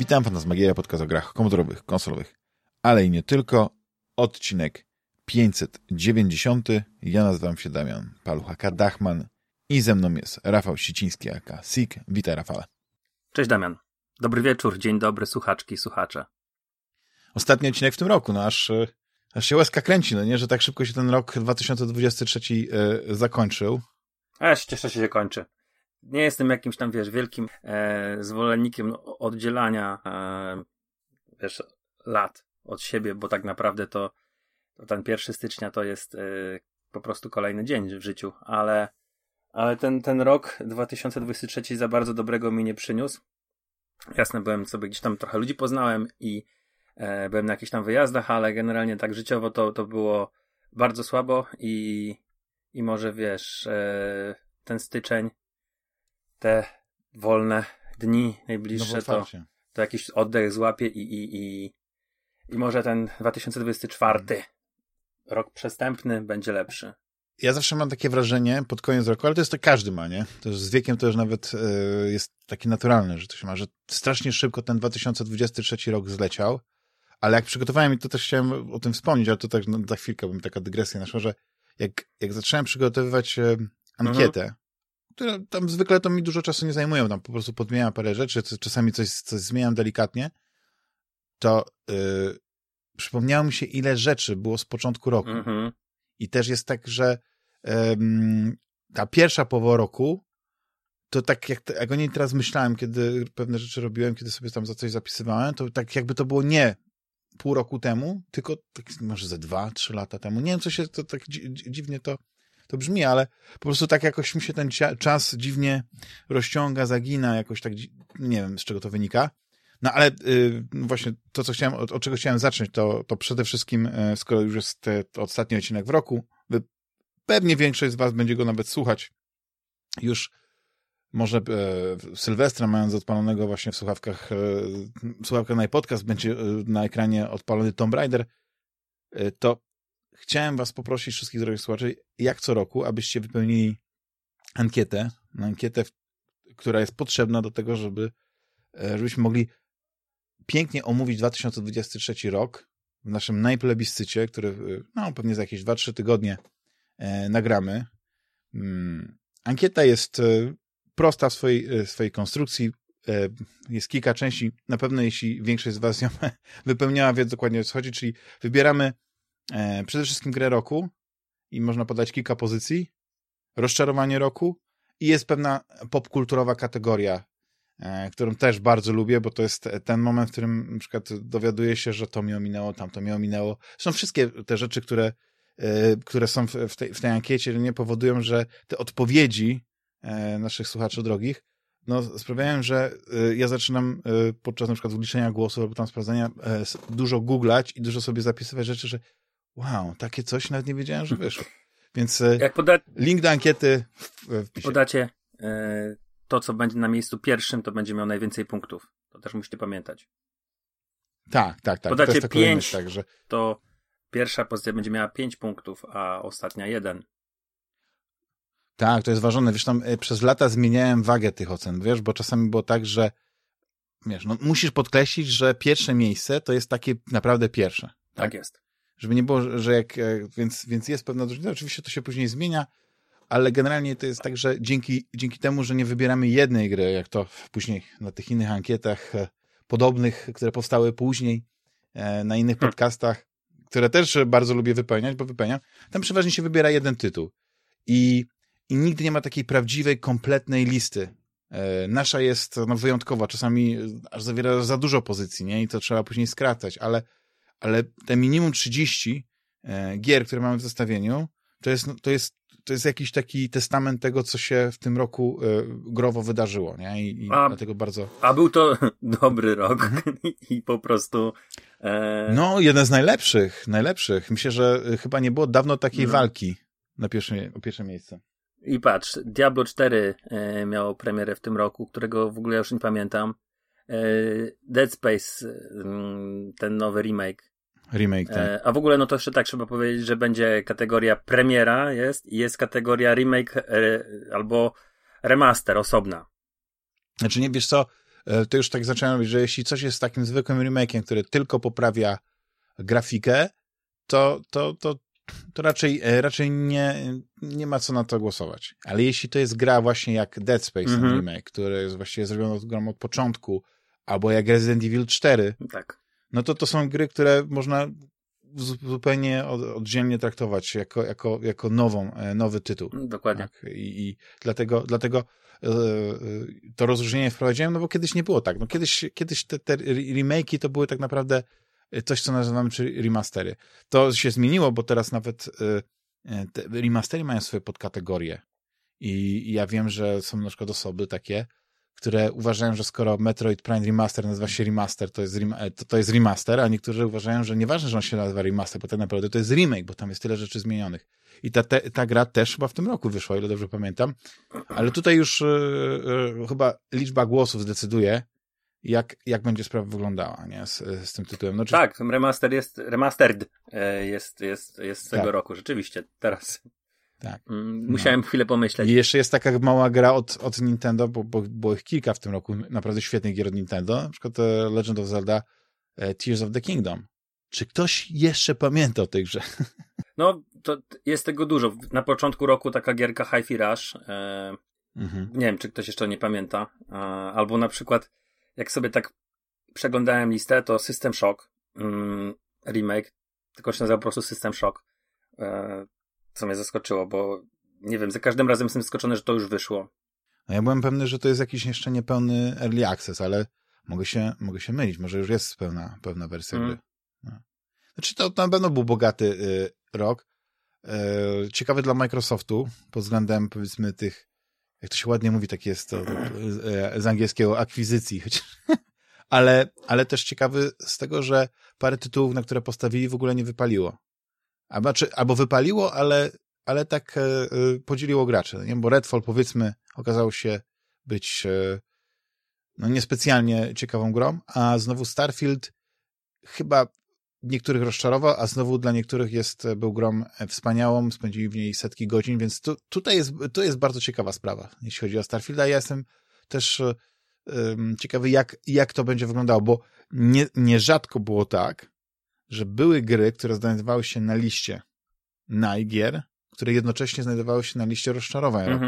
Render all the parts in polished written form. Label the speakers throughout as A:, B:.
A: Witam, Fantasmagieria, podcast o grach komputerowych, konsolowych, ale i nie tylko. Odcinek 590. Ja nazywam się Damian Paluch-Dachman i ze mną jest Rafał Siciński, aka Sik. Witaj, Rafale.
B: Cześć, Damian. Dobry wieczór, dzień dobry, słuchaczki i słuchacze.
A: Ostatni odcinek w tym roku, no aż się łezka kręci, no nie, że tak szybko się ten rok 2023 zakończył.
B: A ja się cieszę, że się kończy. Nie jestem jakimś tam, wielkim zwolennikiem oddzielania, lat od siebie, bo tak naprawdę to ten 1 stycznia to jest po prostu kolejny dzień w życiu, ale ten rok 2023 za bardzo dobrego mi nie przyniósł. Jasne, byłem sobie gdzieś tam, trochę ludzi poznałem i byłem na jakichś tam wyjazdach, ale generalnie tak życiowo to było bardzo słabo i może ten styczeń, te wolne dni najbliższe to jakiś oddech złapie i może ten 2024 rok przestępny będzie lepszy.
A: Ja zawsze mam takie wrażenie pod koniec roku, ale to jest to każdy ma, nie? To już z wiekiem to już nawet jest takie naturalne, że to się ma, że strasznie szybko ten 2023 rok zleciał, ale jak przygotowałem i to też chciałem o tym wspomnieć, ale to tak za chwilkę, bo taka dygresja naszła, że jak zacząłem przygotowywać ankietę, które tam zwykle to mi dużo czasu nie zajmują, tam po prostu podmieniam parę rzeczy, czasami coś zmieniam delikatnie, to przypomniało mi się, ile rzeczy było z początku roku. I też jest tak, że ta pierwsza połowa roku, to tak jak o niej teraz myślałem, kiedy pewne rzeczy robiłem, kiedy sobie tam za coś zapisywałem, to tak jakby to było nie pół roku temu, tylko tak może ze 2-3 lata temu. Nie wiem, co się to tak dziwnie to brzmi, ale po prostu tak jakoś mi się ten czas dziwnie rozciąga, zagina, jakoś tak, nie wiem, z czego to wynika. No ale właśnie to, co chciałem, od czego chciałem zacząć, to przede wszystkim, skoro już jest ostatni odcinek w roku, pewnie większość z was będzie go nawet słuchać już może Sylwestra, mając odpalonego właśnie w słuchawkach na iPodcast, będzie na ekranie odpalony Tomb Raider, to chciałem was poprosić, wszystkich drogich słuchaczy, jak co roku, abyście wypełnili ankietę, która jest potrzebna do tego, żebyśmy mogli pięknie omówić 2023 rok w naszym najplebiscycie, który pewnie za jakieś 2-3 tygodnie nagramy. Ankieta jest prosta w swojej konstrukcji. Jest kilka części. Na pewno jeśli większość z was ją wypełniała, wie dokładnie o co chodzi, czyli wybieramy przede wszystkim grę roku i można podać kilka pozycji, rozczarowanie roku i jest pewna popkulturowa kategoria, którą też bardzo lubię, bo to jest ten moment, w którym na przykład dowiaduję się, że to mnie ominęło, tamto mnie ominęło. Są wszystkie te rzeczy, które są w tej ankiecie, nie powodują, że te odpowiedzi naszych słuchaczy drogich sprawiają, że ja zaczynam podczas na przykład wliczenia głosu albo tam sprawdzania dużo googlać i dużo sobie zapisywać rzeczy, że wow, takie coś nawet nie wiedziałem, że wyszło. Więc link do ankiety w pisie.
B: Podacie to, co będzie na miejscu pierwszym, to będzie miał najwięcej punktów. To też musicie pamiętać.
A: Tak.
B: Podacie
A: to
B: 5,
A: także
B: to pierwsza pozycja będzie miała 5 punktów, a ostatnia 1.
A: Tak, to jest ważone. Wiesz, tam przez lata zmieniałem wagę tych ocen, wiesz, bo czasami było tak, że musisz podkreślić, że pierwsze miejsce to jest takie naprawdę pierwsze.
B: Tak jest.
A: Żeby nie było, że więc jest pewna różnica. Oczywiście to się później zmienia, ale generalnie to jest tak, że dzięki temu, że nie wybieramy jednej gry, jak to później na tych innych ankietach podobnych, które powstały później na innych podcastach, które też bardzo lubię wypełniać, bo wypełniam, tam przeważnie się wybiera jeden tytuł. I nigdy nie ma takiej prawdziwej, kompletnej listy. Nasza jest wyjątkowa, czasami aż zawiera za dużo pozycji, nie? I to trzeba później skracać, ale te minimum 30 gier, które mamy w zestawieniu, to jest jakiś taki testament tego, co się w tym roku growo wydarzyło, nie? I dlatego bardzo...
B: A był to dobry rok i po prostu...
A: jeden z najlepszych. Myślę, że chyba nie było dawno takiej walki o pierwsze miejsce.
B: I patrz, Diablo 4 miało premierę w tym roku, którego w ogóle już nie pamiętam. Dead Space, ten nowy remake.
A: Tak.
B: A w ogóle, to jeszcze tak trzeba powiedzieć, że będzie kategoria premiera jest kategoria remake albo remaster osobna.
A: Znaczy, nie, wiesz co, to już tak zacząłem mówić, że jeśli coś jest takim zwykłym remake'iem, który tylko poprawia grafikę, to raczej nie ma co na to głosować. Ale jeśli to jest gra właśnie jak Dead Space, ten remake, który jest właściwie zrobiony grą od początku, albo jak Resident Evil 4,
B: tak.
A: No to są gry, które można zupełnie oddzielnie traktować jako nowy tytuł.
B: Dokładnie.
A: Tak? I dlatego to rozróżnienie wprowadziłem, no bo kiedyś nie było tak. No kiedyś te remake'i to były tak naprawdę coś, co nazywamy remastery. To się zmieniło, bo teraz nawet te remastery mają swoje podkategorie. I ja wiem, że są na przykład osoby takie, które uważają, że skoro Metroid Prime Remaster nazywa się remaster, to jest remaster, a niektórzy uważają, że nieważne, że on się nazywa remaster, bo tak naprawdę to jest remake, bo tam jest tyle rzeczy zmienionych. I ta gra też chyba w tym roku wyszła, o ile dobrze pamiętam. Ale tutaj już chyba liczba głosów zdecyduje, jak będzie sprawa wyglądała, nie? Z tym tytułem. No,
B: tak, remastered jest z tego roku, rzeczywiście. Teraz
A: tak.
B: Musiałem chwilę pomyśleć.
A: I jeszcze jest taka mała gra od Nintendo, bo było ich kilka w tym roku, naprawdę świetnych gier od Nintendo, na przykład Legend of Zelda Tears of the Kingdom. Czy ktoś jeszcze pamięta o tej grze?
B: No, to jest tego dużo. Na początku roku taka gierka Hi-Fi Rush. Nie wiem, czy ktoś jeszcze nie pamięta. Albo na przykład, jak sobie tak przeglądałem listę, to System Shock remake, tylko się nazywa po prostu System Shock. Co mnie zaskoczyło, bo nie wiem, za każdym razem jestem zaskoczony, że to już wyszło.
A: No ja byłem pewny, że to jest jakiś jeszcze niepełny early access, ale mogę się mylić. Może już jest pełna wersja gry. No. Znaczy to na pewno był bogaty rok. Ciekawy dla Microsoftu pod względem, powiedzmy, tych, jak to się ładnie mówi, tak jest to z angielskiego, akwizycji. ale też ciekawy z tego, że parę tytułów, na które postawili, w ogóle nie wypaliło. Albo wypaliło, ale tak podzieliło graczy. Nie? Bo Redfall, powiedzmy, okazało się być no niespecjalnie ciekawą grą, a znowu Starfield chyba niektórych rozczarował, a znowu dla niektórych był grą wspaniałą, spędzili w niej setki godzin, więc to jest bardzo ciekawa sprawa, jeśli chodzi o Starfielda. Ja jestem też ciekawy, jak to będzie wyglądało, bo nierzadko było tak, że były gry, które znajdowały się na liście gier, które jednocześnie znajdowały się na liście rozczarowań.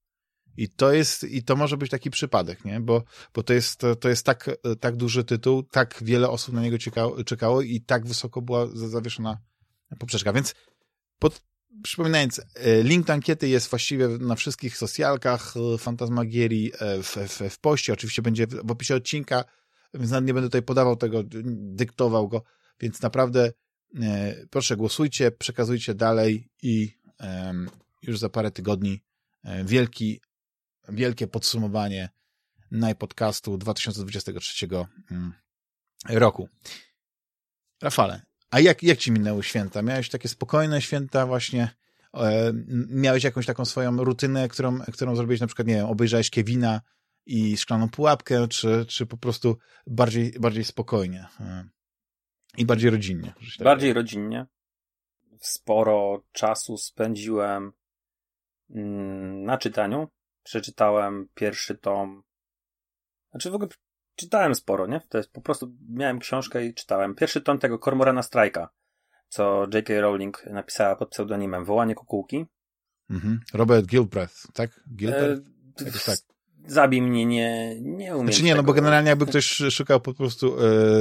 A: I to może być taki przypadek, nie? Bo to jest tak duży tytuł, tak wiele osób na niego czekało i tak wysoko była zawieszona poprzeczka. Więc przypominając, link do ankiety jest właściwie na wszystkich socjalkach Fantasmagierii w poście. Oczywiście będzie w opisie odcinka, więc nie będę tutaj podawał tego, dyktował go, więc naprawdę proszę głosujcie, przekazujcie dalej i już za parę tygodni wielkie podsumowanie najpodcastu 2023 roku. Rafale, a jak ci minęły święta? Miałeś takie spokojne święta właśnie? Miałeś jakąś taką swoją rutynę, którą zrobiłeś, na przykład, nie wiem, obejrzałeś Kevina i Szklaną pułapkę, czy po prostu bardziej spokojnie i bardziej rodzinnie?
B: Bardziej rodzinnie. Sporo czasu spędziłem na czytaniu. Przeczytałem pierwszy tom. Znaczy w ogóle czytałem sporo, nie? To jest po prostu, miałem książkę i czytałem. Pierwszy tom tego Cormorana Strike'a, co J.K. Rowling napisała pod pseudonimem Wołanie Kukułki.
A: Robert Gilbreth, tak?
B: Tak. Zabij mnie, nie umiem.
A: Znaczy nie, no bo generalnie jakby ktoś szukał po prostu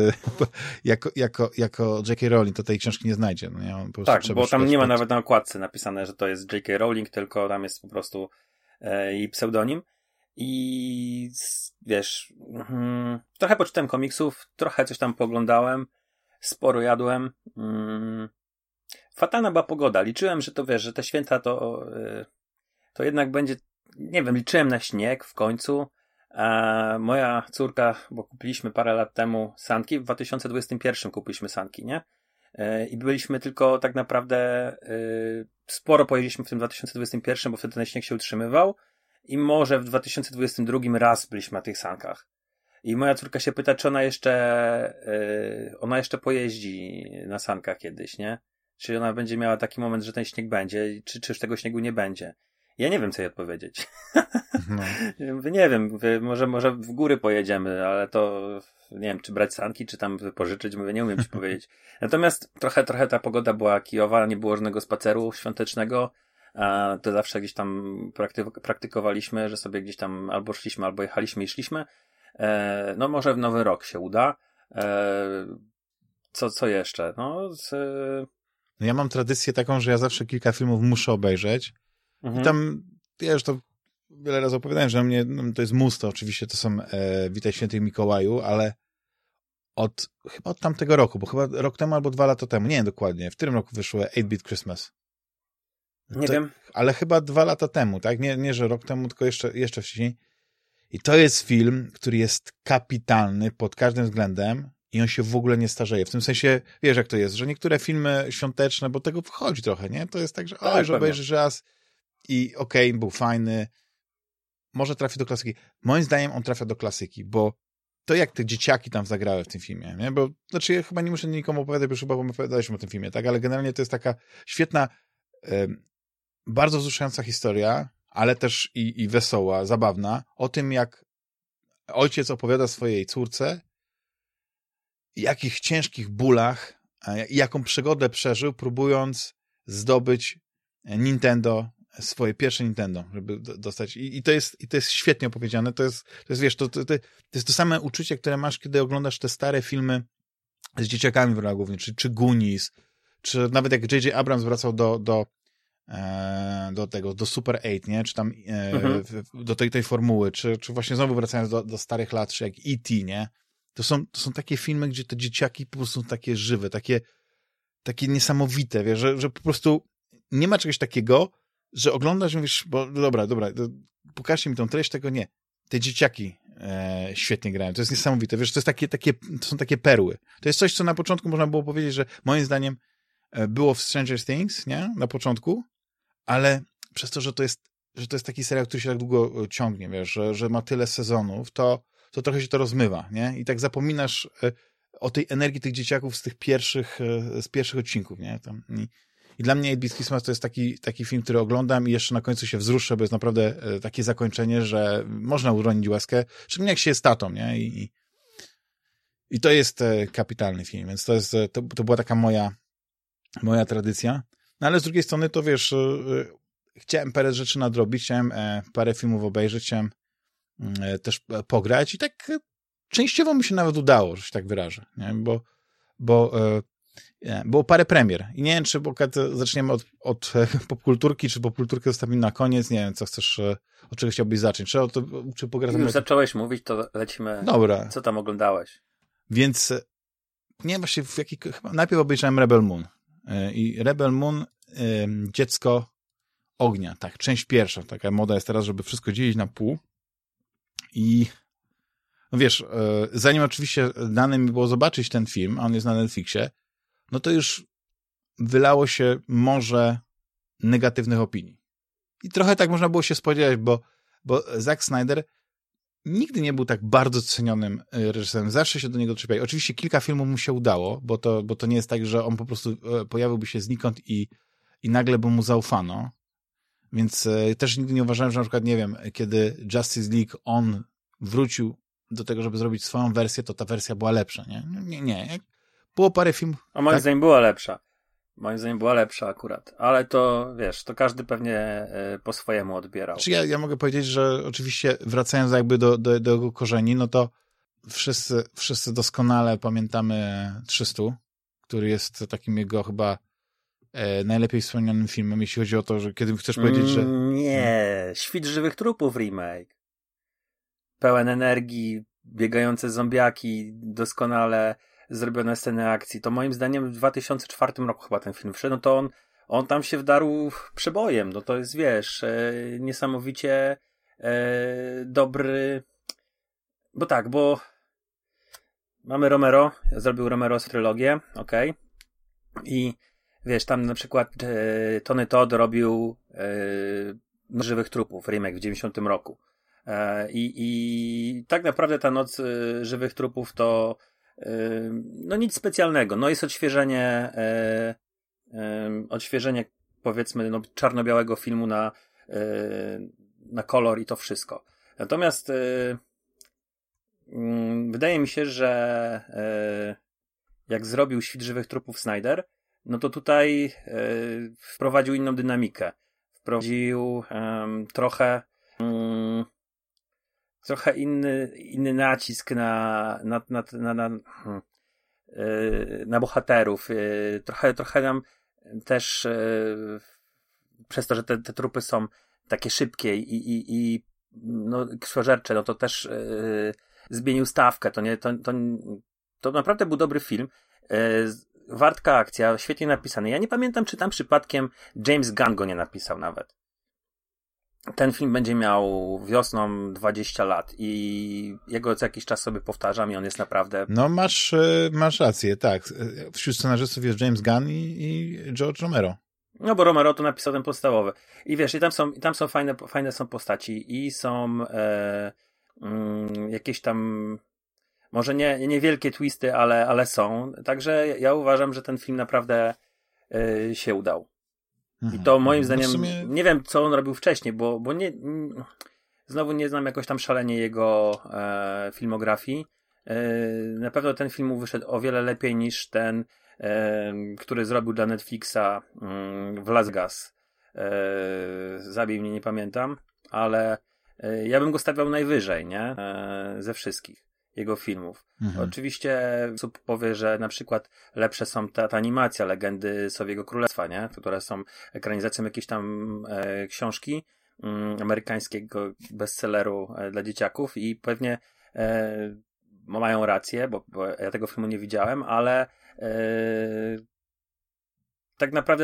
A: jako J.K. Rowling, to tej książki nie znajdzie. No,
B: tak, bo tam nie ma nawet na okładce napisane, że to jest J.K. Rowling, tylko tam jest po prostu jej pseudonim. I wiesz, trochę poczytałem komiksów, trochę coś tam pooglądałem, sporo jadłem. Fatalna była pogoda. Liczyłem, że to wiesz, że te święta to jednak będzie, nie wiem, liczyłem na śnieg w końcu. Moja córka, bo kupiliśmy parę lat temu sanki, w 2021 kupiliśmy sanki, nie? I byliśmy tylko tak naprawdę sporo pojeździliśmy w tym 2021, bo wtedy ten śnieg się utrzymywał i może w 2022 raz byliśmy na tych sankach. I moja córka się pyta, czy ona jeszcze pojeździ na sankach kiedyś, nie? Czy ona będzie miała taki moment, że ten śnieg będzie, czy już tego śniegu nie będzie. Ja nie wiem, co jej odpowiedzieć.
A: No.
B: Nie wiem, może w góry pojedziemy, ale to nie wiem, czy brać sanki, czy tam pożyczyć, nie umiem ci powiedzieć. Natomiast trochę ta pogoda była kijowa, nie było żadnego spaceru świątecznego, a to zawsze gdzieś tam praktykowaliśmy, że sobie gdzieś tam albo szliśmy, albo jechaliśmy i szliśmy. No może w Nowy Rok się uda. Co jeszcze?
A: No, ja mam tradycję taką, że ja zawsze kilka filmów muszę obejrzeć. I tam, ja już to wiele razy opowiadałem, że mnie, no, to jest mus, to oczywiście to są Witaj Święty Mikołaju, ale chyba od tamtego roku, bo chyba rok temu albo 2 lata temu, nie wiem dokładnie, w którym roku wyszło 8-Bit Christmas?
B: Nie wiem.
A: Ale chyba 2 lata temu, tak? Nie, że rok temu, tylko jeszcze wcześniej. I to jest film, który jest kapitalny pod każdym względem i on się w ogóle nie starzeje. W tym sensie, wiesz jak to jest, że niektóre filmy świąteczne, bo tego wchodzi trochę, nie? To jest tak, że że obejrzysz raz i okej, był fajny, może trafi do klasyki. Moim zdaniem on trafia do klasyki, bo to jak te dzieciaki tam zagrały w tym filmie, nie? Bo, znaczy ja chyba nie muszę nikomu opowiadać, bo już chyba opowiadaliśmy o tym filmie, tak? Ale generalnie to jest taka świetna, bardzo wzruszająca historia, ale też i wesoła, zabawna, o tym jak ojciec opowiada swojej córce, jakich ciężkich bólach i jaką przygodę przeżył, próbując zdobyć Nintendo, swoje pierwsze Nintendo, żeby dostać. I to jest świetnie opowiedziane. To jest wiesz, to jest to same uczucie, które masz, kiedy oglądasz te stare filmy z dzieciakami w rolach głównych, czy Goonies, czy nawet jak J.J. Abrams wracał do Super 8, nie? Czy tam do tej formuły, czy właśnie znowu wracając do starych lat, czy jak E.T., nie? To są takie filmy, gdzie te dzieciaki po prostu są takie żywe, takie niesamowite, wiesz, że po prostu nie ma czegoś takiego, że oglądasz i mówisz, bo dobra, pokażcie mi tą treść, tego nie. Te dzieciaki świetnie grają, to jest niesamowite, wiesz, to są takie perły. To jest coś, co na początku można było powiedzieć, że moim zdaniem było w Stranger Things, nie? Na początku, ale przez to, że to jest taki serial, który się tak długo ciągnie, wiesz, że ma tyle sezonów, to trochę się to rozmywa, nie? I tak zapominasz o tej energii tych dzieciaków z pierwszych odcinków, nie? I dla mnie 8-Bit Christmas to jest taki film, który oglądam i jeszcze na końcu się wzruszę, bo jest naprawdę takie zakończenie, że można uronić łezkę, szczególnie jak się jest tatą, nie? I to jest kapitalny film, więc to była taka moja tradycja. No ale z drugiej strony to wiesz, chciałem parę rzeczy nadrobić, chciałem parę filmów obejrzeć, chciałem też pograć i tak częściowo mi się nawet udało, że się tak wyrażę, nie? Bo było parę premier i nie wiem, czy zaczniemy od popkulturki, czy popkulturkę zostawimy na koniec, nie wiem, co chcesz, od czego chciałbyś zacząć, czy pogadamy...
B: Już zacząłeś mówić, to lecimy.
A: Dobra.
B: Co tam oglądałeś?
A: Więc nie, właśnie chyba najpierw obejrzałem Rebel Moon i Rebel Moon Dziecko Ognia, tak, część pierwsza, taka moda jest teraz, żeby wszystko dzielić na pół i no wiesz, zanim oczywiście dane mi było zobaczyć ten film, a on jest na Netflixie, no to już wylało się morze negatywnych opinii. I trochę tak można było się spodziewać, bo Zack Snyder nigdy nie był tak bardzo cenionym reżyserem. Zawsze się do niego czepiali. Oczywiście kilka filmów mu się udało, bo to nie jest tak, że on po prostu pojawiłby się znikąd i nagle by mu zaufano. Więc też nigdy nie uważałem, że na przykład, nie wiem, kiedy Justice League on wrócił do tego, żeby zrobić swoją wersję, to ta wersja była lepsza, nie? Nie. Było parę filmów...
B: A moim zdaniem była lepsza. Moim zdaniem była lepsza akurat. Ale to, wiesz, to każdy pewnie po swojemu odbierał.
A: Czy ja mogę powiedzieć, że oczywiście wracając jakby do jego korzeni, no to wszyscy doskonale pamiętamy 300, który jest takim jego chyba najlepiej wspomnianym filmem, jeśli chodzi o to, że kiedy chcesz powiedzieć, że...
B: Nie, Świt żywych trupów remake. Pełen energii, biegające zombiaki, doskonale zrobione sceny akcji. To moim zdaniem w 2004 roku chyba ten film wszedł, no to on tam się wdarł przebojem. No to jest, wiesz, niesamowicie dobry... Bo mamy Romero, zrobił Romero trylogię, okej. I wiesz, tam na przykład Tony Todd robił Żywych Trupów, remake w 90 roku. I tak naprawdę ta Noc Żywych Trupów to no nic specjalnego. No jest odświeżenie powiedzmy no, czarno-białego filmu na kolor i to wszystko. Natomiast wydaje mi się, że jak zrobił Świt żywych trupów Snyder, no to tutaj wprowadził inną dynamikę. Wprowadził trochę inny nacisk na bohaterów. Trochę nam też przez to, że te trupy są takie szybkie i no, krwiożercze, no to też zmienił stawkę. To naprawdę był dobry film. Wartka akcja, świetnie napisany. Ja nie pamiętam, czy tam przypadkiem James Gunn go nie napisał nawet. Ten film będzie miał wiosną 20 lat i jego co jakiś czas sobie powtarzam i on jest naprawdę...
A: No masz rację, tak. Wśród scenarzystów jest James Gunn i George Romero.
B: No bo Romero to napisał ten podstawowy. I wiesz, i tam są fajne są postaci i są jakieś tam może nie wielkie twisty, ale są. Także ja uważam, że ten film naprawdę się udał. I to moim zdaniem,
A: sumie...
B: nie wiem co on robił wcześniej, bo znowu nie znam jakoś tam szalenie jego filmografii. Na pewno ten film mu wyszedł o wiele lepiej niż ten, który zrobił dla Netflixa w Las Vegas. Zabij mnie, nie pamiętam, ale ja bym go stawiał najwyżej, nie? Ze wszystkich jego filmów. Oczywiście osób powie, że na przykład lepsze są ta animacja Legendy Sowiego Królestwa, nie? Które są ekranizacją jakiejś tam książki amerykańskiego bestselleru dla dzieciaków i pewnie mają rację, bo ja tego filmu nie widziałem, ale tak naprawdę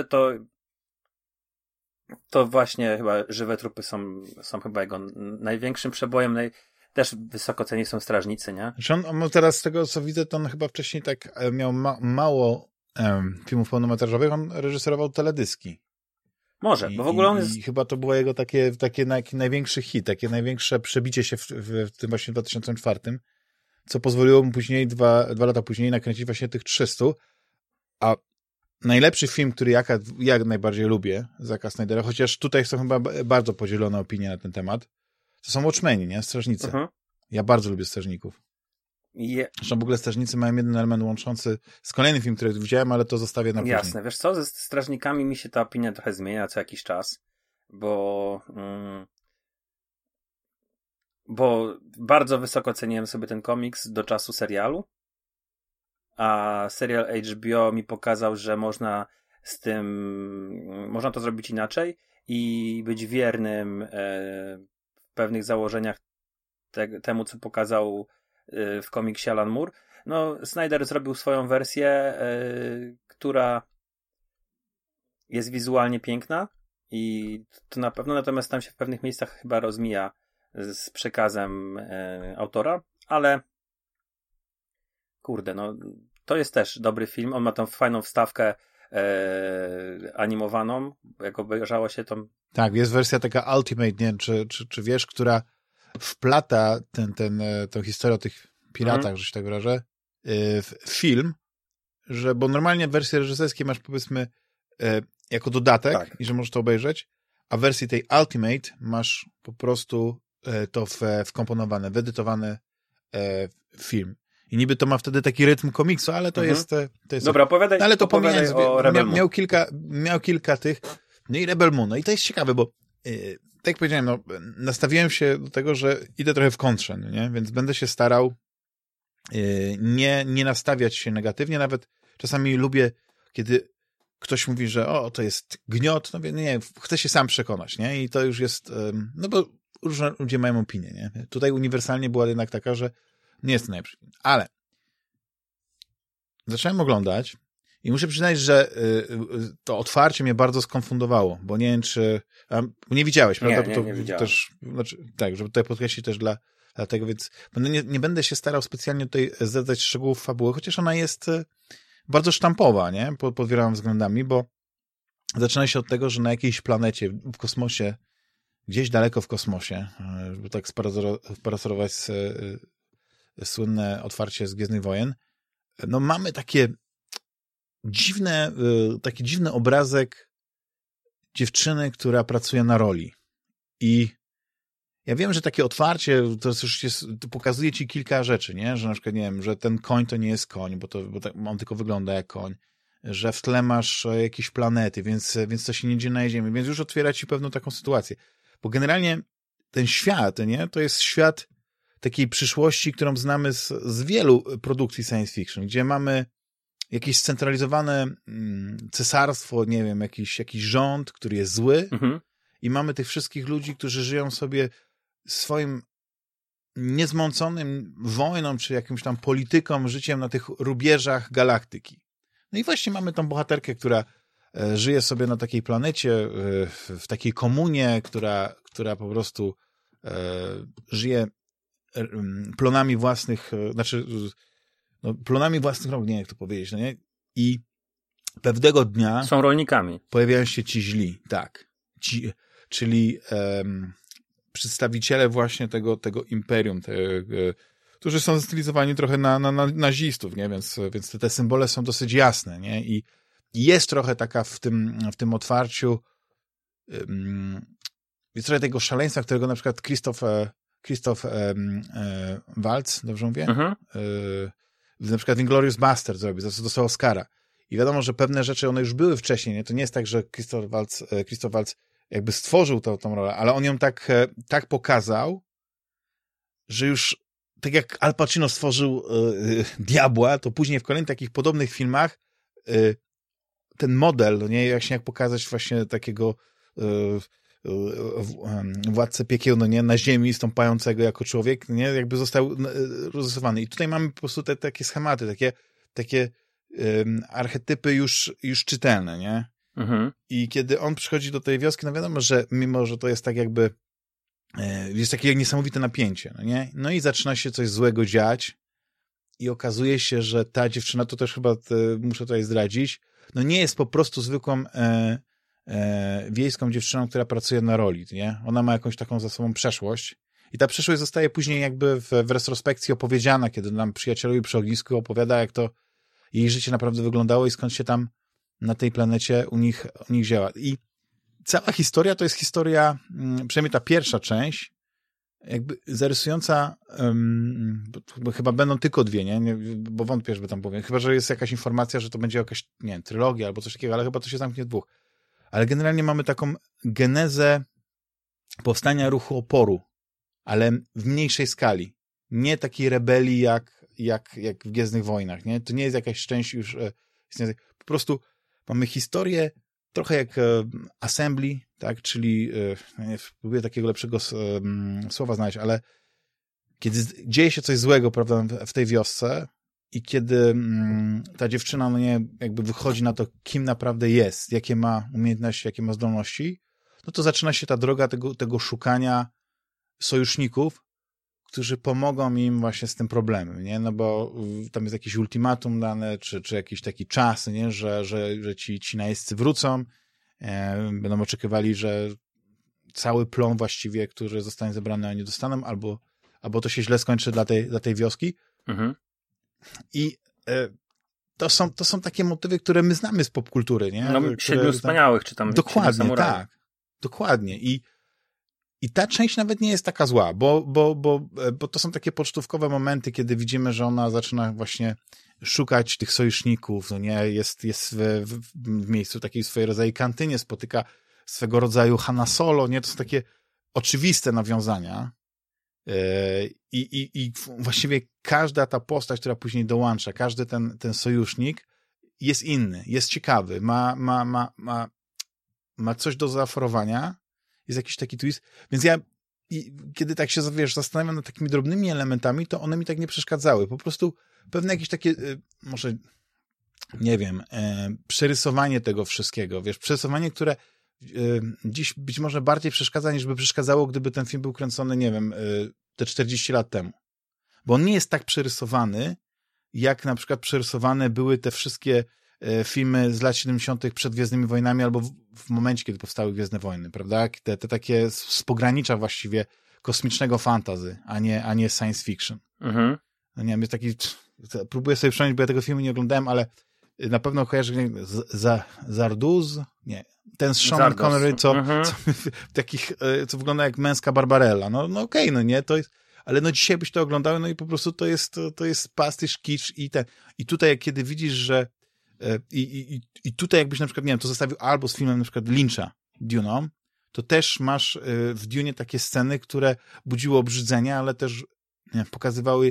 B: to właśnie chyba Żywe trupy są chyba jego największym przebojem. Też wysoko ceni są Strażnicy, nie?
A: On teraz z tego, co widzę, to on chyba wcześniej tak miał mało filmów pełnometrażowych, on reżyserował teledyski.
B: Może, bo w ogóle on jest...
A: I chyba to było jego takie największy hit, takie największe przebicie się w tym właśnie 2004, co pozwoliło mu później, dwa lata później, nakręcić właśnie tych 300, a najlepszy film, który ja najbardziej lubię Zacka Snydera, chociaż tutaj są chyba bardzo podzielone opinie na ten temat, to są Watchmeni, nie? Strażnicy. Ja bardzo lubię Strażników. Zresztą w ogóle Strażnicy mają jeden element łączący z kolejnym filmem, który widziałem, ale to zostawię na później.
B: Jasne, wiesz co, ze Strażnikami mi się ta opinia trochę zmienia co jakiś czas, bo bardzo wysoko ceniłem sobie ten komiks do czasu serialu, a serial HBO mi pokazał, że można to zrobić inaczej i być wiernym w pewnych założeniach temu, co pokazał w komiksie Alan Moore. No, Snyder zrobił swoją wersję, która jest wizualnie piękna i to na pewno, natomiast tam się w pewnych miejscach chyba rozmija z przekazem autora, ale kurde, no to jest też dobry film. On ma tą fajną wstawkę animowaną, jak obejrzało się tą... Tak,
A: jest wersja taka Ultimate, nie wiem, czy wiesz, która wplata tę historię o tych piratach, że się tak wyrażę, w film, bo normalnie w wersji reżyserskiej masz powiedzmy jako dodatek i że możesz to obejrzeć, a w wersji tej Ultimate masz po prostu to wkomponowane, wyedytowany film. I niby to ma wtedy taki rytm komiksu, ale to jest...
B: Dobra, opowiadaj,
A: ale to
B: opowiadaj o Rebel Moon.
A: Miał kilka tych... No i Rebel Moon. No i to jest ciekawe, bo tak jak powiedziałem, no, nastawiłem się do tego, że idę trochę w kontrze, nie? Więc będę się starał nie nastawiać się negatywnie. Nawet czasami lubię, kiedy ktoś mówi, że to jest gniot, no nie, chcę się sam przekonać, nie? I to już jest... No bo różne ludzie mają opinię, nie? Tutaj uniwersalnie była jednak taka, że nie jest to najlepszy. Ale zacząłem oglądać i muszę przyznać, że to otwarcie mnie bardzo skonfundowało, bo nie wiem, czy... nie widziałeś, prawda?
B: Nie widziałem.
A: Też, tak, żeby tutaj podkreślić też dla tego, więc nie będę się starał specjalnie tutaj zdradzać szczegółów fabuły, chociaż ona jest bardzo sztampowa, nie? Pod wieloma względami, bo zaczyna się od tego, że na jakiejś planecie w kosmosie, gdzieś daleko w kosmosie, żeby tak sparafrazować słynne otwarcie z Gwiezdnych Wojen, no mamy taki dziwny obrazek dziewczyny, która pracuje na roli. I ja wiem, że takie otwarcie to już to pokazuje ci kilka rzeczy, nie? Że na przykład, nie wiem, że ten koń to nie jest koń, bo on tylko wygląda jak koń, że w tle masz jakieś planety, więc to się nie dzieje na Ziemi, więc już otwiera ci pewną taką sytuację. Bo generalnie ten świat, nie? To jest świat takiej przyszłości, którą znamy z wielu produkcji science fiction, gdzie mamy jakieś scentralizowane cesarstwo, nie wiem, jakiś rząd, który jest zły i mamy tych wszystkich ludzi, którzy żyją sobie swoim niezmąconym wojną, czy jakimś tam polityką, życiem na tych rubieżach galaktyki. No i właśnie mamy tą bohaterkę, która żyje sobie na takiej planecie, w takiej komunie, która po prostu żyje plonami własnych, plonami własnych rąk, nie wiem jak to powiedzieć, no nie? I pewnego dnia
B: są rolnikami.
A: Pojawiają się ci źli, tak. Czyli przedstawiciele właśnie tego imperium, którzy są stylizowani trochę na nazistów, nie? Więc te symbole są dosyć jasne, nie? I jest trochę taka w tym otwarciu jest trochę tego szaleństwa, którego na przykład Christoph Waltz, dobrze mówię? Na przykład Inglourious Basterds zrobił, za co dostał Oscara. I wiadomo, że pewne rzeczy one już były wcześniej, nie? To nie jest tak, że Christoph Waltz jakby stworzył tą rolę, ale on ją tak pokazał, że już tak jak Al Pacino stworzył Diabła, to później w kolejnych takich podobnych filmach ten model, no nie, jak pokazać właśnie takiego władcę piekieł, no nie, na ziemi stąpającego jako człowiek, nie, jakby został rozrysowany. I tutaj mamy po prostu takie schematy, takie archetypy już czytelne, nie? I kiedy on przychodzi do tej wioski, no wiadomo, że mimo, że to jest tak jakby jest takie niesamowite napięcie, no nie? No i zaczyna się coś złego dziać i okazuje się, że ta dziewczyna, to też chyba muszę tutaj zdradzić, no nie jest po prostu zwykłą wiejską dziewczyną, która pracuje na roli, nie? Ona ma jakąś taką za sobą przeszłość i ta przeszłość zostaje później jakby w retrospekcji opowiedziana, kiedy nam przyjacielowi przy ognisku opowiada, jak to jej życie naprawdę wyglądało i skąd się tam na tej planecie u nich działa. I cała historia to jest historia, przynajmniej ta pierwsza część, jakby zarysująca, bo chyba będą tylko dwie, nie? Bo wątpię, żeby tam powiem. Chyba, że jest jakaś informacja, że to będzie jakaś, nie wiem, trylogia albo coś takiego, ale chyba to się zamknie w dwóch. Ale generalnie mamy taką genezę powstania ruchu oporu, ale w mniejszej skali. Nie takiej rebelii jak w Gwiezdnych Wojnach, nie? To nie jest jakaś część już po prostu mamy historię trochę jak assembly, tak? Czyli nie próbuję takiego lepszego słowa znaleźć, ale kiedy dzieje się coś złego, prawda, w tej wiosce i kiedy ta dziewczyna, no nie, jakby wychodzi na to, kim naprawdę jest, jakie ma umiejętności, jakie ma zdolności, no to zaczyna się ta droga tego szukania sojuszników, którzy pomogą im właśnie z tym problemem, nie? No bo tam jest jakiś ultimatum dane, czy jakiś taki czas, nie? Że ci najeźdźcy wrócą, będą oczekiwali, że cały plon właściwie, który zostanie zebrany, oni dostaną, albo to się źle skończy dla tej wioski. I to są takie motywy, które my znamy z popkultury, nie?
B: No, Siedmiu Wspaniałych, czy tam
A: dokładnie, tak. Dokładnie. I ta część nawet nie jest taka zła, bo to są takie pocztówkowe momenty, kiedy widzimy, że ona zaczyna właśnie szukać tych sojuszników, no nie, jest w miejscu takiej swojej rodzaju kantynie, spotyka swego rodzaju Hanna Solo, nie, to są takie oczywiste nawiązania i właściwie każda ta postać, która później dołącza, każdy ten sojusznik jest inny, jest ciekawy, ma coś do zaoferowania, jest jakiś taki twist, więc ja kiedy tak się, zastanawiam nad takimi drobnymi elementami, to one mi tak nie przeszkadzały. Po prostu pewne jakieś takie, może, nie wiem, przerysowanie tego wszystkiego, przerysowanie, które dziś być może bardziej przeszkadza, niż by przeszkadzało, gdyby ten film był kręcony, nie wiem, te 40 lat temu. Bo on nie jest tak przerysowany, jak na przykład przerysowane były te wszystkie filmy z lat 70. przed Gwiezdnymi Wojnami, albo w momencie, kiedy powstały Gwiezdne Wojny, prawda? Te takie z pogranicza właściwie kosmicznego fantasy, a nie science fiction. No nie wiem, jest taki, próbuję sobie przypomnieć, bo ja tego filmu nie oglądałem, ale na pewno kojarzy Zarduz? Nie. Ten z Sean Connery, co takich, co wygląda jak męska Barbarella. No okej, no nie, to jest, ale no dzisiaj byś to oglądały, no i po prostu to jest pastyż, kicz i tutaj kiedy widzisz, że i tutaj jakbyś na przykład, nie wiem, to zestawił albo z filmem na przykład Lyncha, Dune'ą, to też masz w Dune takie sceny, które budziły obrzydzenie, ale też pokazywały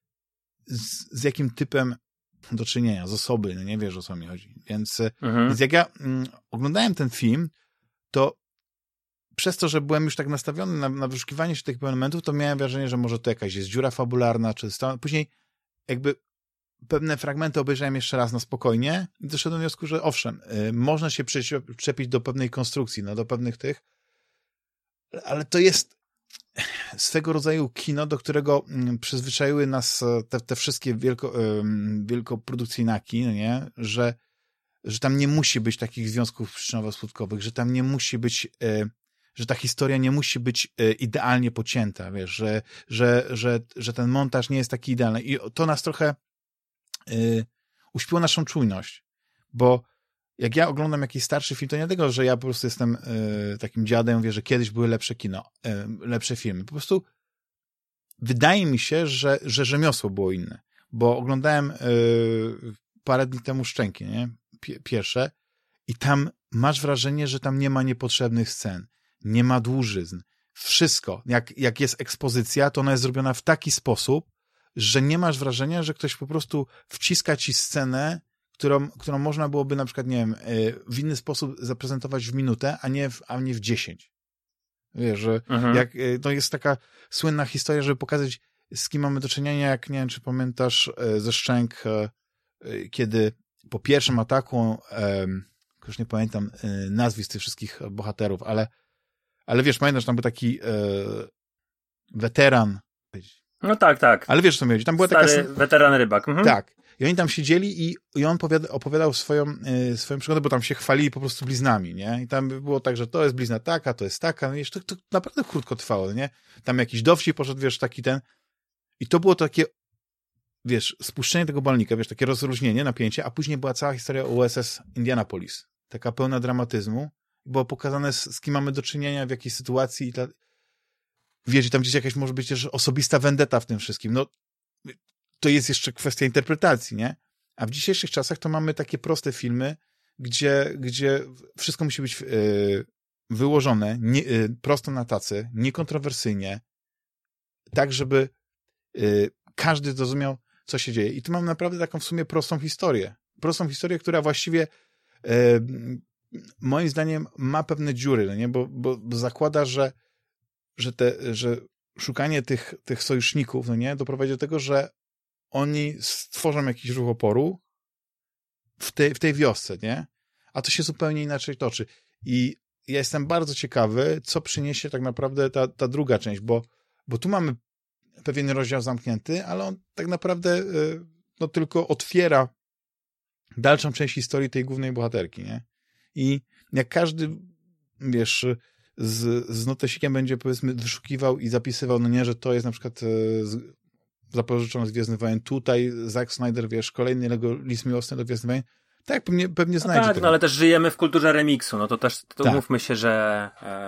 A: z jakim typem do czynienia, z osoby, no nie wiesz, o co mi chodzi. Więc jak ja oglądałem ten film, to przez to, że byłem już tak nastawiony na wyszukiwanie się tych elementów, to miałem wrażenie, że może to jakaś jest dziura fabularna, czy później jakby pewne fragmenty obejrzałem jeszcze raz na spokojnie i doszedłem do wniosku, że owszem, można się przyczepić do pewnej konstrukcji, do pewnych tych, ale to jest swego rodzaju kino, do którego przyzwyczaiły nas te wszystkie wielkoprodukcyjnaki, no nie? Że tam nie musi być takich związków przyczynowo-skutkowych, że tam nie musi być, że ta historia nie musi być idealnie pocięta, wiesz, że ten montaż nie jest taki idealny. I to nas trochę uśpiło naszą czujność, bo jak ja oglądam jakiś starszy film, to nie dlatego, że ja po prostu jestem takim dziadem, mówię, że kiedyś były lepsze kino, lepsze filmy. Po prostu wydaje mi się, że rzemiosło było inne, bo oglądałem parę dni temu Szczęki, nie? Pierwsze i tam masz wrażenie, że tam nie ma niepotrzebnych scen, nie ma dłużyzn. Wszystko, jak jest ekspozycja, to ona jest zrobiona w taki sposób, że nie masz wrażenia, że ktoś po prostu wciska ci scenę, którą można byłoby na przykład, nie wiem, w inny sposób zaprezentować w minutę, a nie w 10. Wiesz, że to jest taka słynna historia, żeby pokazać, z kim mamy do czynienia, jak nie wiem, czy pamiętasz ze Szczęk, kiedy po pierwszym ataku, już nie pamiętam nazwisk tych wszystkich bohaterów, ale wiesz, pamiętasz, tam był taki weteran.
B: No tak.
A: Ale wiesz, co mi chodzi. Tam była
B: Stary weteran rybak.
A: Tak. I oni tam siedzieli i on opowiadał swoją przygodę, bo tam się chwalili po prostu bliznami, nie? I tam było tak, że to jest blizna taka, to jest taka, no i to naprawdę krótko trwało, nie? Tam jakiś dowcip poszedł, wiesz, taki ten. I to było takie, wiesz, spuszczenie tego balnika, wiesz, takie rozluźnienie, napięcie, a później była cała historia USS Indianapolis. Taka pełna dramatyzmu. Było pokazane, z kim mamy do czynienia, w jakiej sytuacji i wiesz, i tam gdzieś jakaś może być też osobista vendetta w tym wszystkim. No, to jest jeszcze kwestia interpretacji, nie? A w dzisiejszych czasach to mamy takie proste filmy, gdzie wszystko musi być wyłożone prosto na tacy, niekontrowersyjnie, tak, żeby każdy zrozumiał, co się dzieje. I tu mam naprawdę taką w sumie prostą historię. Prostą historię, która właściwie moim zdaniem ma pewne dziury, no nie? Bo zakłada, że szukanie tych sojuszników, no nie, doprowadzi do tego, że oni stworzą jakiś ruch oporu w tej wiosce, nie? A to się zupełnie inaczej toczy. I ja jestem bardzo ciekawy, co przyniesie tak naprawdę ta druga część, bo tu mamy pewien rozdział zamknięty, ale on tak naprawdę no, tylko otwiera dalszą część historii tej głównej bohaterki, nie? I jak każdy, wiesz, z notesikiem będzie, powiedzmy, wyszukiwał i zapisywał, no nie, że to jest na przykład zapożyczone z Gwiezdnych Wojen, tutaj Zack Snyder, wiesz, kolejny list miłosny do Gwiezdnych Wojen, tak, pewnie znajdzie.
B: Tak, no ale też żyjemy w kulturze remiksu, no to też umówmy się, że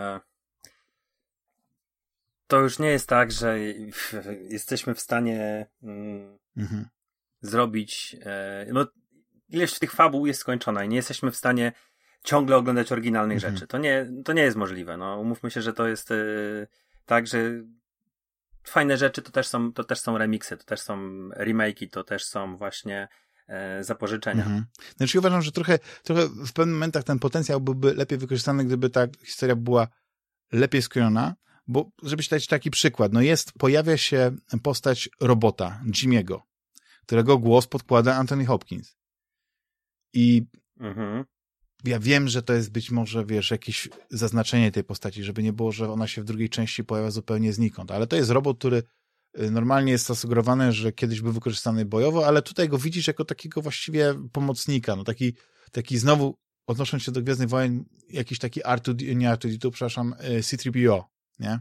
B: to już nie jest tak, że jesteśmy w stanie zrobić, no ileś tych fabuł jest skończona i nie jesteśmy w stanie ciągle oglądać oryginalnych rzeczy. To nie jest możliwe. No, umówmy się, że to jest tak, że fajne rzeczy to też są remiksy, to też są remake'i, to też są właśnie zapożyczenia.
A: Znaczy uważam, że trochę w pewnych momentach ten potencjał byłby lepiej wykorzystany, gdyby ta historia była lepiej skrojona, bo żeby ci dać taki przykład, no pojawia się postać robota, Jimmy'ego, którego głos podkłada Anthony Hopkins. I ja wiem, że to jest być może, wiesz, jakieś zaznaczenie tej postaci, żeby nie było, że ona się w drugiej części pojawia zupełnie znikąd. Ale to jest robot, który normalnie jest zasugerowany, że kiedyś był wykorzystany bojowo, ale tutaj go widzisz jako takiego właściwie pomocnika. No taki znowu, odnosząc się do Gwiezdnych Wojen, jakiś taki C-3PO, nie?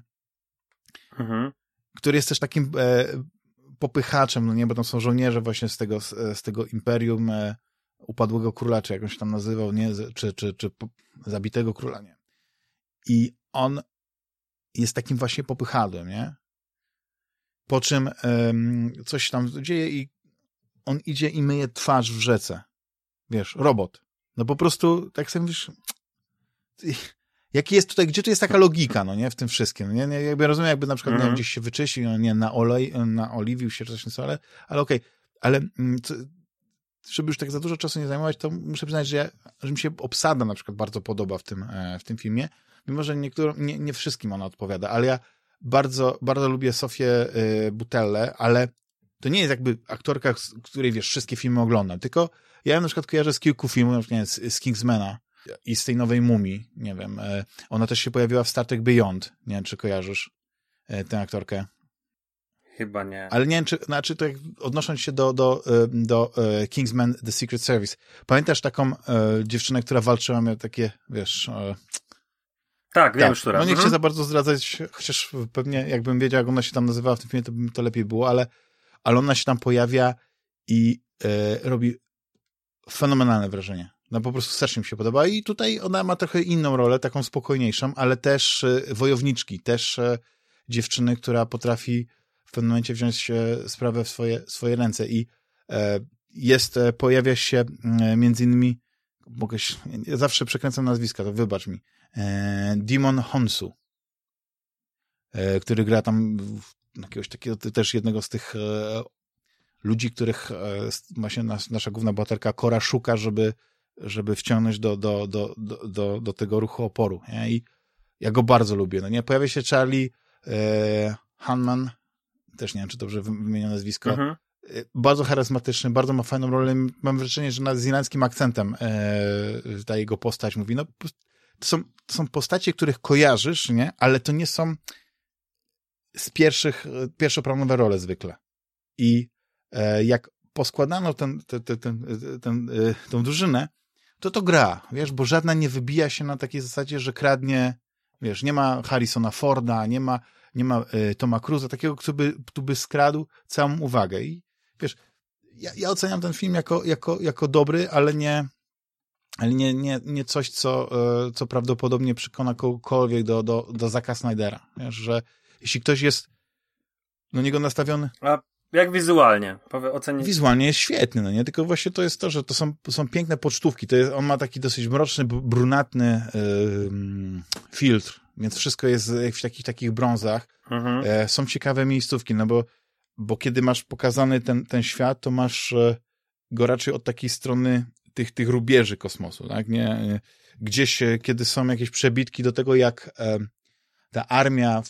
A: Który jest też takim popychaczem, no nie, bo tam są żołnierze właśnie z tego imperium, Upadłego Króla, czy jak on się tam nazywał, nie? Czy Zabitego Króla, nie? I on jest takim właśnie popychadłem, nie? Po czym coś tam dzieje i on idzie i myje twarz w rzece. Wiesz, robot. No po prostu, tak sobie mówisz, jaki jest tutaj, gdzie tu jest taka logika, no nie, w tym wszystkim. Nie, jakby rozumiem, jakby na przykład nie wiem, gdzieś się wyczyścił, no nie, naoliwił się, czy coś, ale okej. Ale żeby już tak za dużo czasu nie zajmować, to muszę przyznać, że mi się obsada na przykład bardzo podoba w tym filmie, mimo że nie wszystkim ona odpowiada, ale ja bardzo, bardzo lubię Sofię Butellę, ale to nie jest jakby aktorka, z której, wiesz, wszystkie filmy oglądam, tylko ja ją na przykład kojarzę z kilku filmów, na przykład z Kingsmana i z tej nowej Mumii, nie wiem, ona też się pojawiła w Star Trek Beyond, nie wiem, czy kojarzysz tę aktorkę.
B: Chyba nie.
A: Ale nie wiem, czy to jak odnosząc się do Kingsman The Secret Service. Pamiętasz taką dziewczynę, która walczyła, miała takie, wiesz...
B: Tak, wiem już, która.
A: No nie chcę za bardzo zdradzać, chociaż pewnie jakbym wiedział, jak ona się tam nazywała w tym filmie, to by to lepiej było, ale ona się tam pojawia i robi fenomenalne wrażenie. No po prostu strasznie mi się podoba i tutaj ona ma trochę inną rolę, taką spokojniejszą, ale też wojowniczki, też dziewczyny, która potrafi w pewnym momencie wziąć sprawę w swoje ręce i pojawia się między innymi, ja zawsze przekręcam nazwiska, to wybacz mi, Djimon Hounsou, który gra tam jakiegoś takiego, też jednego z tych ludzi, których właśnie nasza główna bohaterka Cora szuka, żeby wciągnąć do tego ruchu oporu. Nie? I ja go bardzo lubię. No nie? Pojawia się Charlie Hunnam, też nie wiem, czy dobrze wymienię nazwisko, bardzo charyzmatyczny, bardzo ma fajną rolę. Mam wrażenie, że z irlandzkim akcentem ta jego postać mówi. No, to są postacie, których kojarzysz, nie? Ale to nie są z pierwszoplanowe role zwykle. I jak poskładano tą drużynę, to gra, wiesz, bo żadna nie wybija się na takiej zasadzie, że kradnie, wiesz, nie ma Harrisona Forda, nie ma Toma Cruza, takiego, kto by skradł całą uwagę. I wiesz, ja oceniam ten film jako dobry, ale nie coś, co prawdopodobnie przekona kogokolwiek do Zacka Snydera. Wiesz, że jeśli ktoś jest do niego nastawiony...
B: A jak wizualnie? Ocenić?
A: Wizualnie jest świetny, no nie? Tylko właśnie to jest to, że to są piękne pocztówki. On ma taki dosyć mroczny, brunatny filtr, więc wszystko jest w takich brązach. Są ciekawe miejscówki, no bo kiedy masz pokazany ten świat, to masz go raczej od takiej strony tych rubieży kosmosu, tak? Nie, gdzieś, kiedy są jakieś przebitki do tego, jak ta armia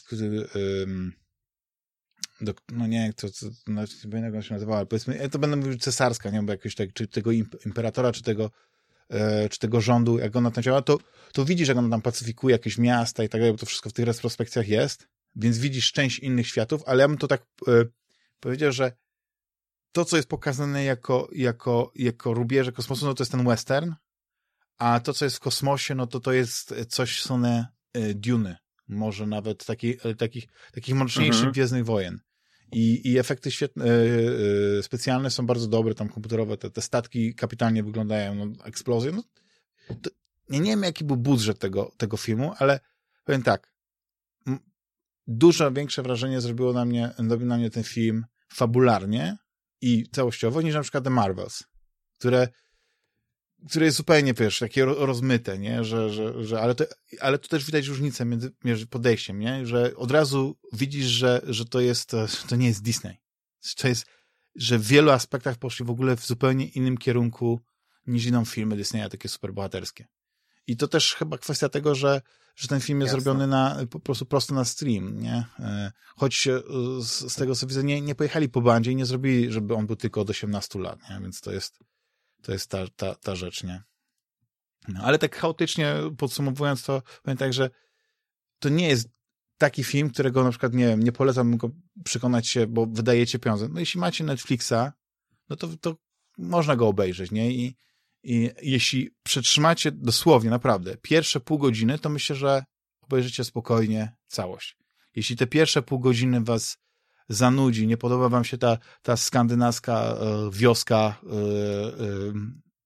A: no nie, jak to jak się nazywa, ale powiedzmy, to będę mówił cesarska, nie wiem, bo jakoś czy tego imperatora, czy tego rządu, jak ona tam działa, to widzisz, jak ona tam pacyfikuje jakieś miasta i tak dalej, bo to wszystko w tych retrospekcjach jest, więc widzisz część innych światów, ale ja bym to tak powiedział, że to, co jest pokazane jako rubieże kosmosu, no to jest ten western, a to, co jest w kosmosie, no to jest coś w stronę Duny, może nawet takich mroczniejszych Gwiezdnych Wojen. I efekty specjalne są bardzo dobre, tam komputerowe, te statki kapitalnie wyglądają, no, eksplozje. No, ja nie wiem, jaki był budżet tego filmu, ale powiem tak, dużo większe wrażenie zrobił na mnie ten film fabularnie i całościowo niż na przykład The Marvels, które jest zupełnie, wiesz, takie rozmyte, nie? Ale tu też widać różnicę między podejściem, nie? Że od razu widzisz, że to nie jest Disney. To jest, że w wielu aspektach poszli w ogóle w zupełnie innym kierunku niż idą filmy Disneya, takie superbohaterskie. I to też chyba kwestia tego, że ten film jest zrobiony po prostu prosto na stream, nie? Choć z tego, co widzę, nie pojechali po bandzie i nie zrobili, żeby on był tylko od 18 lat, nie? Więc to jest ta rzecz, nie? No, ale tak chaotycznie podsumowując to, powiem tak, że to nie jest taki film, którego na przykład, nie wiem, nie polecam go przekonać się, bo wydajecie pieniądze. No jeśli macie Netflixa, no to można go obejrzeć, nie? I jeśli przetrzymacie dosłownie, naprawdę, pierwsze pół godziny, to myślę, że obejrzycie spokojnie całość. Jeśli te pierwsze pół godziny was zanudzi, nie podoba wam się ta skandynawska wioska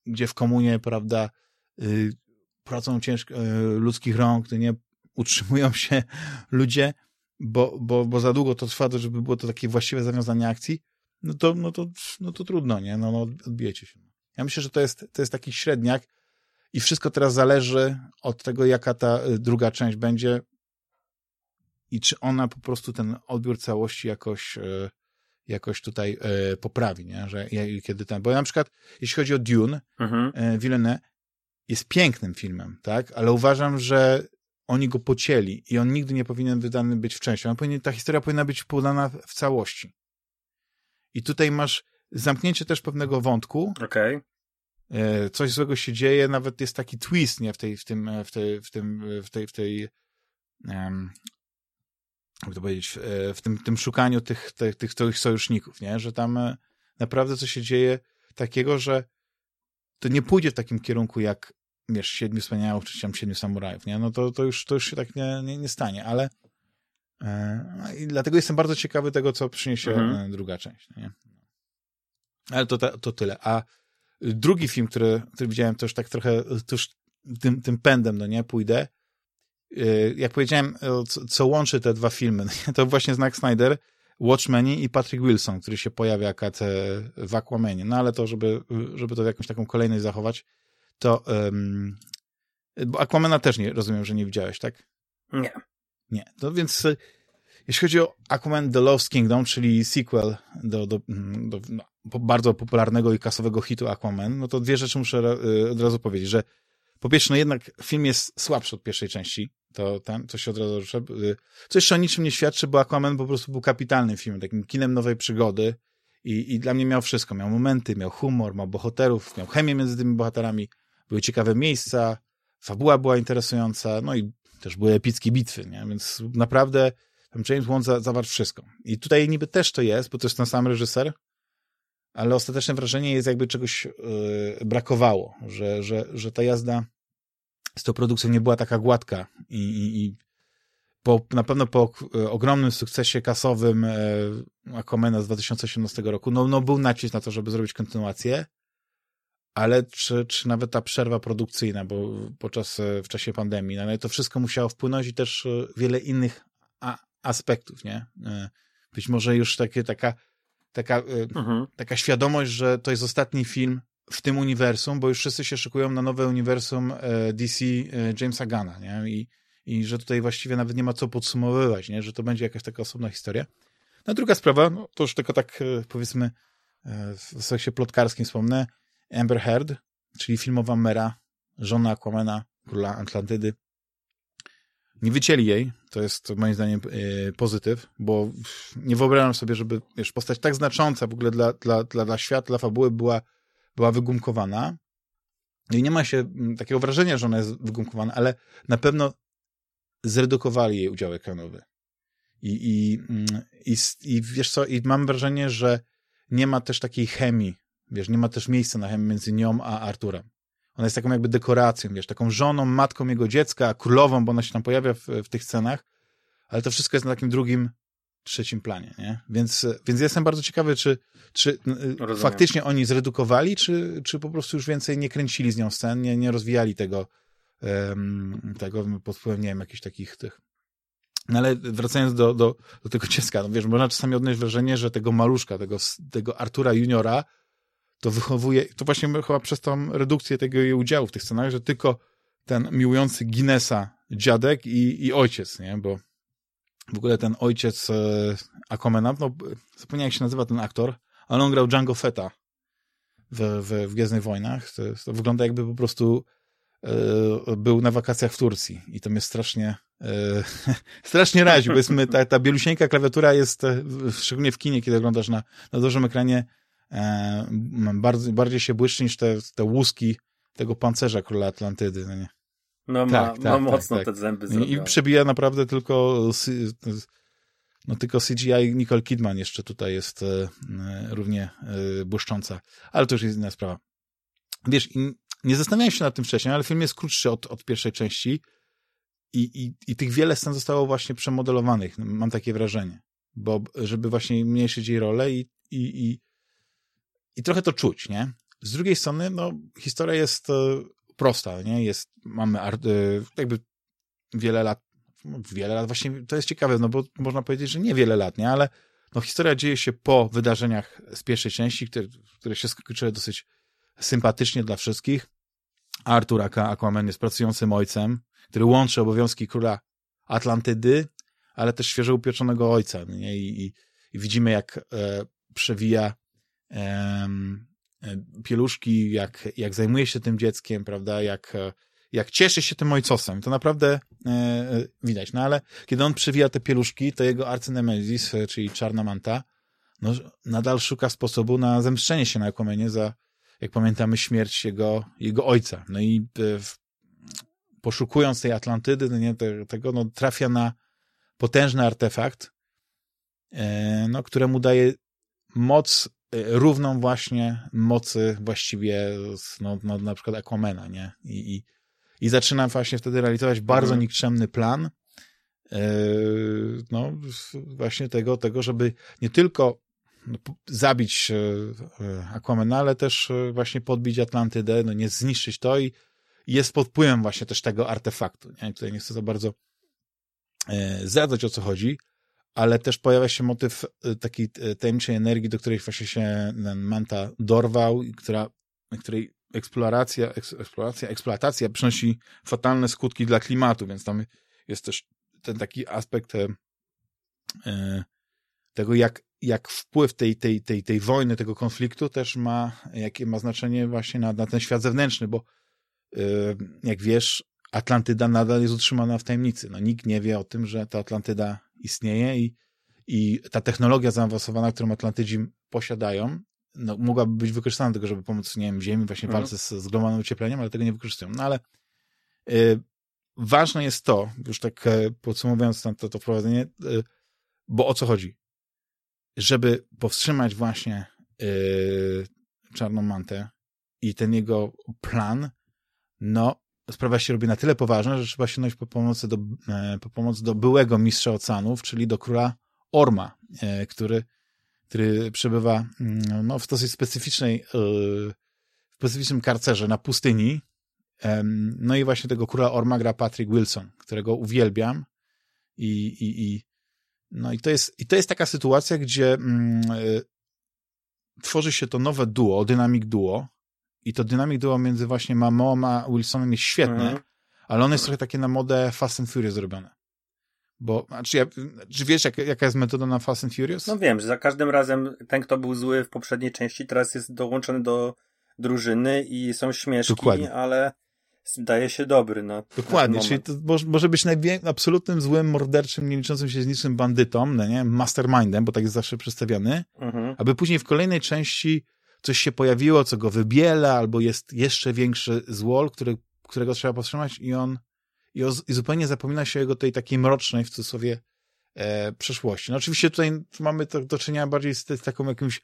A: gdzie w komunie, prawda, pracą ciężko ludzkich rąk, to nie utrzymują się ludzie, bo za długo to trwa, żeby było to takie właściwe zawiązanie akcji, no to trudno, nie? No odbijecie się. Ja myślę, że to jest taki średniak i wszystko teraz zależy od tego, jaka ta druga część będzie i czy ona po prostu ten odbiór całości jakoś tutaj poprawi, nie? Że kiedy bo na przykład, jeśli chodzi o Dune, Villeneuve jest pięknym filmem, tak? Ale uważam, że oni go pocięli i on nigdy nie powinien wydany być w części. Ta historia powinna być podana w całości. I tutaj masz zamknięcie też pewnego wątku.
B: Okej.
A: Coś złego się dzieje, nawet jest taki twist, nie? W tej jak to powiedzieć, w tym szukaniu tych sojuszników, nie? Że tam naprawdę coś się dzieje takiego, że to nie pójdzie w takim kierunku jak, wiesz, 7 wspaniałych czy tam 7 samurajów, nie? No to już się tak nie stanie, ale i dlatego jestem bardzo ciekawy tego, co przyniesie druga część, nie? Ale to tyle. A drugi film, który widziałem, to już tak trochę tuż tym pędem, no nie, pójdę. Jak powiedziałem, co łączy te dwa filmy, to właśnie Zack Snyder, Watchmeni i Patrick Wilson, który się pojawia w Aquamanie. No ale to, żeby to jakąś taką kolejność zachować, to bo Aquamana też nie rozumiem, że nie widziałeś, tak? Nie. To więc jeśli chodzi o Aquaman The Lost Kingdom, czyli sequel do bardzo popularnego i kasowego hitu Aquaman, no to dwie rzeczy muszę od razu powiedzieć, że po pierwsze, no jednak film jest słabszy od pierwszej części, to się od razu rusza. Co jeszcze o niczym nie świadczy, bo Aquaman po prostu był kapitalnym filmem, takim kinem nowej przygody i dla mnie miał wszystko. Miał momenty, miał humor, miał bohaterów, miał chemię między tymi bohaterami, były ciekawe miejsca, fabuła była interesująca, no i też były epickie bitwy, nie? Więc naprawdę tam James Wan zawarł wszystko. I tutaj niby też to jest, bo to jest ten sam reżyser, ale ostateczne wrażenie jest, jakby czegoś brakowało, że ta jazda z tą produkcją nie była taka gładka i na pewno po ogromnym sukcesie kasowym Aquamana z 2018 roku, no był nacisk na to, żeby zrobić kontynuację, ale czy nawet ta przerwa produkcyjna, bo w czasie pandemii, no, ale to wszystko musiało wpłynąć i też wiele innych aspektów, nie? Być może już taka świadomość, że to jest ostatni film w tym uniwersum, bo już wszyscy się szykują na nowe uniwersum DC Jamesa Gunna, nie? I że tutaj właściwie nawet nie ma co podsumowywać, nie? Że to będzie jakaś taka osobna historia. No druga sprawa, no to już tylko tak powiedzmy w sensie plotkarskim wspomnę, Amber Heard, czyli filmowa Mera, żona Aquamana, króla Atlantydy. Nie wycięli jej, to jest moim zdaniem pozytyw, bo nie wyobrażam sobie, żeby postać tak znacząca w ogóle dla świata, dla fabuły była wygumkowana. I nie ma się takiego wrażenia, że ona jest wygumkowana, ale na pewno zredukowali jej udział ekranowy. I wiesz co, i mam wrażenie, że nie ma też takiej chemii, wiesz, nie ma też miejsca na chemię między nią a Arturem. Ona jest taką jakby dekoracją, wiesz, taką żoną, matką jego dziecka, królową, bo ona się tam pojawia w tych scenach, ale to wszystko jest na takim drugim, trzecim planie, nie? Więc jestem bardzo ciekawy, czy faktycznie oni zredukowali, czy po prostu już więcej nie kręcili z nią scen, nie rozwijali tego pod wpływem, nie wiem, jakichś takich tych. No ale wracając do tego dziecka, no wiesz, można czasami odnieść wrażenie, że tego maluszka, tego Artura juniora, to wychowuje, to właśnie chyba przez tą redukcję tego jej udziału w tych scenach, że tylko ten miłujący Guinnessa dziadek i ojciec, nie? Bo w ogóle ten ojciec Aquamana, no zapomniałem jak się nazywa ten aktor, ale on grał Jango Fetta w Gwiezdnych Wojnach. To wygląda jakby po prostu był na wakacjach w Turcji i to mnie strasznie razi, bo ta bielusieńka klawiatura jest, szczególnie w kinie, kiedy oglądasz na dużym ekranie, bardziej się błyszczy niż te łuski tego pancerza Króla Atlantydy. No nie?
B: No ma mocno te zęby zrobione.
A: I przebija naprawdę tylko CGI. Nicole Kidman jeszcze tutaj jest równie błyszcząca. Ale to już jest inna sprawa. Wiesz, nie zastanawiałem się nad tym wcześniej, ale film jest krótszy od pierwszej części i tych wiele scen zostało właśnie przemodelowanych. Mam takie wrażenie. Bo żeby właśnie mniejszyć jej rolę i trochę to czuć, nie? z drugiej strony, no, historia jest prosta, nie? Mamy jakby wiele lat, właśnie to jest ciekawe, no bo można powiedzieć, że niewiele lat, nie? Ale no, historia dzieje się po wydarzeniach z pierwszej części, które się skończyły dosyć sympatycznie dla wszystkich. Arthur aka Aquaman jest pracującym ojcem, który łączy obowiązki króla Atlantydy, ale też świeżo upieczonego ojca, nie? I widzimy, jak przewija pieluszki, jak zajmuje się tym dzieckiem, prawda, jak cieszy się tym ojcosem. To naprawdę widać. No ale kiedy on przewija te pieluszki, to jego arcynemezis, czyli Czarna Manta, no, nadal szuka sposobu na zemszczenie się na Aquamanie za, jak pamiętamy, śmierć jego ojca. No i poszukując tej Atlantydy, no nie, tego, no, trafia na potężny artefakt, no, któremu daje moc równą właśnie mocy właściwie no, na przykład Aquamana, nie? I zaczyna właśnie wtedy realizować bardzo nikczemny plan no właśnie tego, żeby nie tylko zabić Aquamana, ale też właśnie podbić Atlantydę, no nie zniszczyć to i jest pod wpływem właśnie też tego artefaktu. Nie? Tutaj nie chcę za bardzo zdradzać, o co chodzi, ale też pojawia się motyw takiej tajemniczej energii, do której właśnie się Manta dorwał i której eksploatacja przynosi fatalne skutki dla klimatu, więc tam jest też ten taki aspekt tego, jak wpływ tej wojny, tego konfliktu też jakie ma znaczenie właśnie na ten świat zewnętrzny, bo jak wiesz, Atlantyda nadal jest utrzymana w tajemnicy. No, nikt nie wie o tym, że ta Atlantyda istnieje i ta technologia zaawansowana, którą Atlantydzi posiadają, no, mogłaby być wykorzystana do tego, żeby pomóc, nie wiem, Ziemi właśnie w walce z globalnym ociepleniem, ale tego nie wykorzystują. No ale ważne jest to, już tak podsumowując to wprowadzenie, bo o co chodzi? Żeby powstrzymać właśnie Czarną Mantę i ten jego plan, no sprawa się robi na tyle poważna, że trzeba sięgnąć po pomoc do byłego mistrza oceanów, czyli do króla Orma, który przebywa no, w dosyć specyficznym karcerze na pustyni. No i właśnie tego króla Orma gra Patrick Wilson, którego uwielbiam no i to jest taka sytuacja, gdzie tworzy się to nowe duo, dynamic duo i to dynamic duo między właśnie Momoą a Wilsonem jest świetne, ale ono jest trochę takie na modę Fast and Furious zrobione. Bo, czy wiesz, jaka jest metoda na Fast and Furious?
B: No wiem, że za każdym razem ten, kto był zły w poprzedniej części, teraz jest dołączony do drużyny i są śmieszki, dokładnie, ale zdaje się dobry.
A: Dokładnie, czyli to może być absolutnym złym, morderczym, nie liczącym się z niczym bandytą, no nie? Mastermindem, bo tak jest zawsze przedstawiany, aby później w kolejnej części coś się pojawiło, co go wybiela, albo jest jeszcze większy złol, którego trzeba powstrzymać i zupełnie zapomina się jego tej takiej mrocznej, w cudzysłowie, przeszłości. No oczywiście tutaj mamy do czynienia bardziej z taką jakimś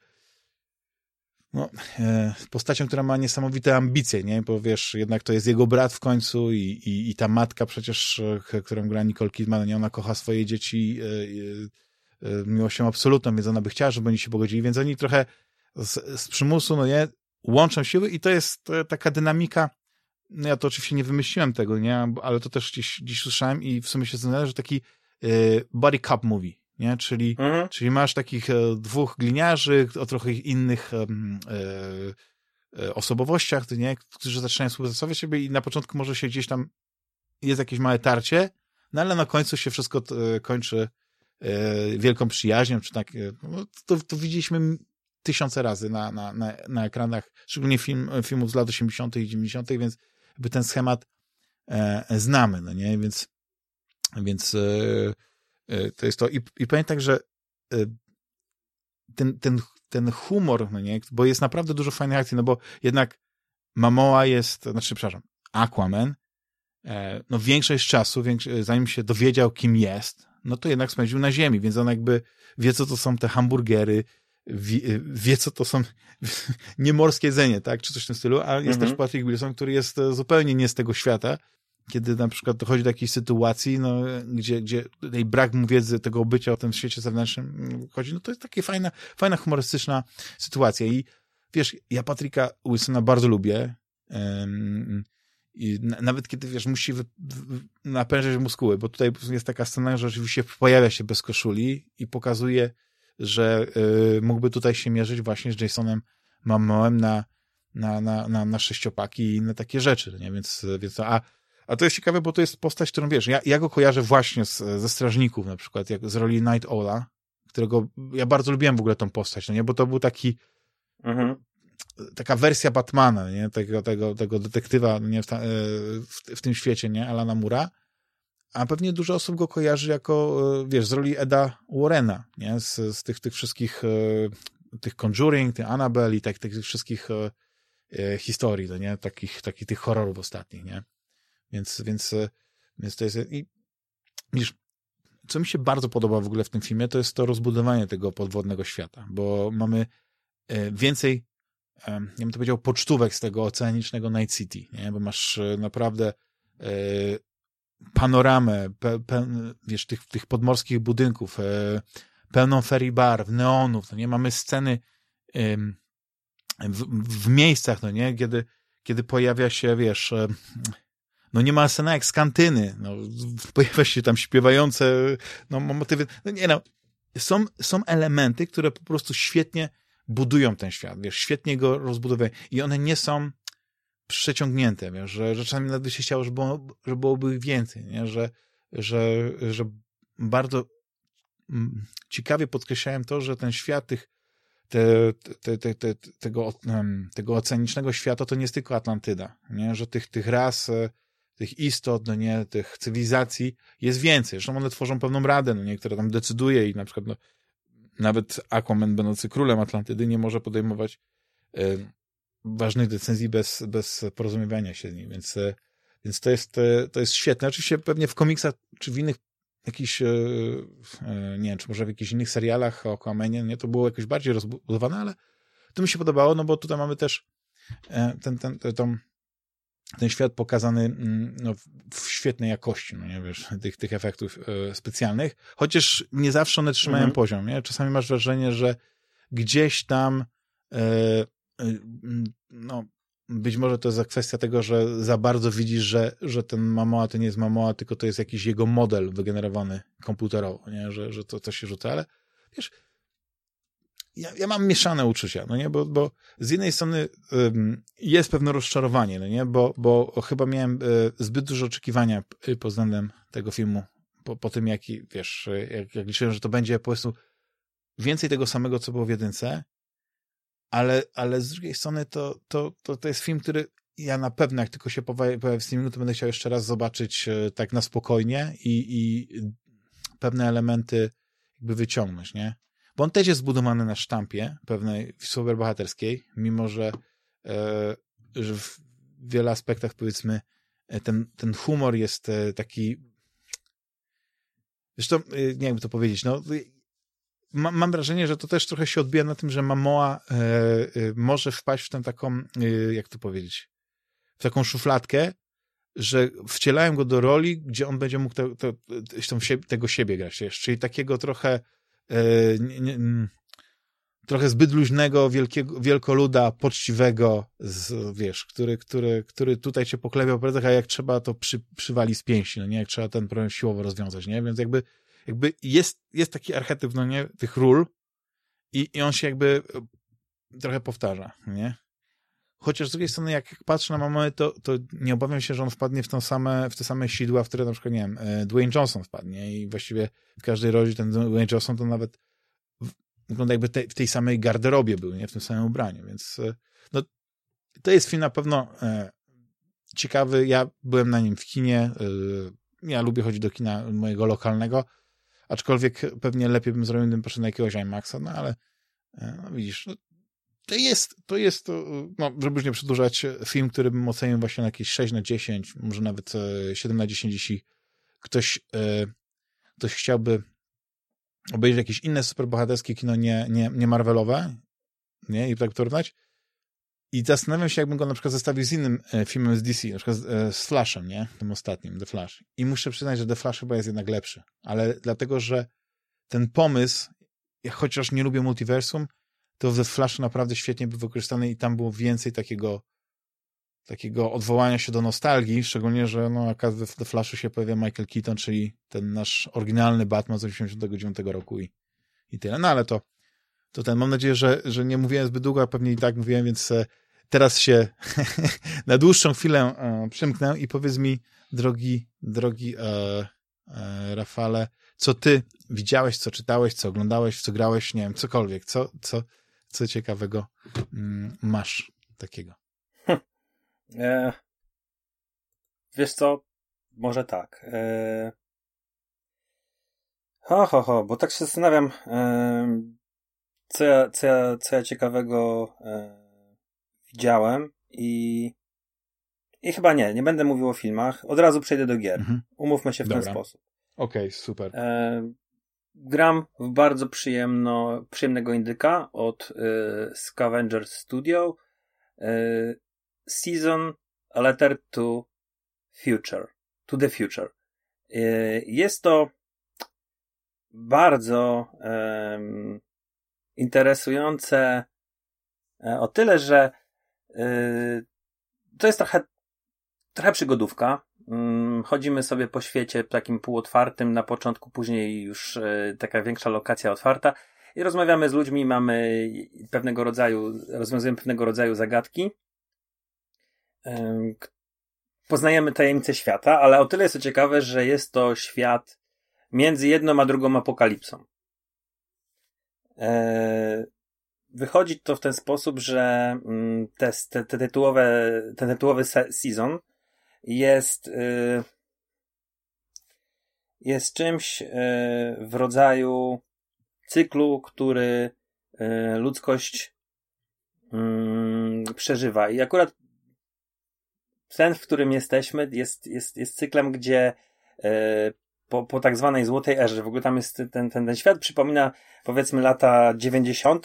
A: postacią, która ma niesamowite ambicje, nie? Bo wiesz, jednak to jest jego brat w końcu i ta matka przecież, którą gra Nicole Kidman, nie? Ona kocha swoje dzieci miłością absolutną, więc ona by chciała, żeby oni się pogodzili, więc oni trochę z przymusu, no nie, łączą siły i to jest taka dynamika. No ja to oczywiście nie wymyśliłem tego, nie? Ale to też gdzieś słyszałem i w sumie się zastanawiam, że taki body cop movie, nie? Czyli masz takich dwóch gliniarzy o trochę innych osobowościach, nie? Którzy zaczynają współpracować siebie i na początku może się gdzieś tam jest jakieś małe tarcie, no ale na końcu się wszystko kończy wielką przyjaźnią, czy tak, no, to widzieliśmy tysiące razy na ekranach, szczególnie filmów z lat 80. i 90., więc jakby ten schemat znamy, no nie? Więc to jest to. I powiem tak, że ten humor, no nie? Bo jest naprawdę dużo fajnych akcji, no bo jednak Momoa Aquaman, no większość czasu, zanim się dowiedział, kim jest, no to jednak spędził na ziemi, więc on jakby wie, co to są te hamburgery, wie, co to są niemorskie jedzenie, tak, czy coś w tym stylu, a jest też Patrick Wilson, który jest zupełnie nie z tego świata, kiedy na przykład dochodzi do jakiejś sytuacji, no, gdzie tej brak mu wiedzy, tego bycia o tym świecie zewnętrznym chodzi, no to jest taka fajna humorystyczna sytuacja i wiesz, ja Patricka Wilsona bardzo lubię. I nawet kiedy, wiesz, musi napężać muskuły, bo tutaj jest taka scena, że rzeczywiście pojawia się bez koszuli i pokazuje, że mógłby tutaj się mierzyć właśnie z Jasonem Momoem na sześciopaki i inne takie rzeczy, nie? Więc a to jest ciekawe, bo to jest postać, którą, wiesz, ja go kojarzę właśnie ze Strażników, na przykład, jak z roli Night Owla, którego ja bardzo lubiłem w ogóle tą postać, no nie? Bo to był taki taka wersja Batmana, nie? Tego detektywa, nie? W tym świecie, nie? Alana Moore'a, a pewnie dużo osób go kojarzy jako, wiesz, z roli Eda Warrena, nie? Z tych wszystkich tych Conjuring, tych Annabelle i tych wszystkich historii, no nie? Takich tych horrorów ostatnich, nie? Więc to jest... I widzisz, co mi się bardzo podoba w ogóle w tym filmie, to jest to rozbudowanie tego podwodnego świata, bo mamy więcej, ja bym to powiedział, pocztówek z tego oceanicznego Night City, nie? Bo masz naprawdę panoramę, wiesz, tych podmorskich budynków, pełną ferry bar, neonów, no nie? Mamy sceny w miejscach, no nie? Kiedy pojawia się, wiesz, no nie ma scena jak z kantyny, no, pojawia się tam śpiewające, no, motywy, no nie no, są elementy, które po prostu świetnie budują ten świat, wiesz, świetnie go rozbudowują i one nie są przeciągnięte, wiesz, że czasami nawet by się chciało, żeby byłoby ich więcej, nie? Że bardzo ciekawie podkreślałem to, że ten świat tego oceanicznego świata to nie jest tylko Atlantyda, nie? Że tych ras, tych istot, no nie, tych cywilizacji jest więcej. Zresztą one tworzą pewną radę, no nie, która tam decyduje i na przykład no, nawet Aquaman, będący królem Atlantydy, nie może podejmować ważnych decyzji bez porozumiewania się z nim, więc to jest świetne. Oczywiście pewnie w komiksach, czy w innych jakichś, nie wiem, czy może w jakichś innych serialach o Aquamanie, nie, to było jakoś bardziej rozbudowane, ale to mi się podobało, no bo tutaj mamy też ten świat pokazany no, w świetnej jakości, no nie wiesz, tych efektów specjalnych, chociaż nie zawsze one trzymają poziom, nie? Czasami masz wrażenie, że gdzieś tam no, być może to jest kwestia tego, że za bardzo widzisz, że ten Momoa to nie jest Momoa, tylko to jest jakiś jego model wygenerowany komputerowo, nie? Że to się rzuca, ale wiesz, ja mam mieszane uczucia, no nie, bo z jednej strony jest pewne rozczarowanie, no nie, bo chyba miałem zbyt duże oczekiwania pod względem tego filmu, po tym jak wiesz, jak liczyłem, że to będzie po prostu więcej tego samego, co było w jedynce, ale z drugiej strony to jest film, który ja na pewno, jak tylko się pojawi w streamingu, to będę chciał jeszcze raz zobaczyć tak na spokojnie i pewne elementy jakby wyciągnąć, nie? Bo on też jest zbudowany na sztampie pewnej superbohaterskiej, mimo że w wielu aspektach, powiedzmy, ten humor jest taki, zresztą, nie wiem, to powiedzieć, no, mam wrażenie, że to też trochę się odbija na tym, że Momoa może wpaść w tę taką, jak to powiedzieć, w taką szufladkę, że wcielają go do roli, gdzie on będzie mógł tego siebie grać, czyli takiego trochę trochę zbyt luźnego, wielkoluda, poczciwego, wiesz, który tutaj cię poklebia po plecach, a jak trzeba, to przywali z pięści, no nie, jak trzeba ten problem siłowo rozwiązać, nie, więc jakby jest taki archetyp, no nie, tych ról i on się jakby trochę powtarza, nie? Chociaż z drugiej strony, jak patrzę na Momoę, to nie obawiam się, że on wpadnie w te same sidła, w które na przykład, nie wiem, Dwayne Johnson wpadnie i właściwie w każdej roli ten Dwayne Johnson to nawet wygląda jakby w tej samej garderobie był, nie? W tym samym ubraniu, więc no, to jest film na pewno ciekawy. Ja byłem na nim w kinie. Ja lubię chodzić do kina mojego lokalnego, aczkolwiek pewnie lepiej bym zrobił, gdybym poszedł na jakiegoś IMAXa, no ale no, widzisz, no, to jest, no, żeby już nie przedłużać, film, który bym ocenił właśnie na jakieś 6/10, może nawet 7/10, jeśli ktoś chciałby obejrzeć jakieś inne superbohaterskie kino, nie Marvelowe, nie, i tak porównać. I zastanawiam się, jakbym go na przykład zestawił z innym filmem z DC, na przykład z Flashem, nie, tym ostatnim, The Flash. I muszę przyznać, że The Flash chyba jest jednak lepszy, ale dlatego, że ten pomysł, chociaż nie lubię multiversum, to we Flashu naprawdę świetnie był wykorzystane i tam było więcej takiego odwołania się do nostalgii, szczególnie, że no, jak w The Flashu się pojawia Michael Keaton, czyli ten nasz oryginalny Batman z 1989 roku i tyle. No ale to mam nadzieję, że nie mówiłem zbyt długo, a pewnie i tak mówiłem, więc teraz się na dłuższą chwilę przymknę i powiedz mi, drogi Rafale, co ty widziałeś, co czytałeś, co oglądałeś, w co grałeś, nie wiem, cokolwiek, co ciekawego masz takiego?
B: Wiesz co? Może tak. Bo tak się zastanawiam, co ja ciekawego widziałem i chyba nie będę mówił o filmach. Od razu przejdę do gier. Umówmy się w ten sposób.
A: Okej, super.
B: Gram w bardzo przyjemnego indyka od Scavenger Studio. Season A Letter to the Future. Jest to bardzo interesujące o tyle, że to jest trochę przygodówka. Chodzimy sobie po świecie takim półotwartym na początku, później już taka większa lokacja otwarta i rozmawiamy z ludźmi, rozwiązujemy pewnego rodzaju zagadki. Poznajemy tajemnice świata, ale o tyle jest to ciekawe, że jest to świat między jedną a drugą apokalipsą. Wychodzi to w ten sposób, że ten tytułowy sezon jest czymś w rodzaju cyklu, który ludzkość przeżywa. I akurat ten, w którym jesteśmy, jest cyklem, gdzie po tak zwanej złotej erze, w ogóle tam jest ten świat przypomina, powiedzmy, lata 90.,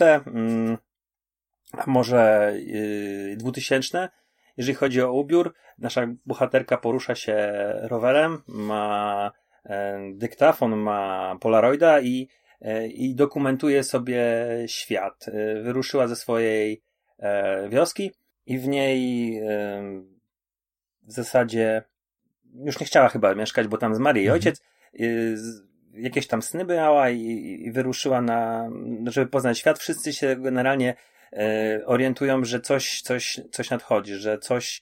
B: a może 2000. Jeżeli chodzi o ubiór, nasza bohaterka porusza się rowerem, ma dyktafon, ma polaroida i dokumentuje sobie świat. Wyruszyła ze swojej wioski i w niej w zasadzie już nie chciała chyba mieszkać, bo tam zmarł jej ojciec. Jakieś tam sny miała i wyruszyła żeby poznać świat. Wszyscy się generalnie orientują, że coś nadchodzi, że coś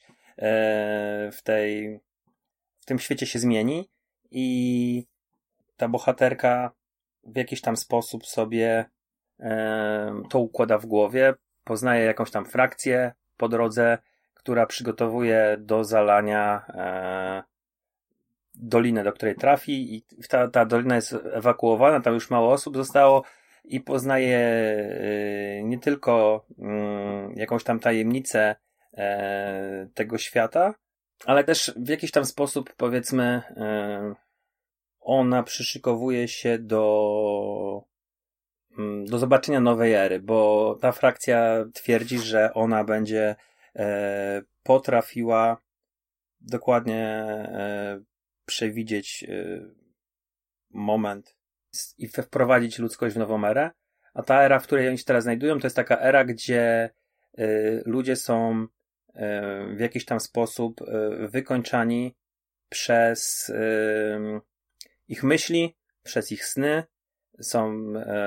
B: w tym świecie się zmieni i ta bohaterka w jakiś tam sposób sobie to układa w głowie, poznaje jakąś tam frakcję po drodze, która przygotowuje do zalania dolinę, do której trafi i ta dolina jest ewakuowana, tam już mało osób zostało i poznaje nie tylko jakąś tam tajemnicę tego świata, ale też w jakiś tam sposób, powiedzmy, ona przyszykowuje się do zobaczenia nowej ery, bo ta frakcja twierdzi, że ona będzie potrafiła dokładnie przewidzieć moment i wprowadzić ludzkość w nową erę, a ta era, w której oni się teraz znajdują, to jest taka era, gdzie ludzie są w jakiś tam sposób wykończani przez ich myśli, przez ich sny, są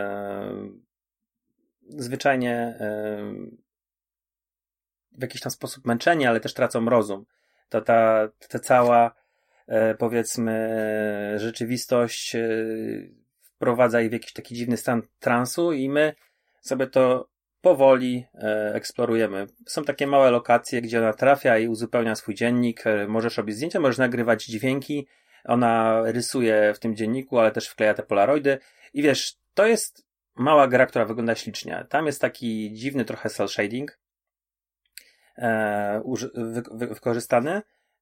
B: zwyczajnie w jakiś tam sposób męczeni, ale też tracą rozum. To ta cała powiedzmy rzeczywistość wprowadza ich w jakiś taki dziwny stan transu i my sobie to powoli eksplorujemy. Są takie małe lokacje, gdzie ona trafia i uzupełnia swój dziennik. Możesz robić zdjęcia, możesz nagrywać dźwięki. Ona rysuje w tym dzienniku, ale też wkleja te polaroidy. I wiesz, to jest mała gra, która wygląda ślicznie. Tam jest taki dziwny trochę cel shading wykorzystany.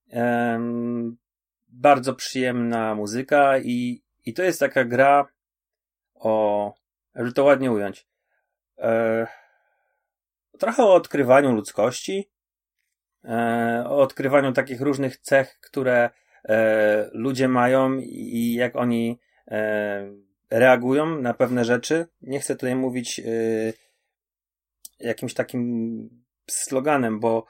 B: Bardzo przyjemna muzyka i to jest taka gra żeby to ładnie ująć, trochę o odkrywaniu ludzkości, o odkrywaniu takich różnych cech, które ludzie mają i jak oni reagują na pewne rzeczy. Nie chcę tutaj mówić jakimś takim sloganem, bo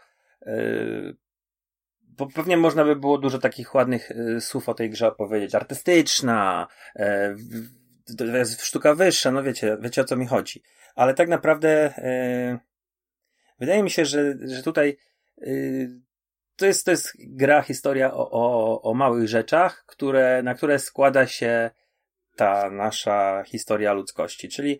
B: pewnie można by było dużo takich ładnych słów o tej grze opowiedzieć. Artystyczna, to jest sztuka wyższa, no wiecie o co mi chodzi. Ale tak naprawdę wydaje mi się, że tutaj to jest gra, historia o małych rzeczach, na które składa się ta nasza historia ludzkości. Czyli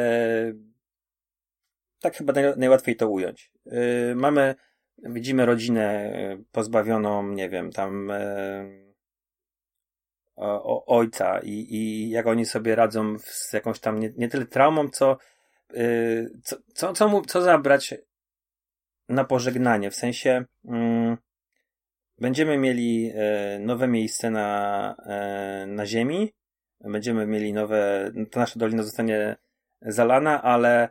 B: tak chyba najłatwiej to ująć. Widzimy rodzinę pozbawioną, nie wiem, tam ojca i jak oni sobie radzą z jakąś tam nie tyle traumą, co zabrać na pożegnanie. W sensie będziemy mieli nowe miejsce na ziemi, będziemy mieli ta nasza dolina zostanie zalana, ale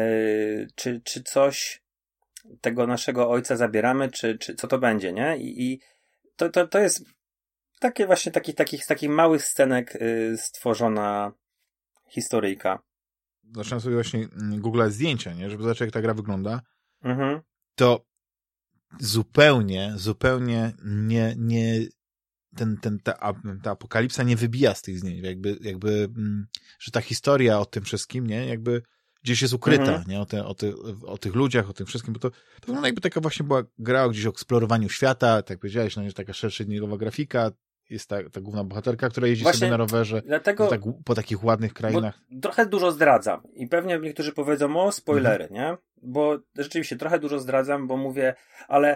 B: czy coś tego naszego ojca zabieramy, czy co to będzie, nie? I to jest takie właśnie z takich małych scenek stworzona historyjka.
A: Zacząłem sobie właśnie googlać zdjęcia, nie? Żeby zobaczyć, jak ta gra wygląda.
B: Mhm.
A: To zupełnie nie ta apokalipsa nie wybija z tych zdjęć. Jakby że ta historia o tym wszystkim, nie? Jakby gdzieś jest ukryta, nie? O tych ludziach, o tym wszystkim, bo to wygląda jakby taka właśnie była gra gdzieś o eksplorowaniu świata, tak powiedziałeś, no jest taka szerszydnilowa grafika, jest ta główna bohaterka, która jeździ właśnie sobie na rowerze po takich ładnych krainach.
B: Trochę dużo zdradzam i pewnie niektórzy powiedzą, spoilery, nie? Bo rzeczywiście trochę dużo zdradzam, bo mówię, ale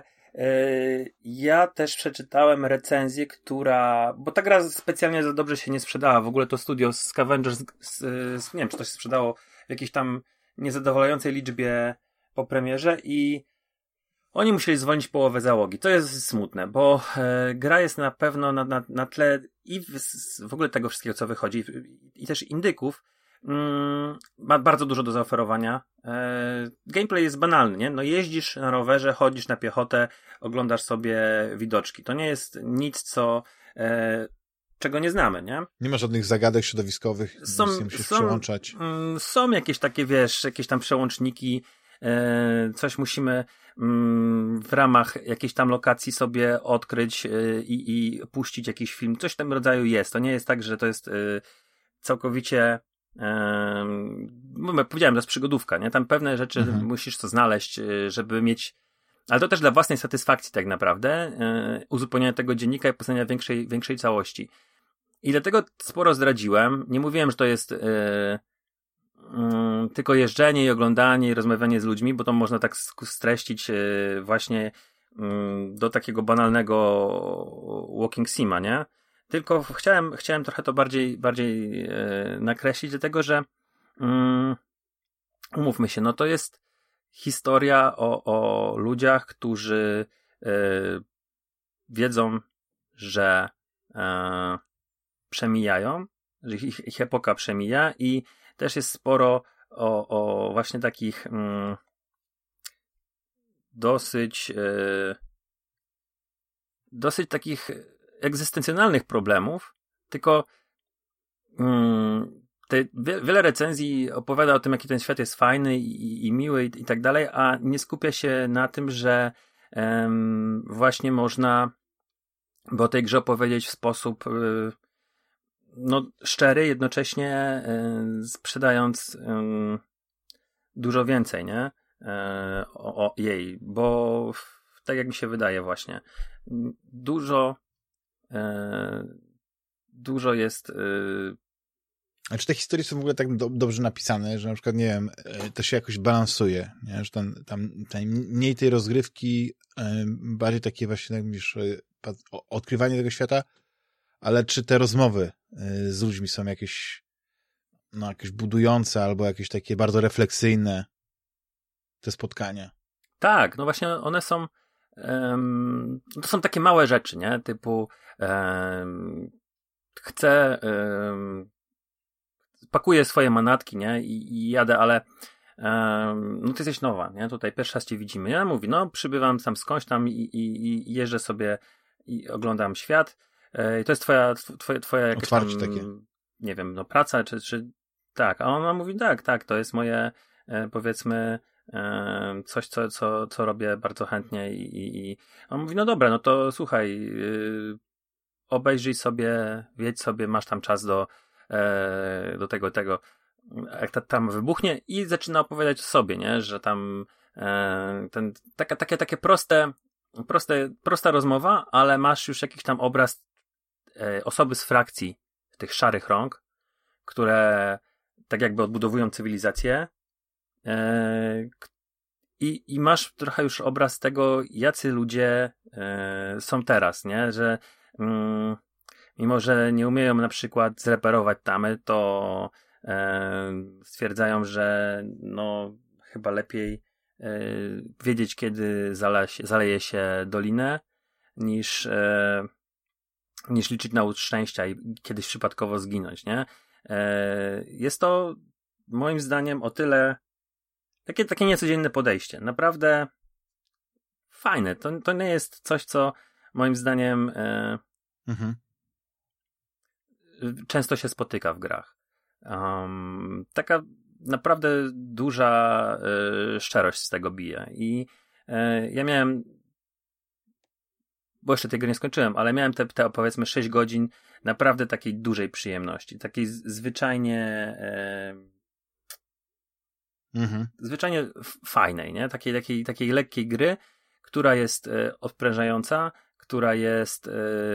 B: ja też przeczytałem recenzję, bo ta gra specjalnie za dobrze się nie sprzedała. W ogóle to studio Scavengers, nie wiem, czy to się sprzedało w jakiejś tam niezadowalającej liczbie po premierze i oni musieli zwolnić połowę załogi. To jest smutne, bo gra jest na pewno na tle i w ogóle tego wszystkiego, co wychodzi, i też indyków, ma bardzo dużo do zaoferowania. Gameplay jest banalny, nie? No jeździsz na rowerze, chodzisz na piechotę, oglądasz sobie widoczki. To nie jest nic, czego nie znamy, nie?
A: Nie ma żadnych zagadek środowiskowych, nie musisz przełączać.
B: Są jakieś takie, jakieś tam przełączniki, coś musimy w ramach jakiejś tam lokacji sobie odkryć i puścić jakiś film. Coś w tym rodzaju jest. To nie jest tak, że to jest całkowicie powiedziałem, to jest przygodówka, nie? Tam pewne rzeczy musisz to znaleźć, żeby mieć, ale to też dla własnej satysfakcji tak naprawdę, uzupełniania tego dziennika i poznania większej całości. I dlatego sporo zdradziłem. Nie mówiłem, że to jest tylko jeżdżenie i oglądanie i rozmawianie z ludźmi, bo to można tak streścić właśnie do takiego banalnego walking sima, nie? Tylko chciałem trochę to bardziej nakreślić, dlatego że umówmy się, no to jest historia o ludziach, którzy wiedzą, że przemijają, że ich epoka przemija i też jest sporo o właśnie takich dosyć takich egzystencjonalnych problemów, tylko wiele recenzji opowiada o tym, jaki ten świat jest fajny i miły i tak dalej, a nie skupia się na tym, że właśnie można by o tej grze opowiedzieć w sposób szczery, jednocześnie sprzedając dużo więcej, nie? O jej, bo tak jak mi się wydaje właśnie, dużo jest
A: A czy te historie są w ogóle tak dobrze napisane, że na przykład, nie wiem, to się jakoś balansuje, nie? Że tam mniej tej rozgrywki, bardziej takie właśnie, jak mówisz, odkrywanie tego świata, ale czy te rozmowy z ludźmi są jakieś budujące albo jakieś takie bardzo refleksyjne, te spotkania?
B: Tak, no właśnie one są to są takie małe rzeczy, nie? Typu pakuję swoje manatki, nie? I jadę, ale no ty jesteś nowa, nie? Tutaj pierwszy raz cię widzimy. Ja mówię, przybywam tam skądś tam i jeżdżę sobie i oglądam świat. I to jest twoja jakaś tam,
A: takie.
B: Nie wiem, praca, czy tak. A ona mówi, tak, to jest moje, powiedzmy, Coś, co robię bardzo chętnie i on mówi, no dobra, no to słuchaj, obejrzyj sobie, wiedź sobie, masz tam czas do tego, jak tam wybuchnie i zaczyna opowiadać o sobie, nie, że tam takie prosta rozmowa, ale masz już jakiś tam obraz osoby z frakcji tych szarych rąk, które tak jakby odbudowują cywilizację, i masz trochę już obraz tego, jacy ludzie są teraz, nie? Że mimo, że nie umieją na przykład zreperować tamy, to stwierdzają, że no chyba lepiej wiedzieć, kiedy zaleje się dolinę, niż liczyć na łód szczęścia i kiedyś przypadkowo zginąć, nie? Jest to moim zdaniem o tyle takie niecodzienne podejście. Naprawdę fajne. To nie jest coś, co moim zdaniem często się spotyka w grach. Taka naprawdę duża szczerość z tego bije. I ja miałem, bo jeszcze tej gry nie skończyłem, ale miałem te powiedzmy 6 godzin naprawdę takiej dużej przyjemności. Takiej zwyczajnie zwyczajnie fajnej, nie? Takiej lekkiej gry, która jest odprężająca, która jest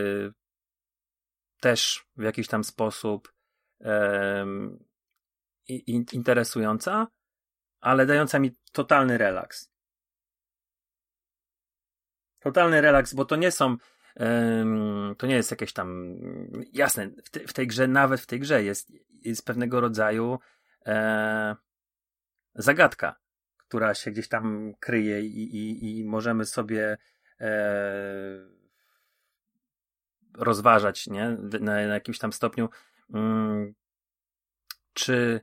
B: też w jakiś tam sposób interesująca, ale dająca mi totalny relaks. Totalny relaks, bo to nie są to nie jest jakieś tam jasne, w tej grze, nawet w tej grze jest pewnego rodzaju zagadka, która się gdzieś tam kryje i możemy sobie rozważać, nie? Na jakimś tam stopniu, czy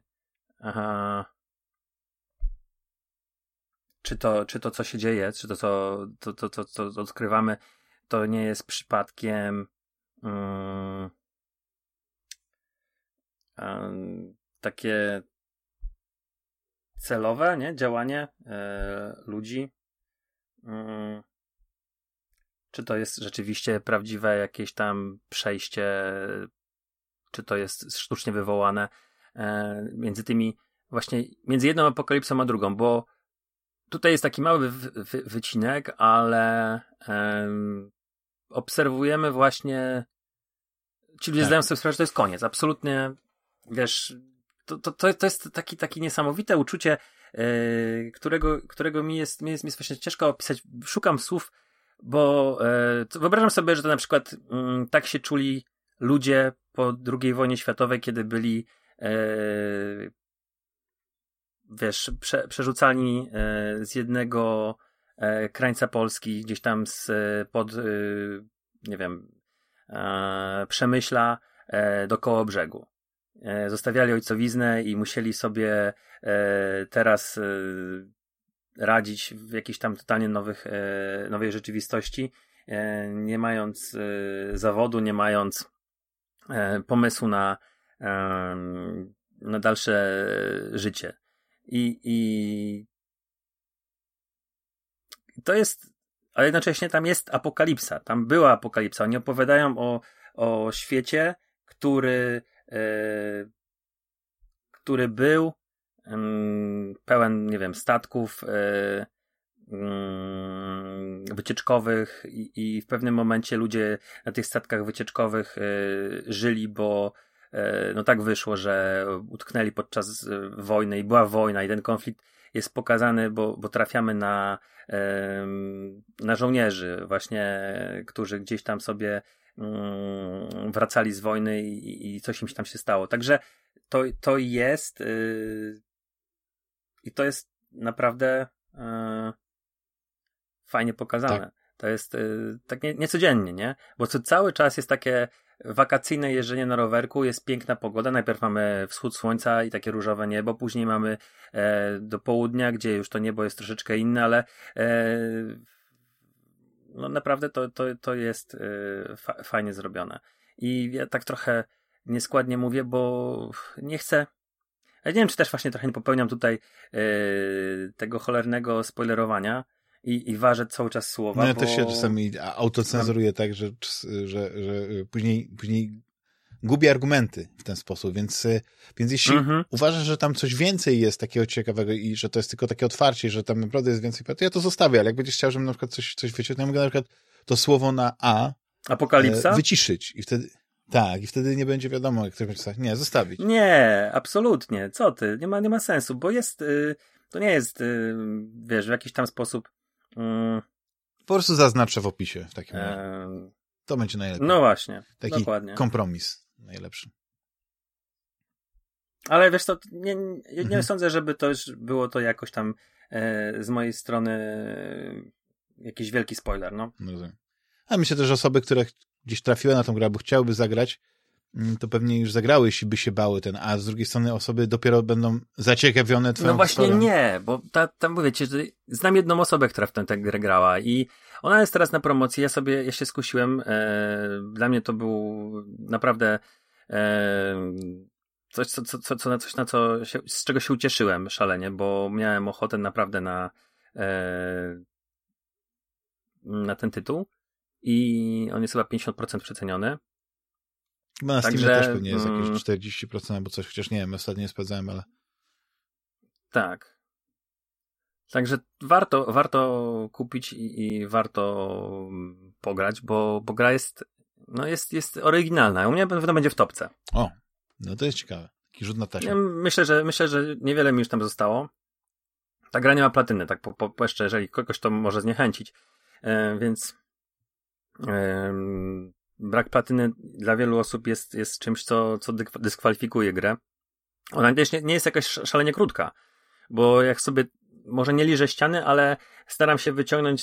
B: to, co się dzieje, czy to, co odkrywamy, to nie jest przypadkiem takie celowe, nie? Działanie ludzi. Czy to jest rzeczywiście prawdziwe jakieś tam przejście, czy to jest sztucznie wywołane między tymi właśnie, między jedną apokalipsą a drugą, bo tutaj jest taki mały wycinek, ale obserwujemy właśnie, ci ludzie zdają sobie sprawę, że to jest koniec. Absolutnie, wiesz, to jest takie niesamowite uczucie, którego mi jest właśnie ciężko opisać. Szukam słów, bo wyobrażam sobie, że to na przykład tak się czuli ludzie po II wojnie światowej, kiedy byli wiesz, przerzucani z jednego krańca Polski gdzieś tam pod nie wiem, Przemyśla do Kołobrzegu. Zostawiali ojcowiznę i musieli sobie teraz radzić w jakiejś tam totalnie nowej rzeczywistości, nie mając zawodu, nie mając pomysłu na dalsze życie. I to jest, ale jednocześnie tam jest apokalipsa. Tam była apokalipsa. Oni opowiadają o świecie, który był pełen, nie wiem, statków wycieczkowych i w pewnym momencie ludzie na tych statkach wycieczkowych żyli, bo no tak wyszło, że utknęli podczas wojny i była wojna i ten konflikt jest pokazany, bo trafiamy na żołnierzy właśnie, którzy gdzieś tam sobie wracali z wojny i coś im tam się stało. Także to jest i to jest naprawdę fajnie pokazane. Tak. To jest tak niecodziennie, nie? Bo cały czas jest takie wakacyjne jeżdżenie na rowerku, jest piękna pogoda. Najpierw mamy wschód słońca i takie różowe niebo, później mamy do południa, gdzie już to niebo jest troszeczkę inne, ale no naprawdę to jest fajnie zrobione. I ja tak trochę nieskładnie mówię, bo nie chcę. Ja nie wiem, czy też właśnie trochę nie popełniam tutaj tego cholernego spoilerowania i ważę cały czas słowa,
A: No ja
B: bo...
A: też się czasami autocenzuruję tak, że później gubię argumenty w ten sposób, więc jeśli uważasz, że tam coś więcej jest takiego ciekawego i że to jest tylko takie otwarcie, że tam naprawdę jest więcej, to ja to zostawię, ale jak będziesz chciał, żebym na przykład coś wyciął, to ja mogę na przykład to słowo na A wyciszyć i wtedy i wtedy nie będzie wiadomo, jak ktoś będzie nie, zostawić.
B: Nie, absolutnie, co ty, nie ma sensu, bo jest, to nie jest, wiesz, w jakiś tam sposób
A: po prostu zaznaczę w opisie w takim razie. To będzie najlepiej.
B: No właśnie,
A: taki
B: dokładnie.
A: Kompromis najlepszy.
B: Ale wiesz co, nie sądzę, żeby to było to jakoś tam z mojej strony jakiś wielki spoiler, no.
A: Rozumiem. A myślę też, że osoby, które gdzieś trafiły na tą grę, bo chciałyby zagrać, to pewnie już zagrały, jeśli by się bały a z drugiej strony osoby dopiero będą zaciekawione twoją
B: No właśnie
A: historią.
B: nie, bo tam mówię ci, że znam jedną osobę, która w tę grę grała i ona jest teraz na promocji, ja się skusiłem, dla mnie to był naprawdę coś z czego się ucieszyłem szalenie, bo miałem ochotę naprawdę na ten tytuł i on jest chyba 50% przeceniony.
A: Chyba na Steamie też pewnie jest jakieś 40% albo coś, chociaż nie wiem, ostatnio nie sprawdzałem, ale...
B: Tak. Także warto kupić i warto pograć, bo gra jest oryginalna. U mnie pewno będzie w topce.
A: O, no to jest ciekawe. Taki rzut na taśmę.
B: Ja myślę, że niewiele mi już tam zostało. Ta gra nie ma platyny, tak jeszcze, jeżeli kogoś to może zniechęcić. Więc brak platyny dla wielu osób jest czymś, co dyskwalifikuje grę. Ona też nie jest jakaś szalenie krótka, bo jak sobie, może nie liżę ściany, ale staram się wyciągnąć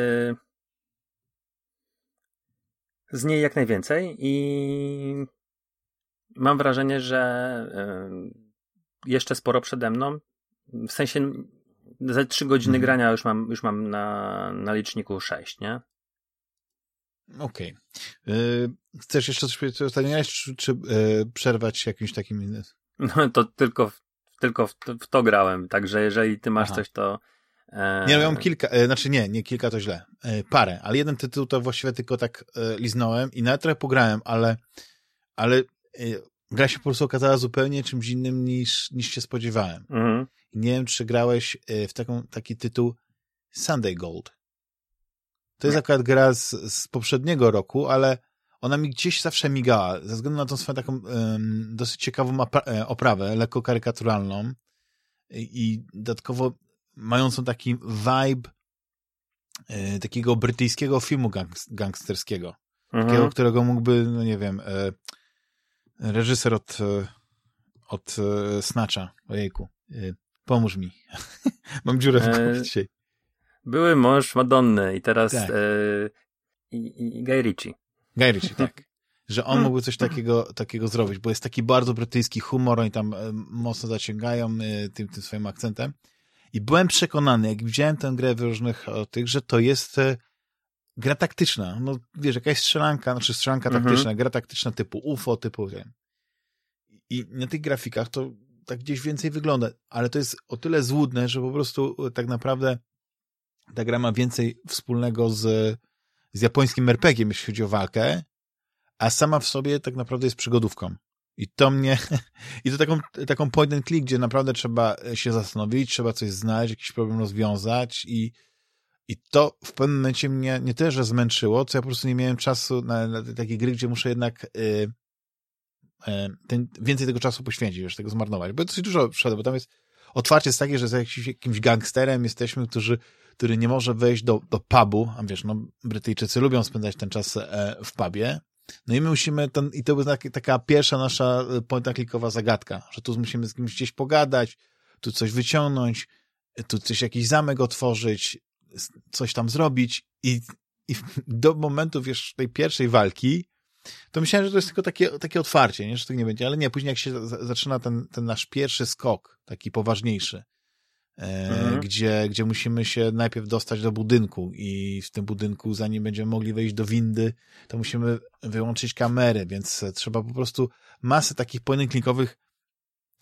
B: z niej jak najwięcej i mam wrażenie, że jeszcze sporo przede mną. W sensie za 3 godziny grania już mam na liczniku 6, nie? Okej.
A: Chcesz jeszcze coś powiedzieć, czy przerwać jakimś takim innym?
B: No to tylko w to grałem, także jeżeli ty masz coś, to...
A: Nie, ja mam kilka, nie kilka to źle, parę, ale jeden tytuł to właściwie tylko tak liznąłem i nawet trochę pograłem, ale gra się po prostu okazała zupełnie czymś innym niż się spodziewałem. I nie wiem, czy grałeś w taki tytuł Sunday Gold. To jest akurat gra z poprzedniego roku, ale ona mi gdzieś zawsze migała, ze względu na tą swoją taką dosyć ciekawą oprawę, lekko karykaturalną i dodatkowo mającą taki vibe takiego brytyjskiego filmu gangsterskiego. Takiego, którego mógłby, no nie wiem, reżyser od Snatcha. Ojejku, pomóż mi. Mam dziurę w głowie dzisiaj.
B: Były mąż Madonny i teraz i Guy Ritchie.
A: Guy Ritchie, tak. Że on mógłby coś takiego zrobić, bo jest taki bardzo brytyjski humor, oni tam mocno zaciągają tym swoim akcentem. I byłem przekonany, jak widziałem tę grę w różnych że to jest gra taktyczna. No wiesz, jakaś strzelanka taktyczna, gra taktyczna typu UFO, typu i na tych grafikach to tak gdzieś więcej wygląda, ale to jest o tyle złudne, że po prostu tak naprawdę ta gra ma więcej wspólnego z japońskim RPG-iem, jeśli chodzi o walkę, a sama w sobie tak naprawdę jest przygodówką. I to taką point and click, gdzie naprawdę trzeba się zastanowić, trzeba coś znaleźć, jakiś problem rozwiązać i to w pewnym momencie mnie nie tyle, że zmęczyło, co ja po prostu nie miałem czasu na takie gry, gdzie muszę jednak więcej tego czasu poświęcić, wiesz, tego zmarnować. Bo dosyć dużo przyszedł, bo tam jest otwarcie jest takie, że z jakimś gangsterem jesteśmy, który nie może wejść do pubu, a wiesz, no Brytyjczycy lubią spędzać ten czas w pubie, no i my musimy, i to była taka pierwsza nasza point-and-clickowa zagadka, że tu musimy z kimś gdzieś pogadać, tu coś wyciągnąć, tu coś, jakiś zamek otworzyć, coś tam zrobić i do momentu, wiesz, tej pierwszej walki, to myślałem, że to jest tylko takie otwarcie, nie? Że tak nie będzie, ale nie, później jak się zaczyna ten nasz pierwszy skok, taki poważniejszy, gdzie musimy się najpierw dostać do budynku i w tym budynku, zanim będziemy mogli wejść do windy, to musimy wyłączyć kamerę, więc trzeba po prostu masę takich point-and-clickowych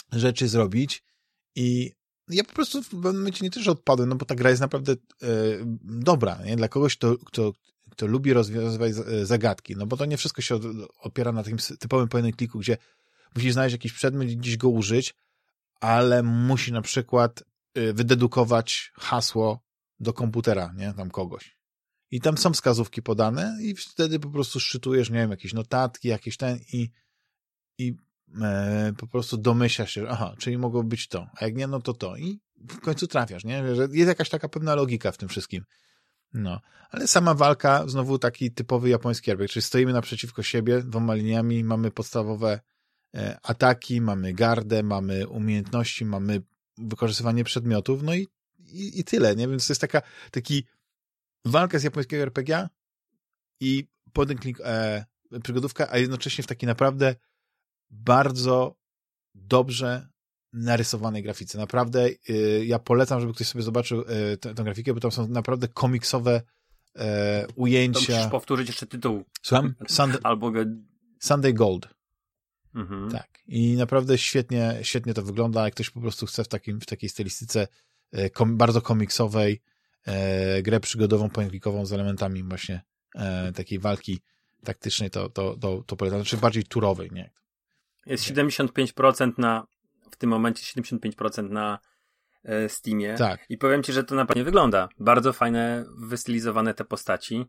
A: rzeczy zrobić i ja po prostu w pewnym momencie nie też odpadłem, no bo ta gra jest naprawdę dobra, nie? Dla kogoś, kto lubi rozwiązywać zagadki, no bo to nie wszystko się opiera na takim typowym point and clicku, gdzie musi znaleźć jakiś przedmiot i gdzieś go użyć, ale musi na przykład wydedukować hasło do komputera, nie? Tam kogoś. I tam są wskazówki podane i wtedy po prostu szczytujesz, nie wiem, jakieś notatki, jakieś i po prostu domyślasz się, że aha, czyli mogło być to, a jak nie, no to. I w końcu trafiasz, nie? Że jest jakaś taka pewna logika w tym wszystkim. No, ale sama walka, znowu taki typowy japoński RPG, czyli stoimy naprzeciwko siebie 2 liniami, mamy podstawowe ataki, mamy gardę, mamy umiejętności, mamy wykorzystywanie przedmiotów, no i tyle, nie? Więc to jest taki walka z japońskiego RPG i point and click przygodówka, a jednocześnie w taki naprawdę bardzo dobrze narysowanej grafice. Naprawdę ja polecam, żeby ktoś sobie zobaczył tę grafikę, bo tam są naprawdę komiksowe ujęcia.
B: To musisz powtórzyć jeszcze tytuł.
A: Słucham? Sunday Gold.
B: Mhm.
A: Tak. I naprawdę świetnie to wygląda. Jak ktoś po prostu chce w takiej stylistyce bardzo komiksowej grę przygodową, point-clickową z elementami właśnie takiej walki taktycznej, to polecam. Znaczy bardziej turowej, nie?
B: Jest 75% w tym momencie 75% na Steamie.
A: Tak.
B: I powiem ci, że to naprawdę wygląda. Bardzo fajne, wystylizowane te postaci.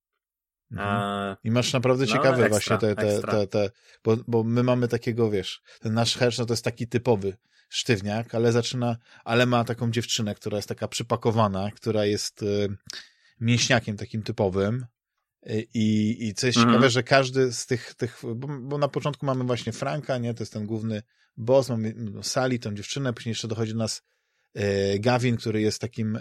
A: I masz naprawdę ciekawe
B: ekstra,
A: właśnie bo my mamy takiego, wiesz, ten nasz hersz, no to jest taki typowy sztywniak, ale ma taką dziewczynę, która jest taka przypakowana, która jest mięśniakiem takim typowym. I co jest ciekawe, że każdy z tych bo na początku mamy właśnie Franka, nie, to jest ten główny boss, mamy Sally, tą dziewczynę, później jeszcze dochodzi do nas Gavin, który jest takim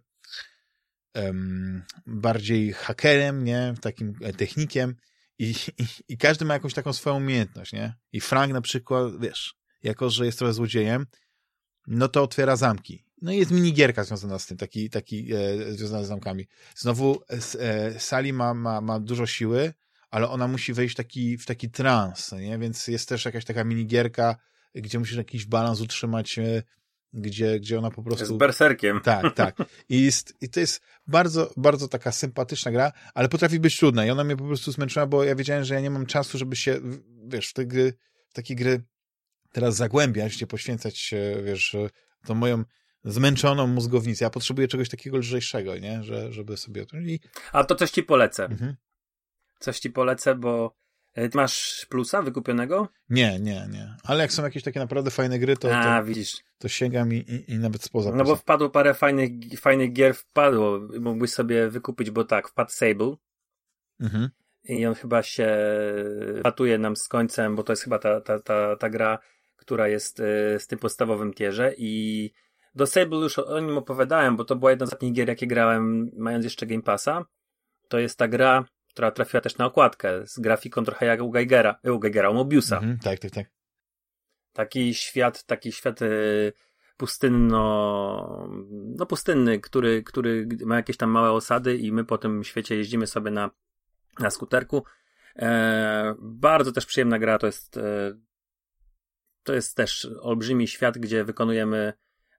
A: bardziej hakerem, nie, takim technikiem i każdy ma jakąś taką swoją umiejętność, nie, i Frank na przykład, wiesz, jako że jest trochę złodziejem, no to otwiera zamki. No i jest minigierka związana z tym, taki związana z zamkami. Znowu Sally ma dużo siły, ale ona musi wejść w taki trans, nie? Więc jest też jakaś taka minigierka, gdzie musisz jakiś balans utrzymać, gdzie ona po prostu...
B: Z berserkiem.
A: Tak. I to jest bardzo, bardzo taka sympatyczna gra, ale potrafi być trudna i ona mnie po prostu zmęczyła, bo ja wiedziałem, że ja nie mam czasu, żeby się, wiesz, w takie gry teraz zagłębiać, gdzie poświęcać, wiesz, tą moją zmęczoną mózgownicę. Ja potrzebuję czegoś takiego lżejszego, nie? Żeby sobie...
B: A to coś ci polecę. Coś ci polecę, bo ty masz plusa wykupionego?
A: Nie. Ale jak są jakieś takie naprawdę fajne gry,
B: widzisz.
A: To sięgam i nawet spoza
B: plusa. No bo wpadło parę fajnych gier wpadło. Mógłbyś sobie wykupić, bo tak, wpadł Sable. I on chyba się patuje nam z końcem, bo to jest chyba ta gra, która jest z tym podstawowym tierze i do Sable już o nim opowiadałem, bo to była jedna z ostatnich gier, jakie grałem, mając jeszcze Game Passa. To jest ta gra, która trafiła też na okładkę, z grafiką trochę jak u Mobiusa.
A: Tak.
B: Taki świat pustynny, który ma jakieś tam małe osady i my po tym świecie jeździmy sobie na skuterku. Bardzo też przyjemna gra, to jest też olbrzymi świat, gdzie wykonujemy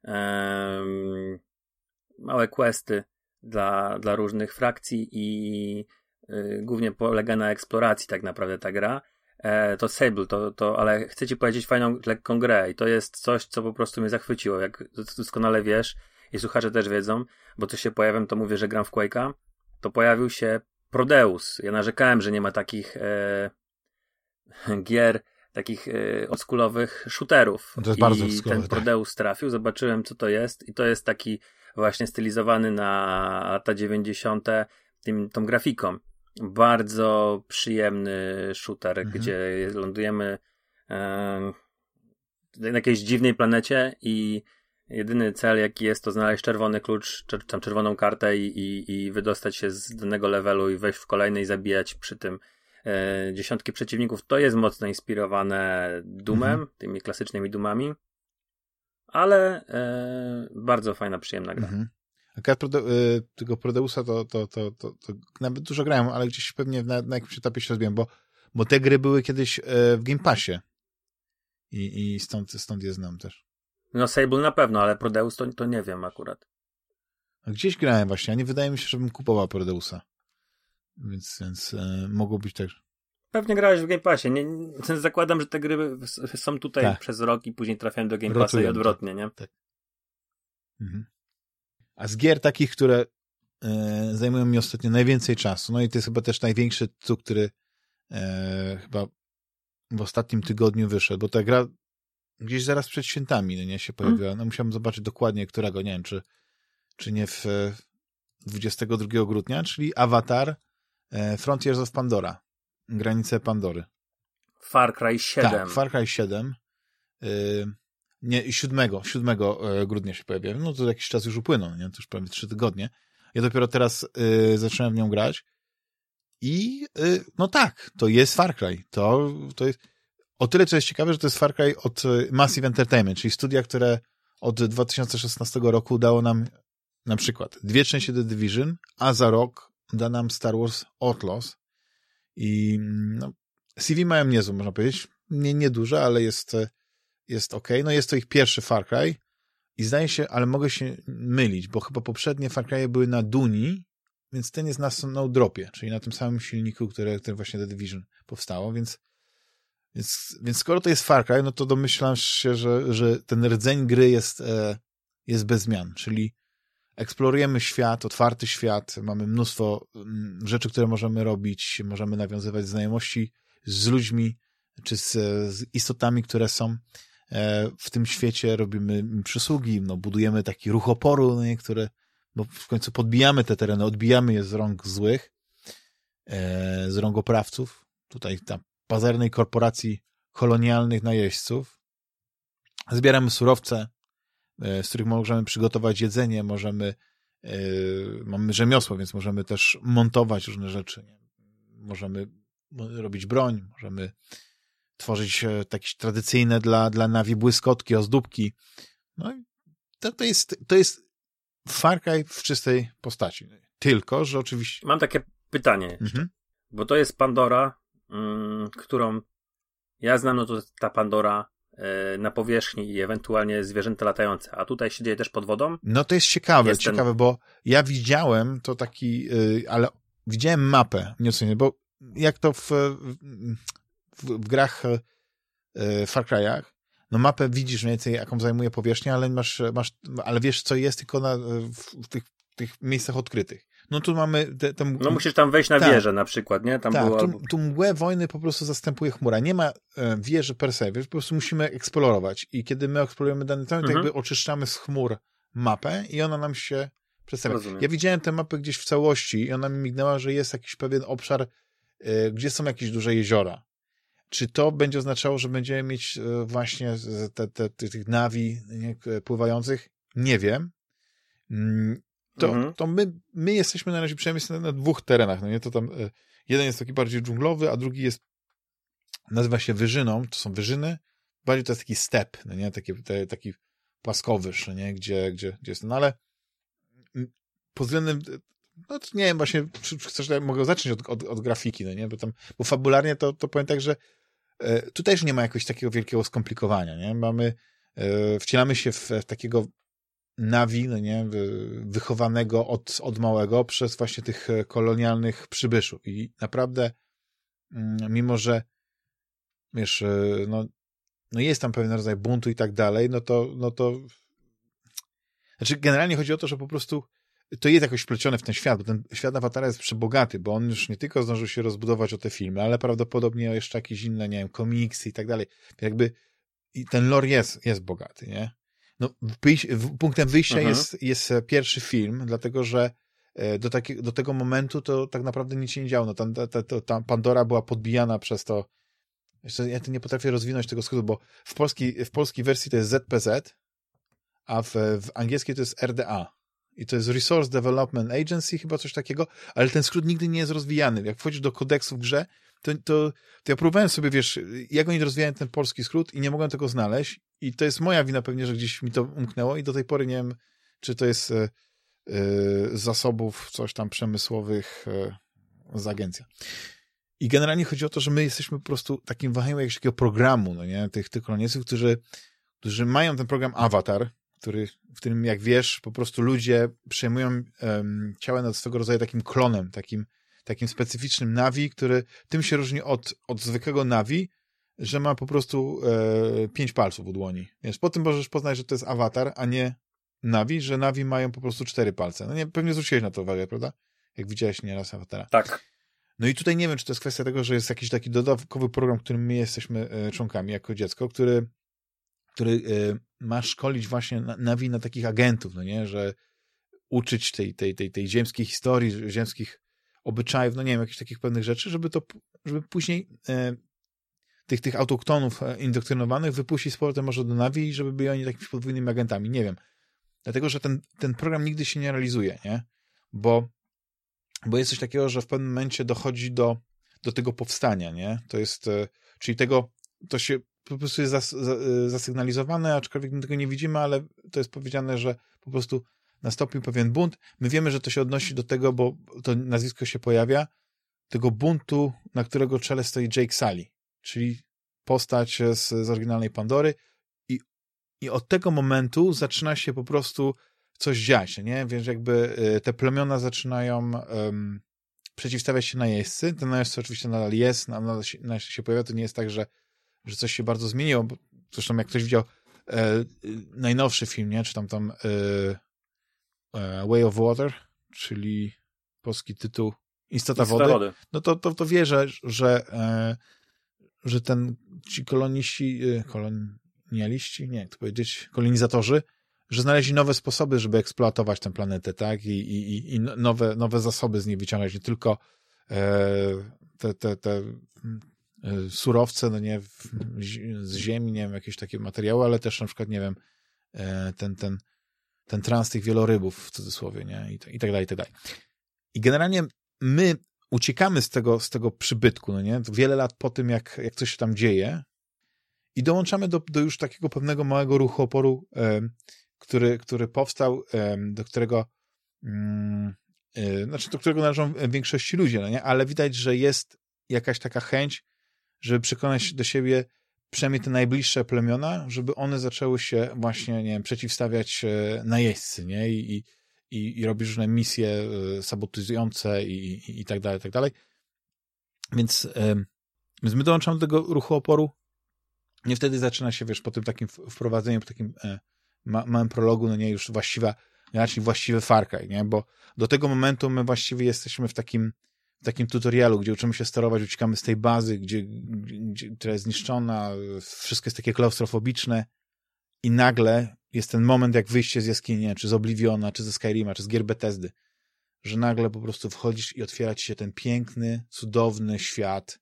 B: małe questy dla różnych frakcji i głównie polega na eksploracji tak naprawdę ta gra. To Sable, ale chcę ci powiedzieć fajną, lekką grę i to jest coś, co po prostu mnie zachwyciło, jak doskonale wiesz i słuchacze też wiedzą, bo to się pojawiam, to mówię, że gram w Quake'a, to pojawił się Prodeus. Ja narzekałem, że nie ma takich gier, takich oldschoolowych shooterów.
A: To jest bardzo
B: ten Prodeus trafił, zobaczyłem co to jest i to jest taki właśnie stylizowany na lata 90. tą grafiką. Bardzo przyjemny shooter, gdzie lądujemy na jakiejś dziwnej planecie i jedyny cel jaki jest to znaleźć czerwony klucz, tam czerwoną kartę i wydostać się z danego levelu i wejść w kolejny i zabijać przy tym dziesiątki przeciwników. To jest mocno inspirowane Doomem, tymi klasycznymi Doomami, ale bardzo fajna, przyjemna gra.
A: Akurat tego Prodeusa to nawet dużo grałem, ale gdzieś pewnie na jakimś etapie się rozbiłem, bo te gry były kiedyś w Game Passie I stąd je znam też.
B: No Sable na pewno, ale Prodeus to nie wiem akurat.
A: A gdzieś grałem właśnie, a nie wydaje mi się, żebym kupował Prodeusa. Więc mogło być też.
B: Pewnie grałeś w Game Passie. Zakładam, że te gry są tutaj przez rok i później trafiają do Game Passa i odwrotnie, nie?
A: Tak. Mhm. A z gier takich, które zajmują mi ostatnio najwięcej czasu, no i to jest chyba też największy tytuł, który chyba w ostatnim tygodniu wyszedł, bo ta gra gdzieś zaraz przed świętami nie się pojawiła. No musiałem zobaczyć dokładnie, którego, nie wiem, czy nie w 22 grudnia, czyli Avatar Frontiers of Pandora. Granice Pandory.
B: Far Cry 7.
A: Tak, Far Cry 7. Nie, 7 grudnia się pojawiła. No to jakiś czas już upłynął, nie? To już prawie 3 tygodnie. Ja dopiero teraz zacząłem w nią grać i no tak, to jest Far Cry. To jest o tyle, co jest ciekawe, że to jest Far Cry od Massive Entertainment, czyli studia, które od 2016 roku dało nam na przykład 2 części The Division, a za rok da nam Star Wars Outlaws. I no, CV mają niezłe, można powiedzieć. Nie duże, ale jest okej. No jest to ich pierwszy Far Cry i zdaje się, ale mogę się mylić, bo chyba poprzednie Far Cry'e były na Duni, więc ten jest na Snowdropie, czyli na tym samym silniku, który właśnie The Division powstało, więc skoro to jest Far Cry, no to domyślam się, że ten rdzeń gry jest bez zmian, czyli eksplorujemy świat, otwarty świat, mamy mnóstwo rzeczy, które możemy robić, możemy nawiązywać znajomości z ludźmi, czy z istotami, które są w tym świecie, robimy przysługi, no, budujemy taki ruch oporu, no, bo w końcu podbijamy te tereny, odbijamy je z rąk złych, z rąk oprawców, tutaj ta pazernej korporacji kolonialnych najeźdźców. Zbieramy surowce, z których możemy przygotować jedzenie, mamy rzemiosło, więc możemy też montować różne rzeczy. Nie? Możemy robić broń, możemy tworzyć jakieś tradycyjne dla Navi błyskotki, ozdóbki. No i to jest Far Cry w czystej postaci. Tylko, że oczywiście...
B: Mam takie pytanie jeszcze, bo to jest Pandora, którą ja znam, no to ta Pandora na powierzchni i ewentualnie zwierzęta latające, a tutaj się dzieje też pod wodą? No
A: to jest ciekawe, bo ja widziałem to ale widziałem mapę, nieocenię, bo jak to w grach Far Cry'ach, no mapę widzisz mniej więcej, jaką zajmuje powierzchnię, ale ale wiesz, co jest tylko w tych miejscach odkrytych. No tu mamy...
B: No musisz tam wejść na wieżę na przykład, nie? Tam było...
A: tu mgłę wojny po prostu zastępuje chmura. Nie ma wieży per se, po prostu musimy eksplorować. I kiedy my eksplorujemy dany teren, to jakby oczyszczamy z chmur mapę i ona nam się przedstawia. Rozumiem. Ja widziałem tę mapę gdzieś w całości i ona mi mignęła, że jest jakiś pewien obszar, gdzie są jakieś duże jeziora. Czy to będzie oznaczało, że będziemy mieć właśnie tych nawi pływających? Nie wiem. To my jesteśmy na razie przynajmniej na 2 terenach, no nie? To tam jeden jest taki bardziej dżunglowy, a drugi nazywa się Wyżyną, to są wyżyny, bardziej to jest taki step, no nie? Taki płaskowyż, no nie? Gdzie jest, no ale pod względem, no to nie wiem właśnie, czy chcesz, ja mogę zacząć od grafiki, no nie? Bo fabularnie to powiem tak, że tutaj już nie ma jakiegoś takiego wielkiego skomplikowania, nie? Wcielamy się w takiego Navi, no nie, wychowanego od małego przez właśnie tych kolonialnych przybyszów. I naprawdę, mimo że wiesz, no jest tam pewien rodzaj buntu i tak dalej, no to znaczy generalnie chodzi o to, że po prostu to jest jakoś wplecione w ten świat, bo ten świat Awatara jest przebogaty, bo on już nie tylko zdążył się rozbudować o te filmy, ale prawdopodobnie jeszcze jakieś inne, nie wiem, komiksy i tak dalej. Jakby i ten lore jest bogaty, nie? No, punktem wyjścia jest pierwszy film, dlatego że do tego momentu to tak naprawdę nic się nie działo. No, ta Pandora była podbijana przez to. Jeszcze ja nie potrafię rozwinąć tego skrótu, bo w polskiej wersji to jest ZPZ, a w angielskiej to jest RDA. I to jest Resource Development Agency, chyba coś takiego, ale ten skrót nigdy nie jest rozwijany. Jak wchodzisz do kodeksu w grze, to ja próbowałem sobie, wiesz, jak oni rozwijają ten polski skrót i nie mogłem tego znaleźć i to jest moja wina pewnie, że gdzieś mi to umknęło i do tej pory nie wiem, czy to jest z zasobów coś tam przemysłowych z agencja. I generalnie chodzi o to, że my jesteśmy po prostu takim wahaniem jakiegoś takiego programu, no nie? Tych kolonistów, którzy mają ten program Avatar, w którym, jak wiesz, po prostu ludzie przejmują ciała nad swego rodzaju takim klonem, takim specyficznym Navi, który tym się różni od zwykłego Navi, że ma po prostu 5 palców u dłoni. Więc po tym możesz poznać, że to jest Avatar, a nie Navi, że Navi mają po prostu 4 palce. No nie, pewnie zwróciłeś na to uwagę, prawda? Jak widziałeś nieraz Avatara.
B: Tak.
A: No i tutaj nie wiem, czy to jest kwestia tego, że jest jakiś taki dodatkowy program, którym my jesteśmy członkami jako dziecko, który ma szkolić właśnie Navi na takich agentów, no nie, że uczyć tej ziemskiej historii, ziemskich obyczajów, no nie wiem, jakichś takich pewnych rzeczy, żeby później tych autoktonów indoktrynowanych wypuścić z powrotem może do Navi i żeby byli oni takimi podwójnymi agentami, nie wiem. Dlatego, że ten program nigdy się nie realizuje, nie? Bo jest coś takiego, że w pewnym momencie dochodzi do tego powstania, nie? To jest, czyli to się po prostu jest zasygnalizowane, aczkolwiek my tego nie widzimy, ale to jest powiedziane, że po prostu nastąpił pewien bunt. My wiemy, że to się odnosi do tego, bo to nazwisko się pojawia, tego buntu, na którego czele stoi Jake Sully, czyli postać z oryginalnej Pandory i od tego momentu zaczyna się po prostu coś dziać, nie? Więc jakby te plemiona zaczynają przeciwstawiać się najeźdźcy. Ten najeźdźcy oczywiście nadal jest, nadal się pojawia. To nie jest tak, że coś się bardzo zmieniło, bo zresztą jak ktoś widział najnowszy film, nie? Czy tam Way of Water, czyli polski tytuł Istota wody. No to wie, że ci kolonialiści, nie, jak to powiedzieć, kolonizatorzy, że znaleźli nowe sposoby, żeby eksploatować tę planetę, tak? I nowe zasoby z niej wyciągać, nie tylko te surowce, no nie, z ziemi, nie wiem, jakieś takie materiały, ale też na przykład, nie wiem, ten trans tych wielorybów, w cudzysłowie, nie? I tak dalej, i tak dalej. I generalnie my uciekamy z tego przybytku, no nie? Wiele lat po tym, jak coś się tam dzieje i dołączamy do już takiego pewnego małego ruchu oporu, który powstał, do którego należą w większości ludzie, no nie? Ale widać, że jest jakaś taka chęć, żeby przekonać do siebie przynajmniej te najbliższe plemiona, żeby one zaczęły się właśnie, nie wiem, przeciwstawiać najeźdźcy, nie? I robić różne misje sabotujące i tak dalej, tak dalej. Więc my dołączamy do tego ruchu oporu. Nie wtedy zaczyna się, wiesz, po tym takim wprowadzeniu, po takim małym prologu, no nie, już właściwy Far Cry, nie? Bo do tego momentu my właściwie jesteśmy w takim tutorialu, gdzie uczymy się sterować, uciekamy z tej bazy, która jest zniszczona, wszystko jest takie klaustrofobiczne i nagle jest ten moment, jak wyjście z jaskini, nie? Czy z Obliviona, czy ze Skyrima, czy z gier Bethesdy, że nagle po prostu wchodzisz i otwiera ci się ten piękny, cudowny świat,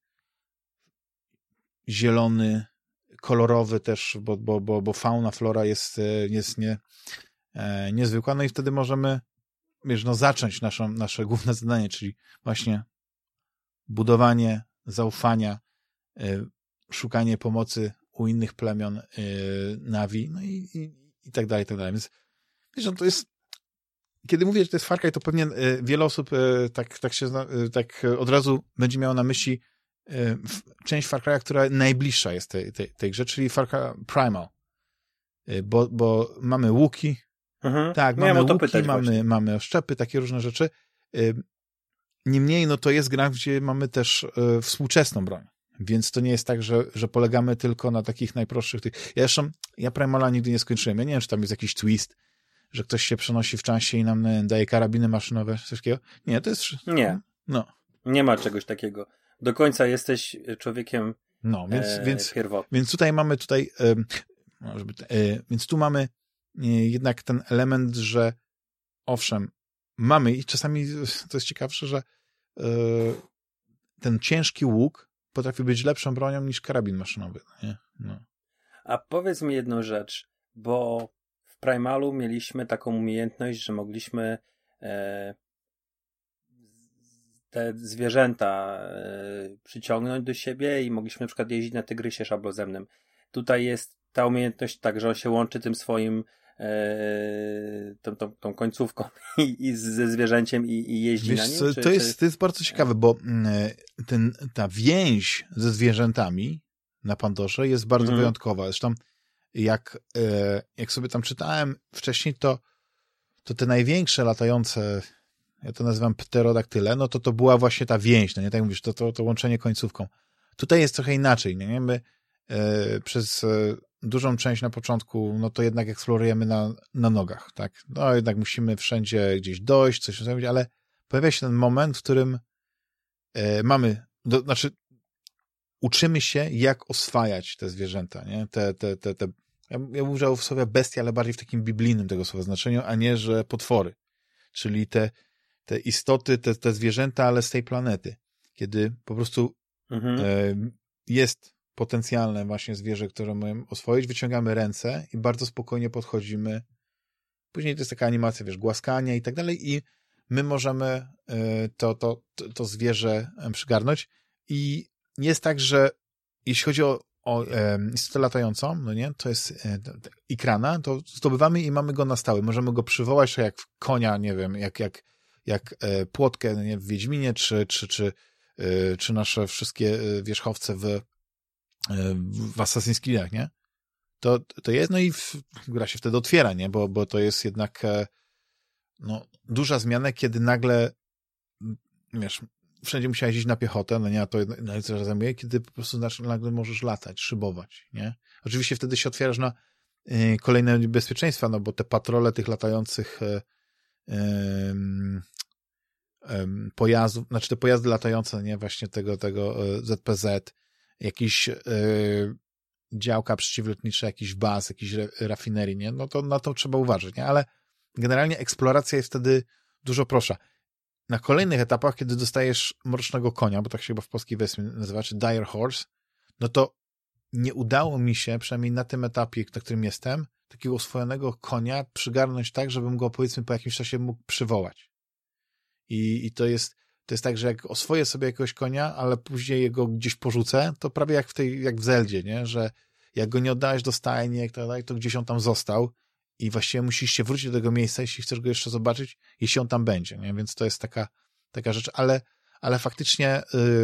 A: zielony, kolorowy też, bo fauna, flora jest niezwykła, no i wtedy możemy, wiesz, zacząć nasze główne zadanie, czyli właśnie budowanie zaufania, szukanie pomocy u innych plemion Navi, no i tak dalej, i tak dalej. Więc wiesz, no to jest, kiedy mówię, że to jest Far Cry, to pewnie wiele osób tak od razu będzie miało na myśli część Far Cry'a, która najbliższa jest tej grze, czyli Far Cry Primal. Bo mamy łuki, tak, mamy łuki, mamy oszczepy, takie różne rzeczy. Niemniej, no to jest gra, gdzie mamy też współczesną broń. Więc to nie jest tak, że polegamy tylko na takich najprostszych Ja Primala nigdy nie skończyłem. Ja nie wiem, czy tam jest jakiś twist, że ktoś się przenosi w czasie i nam daje karabiny maszynowe, coś takiego. Nie, to jest...
B: Nie.
A: No.
B: Nie ma czegoś takiego. Do końca jesteś człowiekiem pierwotnym.
A: Więc tutaj mamy więc tu mamy jednak ten element, że owszem, mamy i czasami to jest ciekawsze, że ten ciężki łuk potrafi być lepszą bronią niż karabin maszynowy. Nie? No.
B: A powiedz mi jedną rzecz, bo w Primalu mieliśmy taką umiejętność, że mogliśmy te zwierzęta przyciągnąć do siebie i mogliśmy na przykład jeździć na tygrysie szablozemnym. Tutaj jest ta umiejętność tak, że on się łączy tym swoim tą końcówką i ze zwierzęciem i jeździ
A: Wiesz,
B: na nim?
A: to jest bardzo ciekawe, bo ta więź ze zwierzętami na Pandorze jest bardzo wyjątkowa. Zresztą jak sobie tam czytałem wcześniej, to te największe latające, ja to nazywam pterodaktyle, no to była właśnie ta więź, no nie tak mówisz, to łączenie końcówką. Tutaj jest trochę inaczej, nie? My przez dużą część na początku, no to jednak eksplorujemy na nogach, tak? No jednak musimy wszędzie gdzieś dojść, coś zrobić, ale pojawia się ten moment, w którym uczymy się, jak oswajać te zwierzęta, nie? Ja używał słowa bestia, ale bardziej w takim biblijnym tego słowa znaczeniu, a nie, że potwory. Czyli te istoty, te zwierzęta, ale z tej planety. Kiedy po prostu jest potencjalne właśnie zwierzę, które mają oswoić, wyciągamy ręce i bardzo spokojnie podchodzimy. Później to jest taka animacja, wiesz, głaskania i tak dalej i my możemy to zwierzę przygarnąć i jest tak, że jeśli chodzi o istotę latającą, no nie, to jest ikrana, to zdobywamy i mamy go na stałe. Możemy go przywołać jak konia, nie wiem, jak płotkę, no nie, w Wiedźminie, czy nasze wszystkie wierzchowce w Assassin's Creedach, nie? To jest, no i gra się wtedy otwiera, nie? Bo to jest jednak duża zmiana, kiedy nagle wiesz, wszędzie musiałeś iść na piechotę, no nie, a to najlepiej zajmuje, kiedy po prostu nagle możesz latać, szybować, nie? Oczywiście wtedy się otwierasz na kolejne niebezpieczeństwa, no bo te patrole tych latających pojazdów, znaczy te pojazdy latające, nie, właśnie tego ZPZ, jakieś działka przeciwlotnicze, jakiś baz, jakiś rafinerii, nie? No to na to trzeba uważać, nie? Ale generalnie eksploracja jest wtedy dużo prostsza. Na kolejnych etapach, kiedy dostajesz mrocznego konia, bo tak się chyba w polskiej wersji nazywa, czy Dire Horse, no to nie udało mi się, przynajmniej na tym etapie, na którym jestem, takiego oswojonego konia przygarnąć tak, żebym go, powiedzmy, po jakimś czasie mógł przywołać. I to jest tak, że jak oswoję sobie jakiegoś konia, ale później go gdzieś porzucę, to prawie jak w Zeldzie, nie? Że jak go nie oddałeś do stajni, to gdzieś on tam został i właściwie musisz się wrócić do tego miejsca, jeśli chcesz go jeszcze zobaczyć, jeśli on tam będzie, nie? Więc to jest taka rzecz, ale faktycznie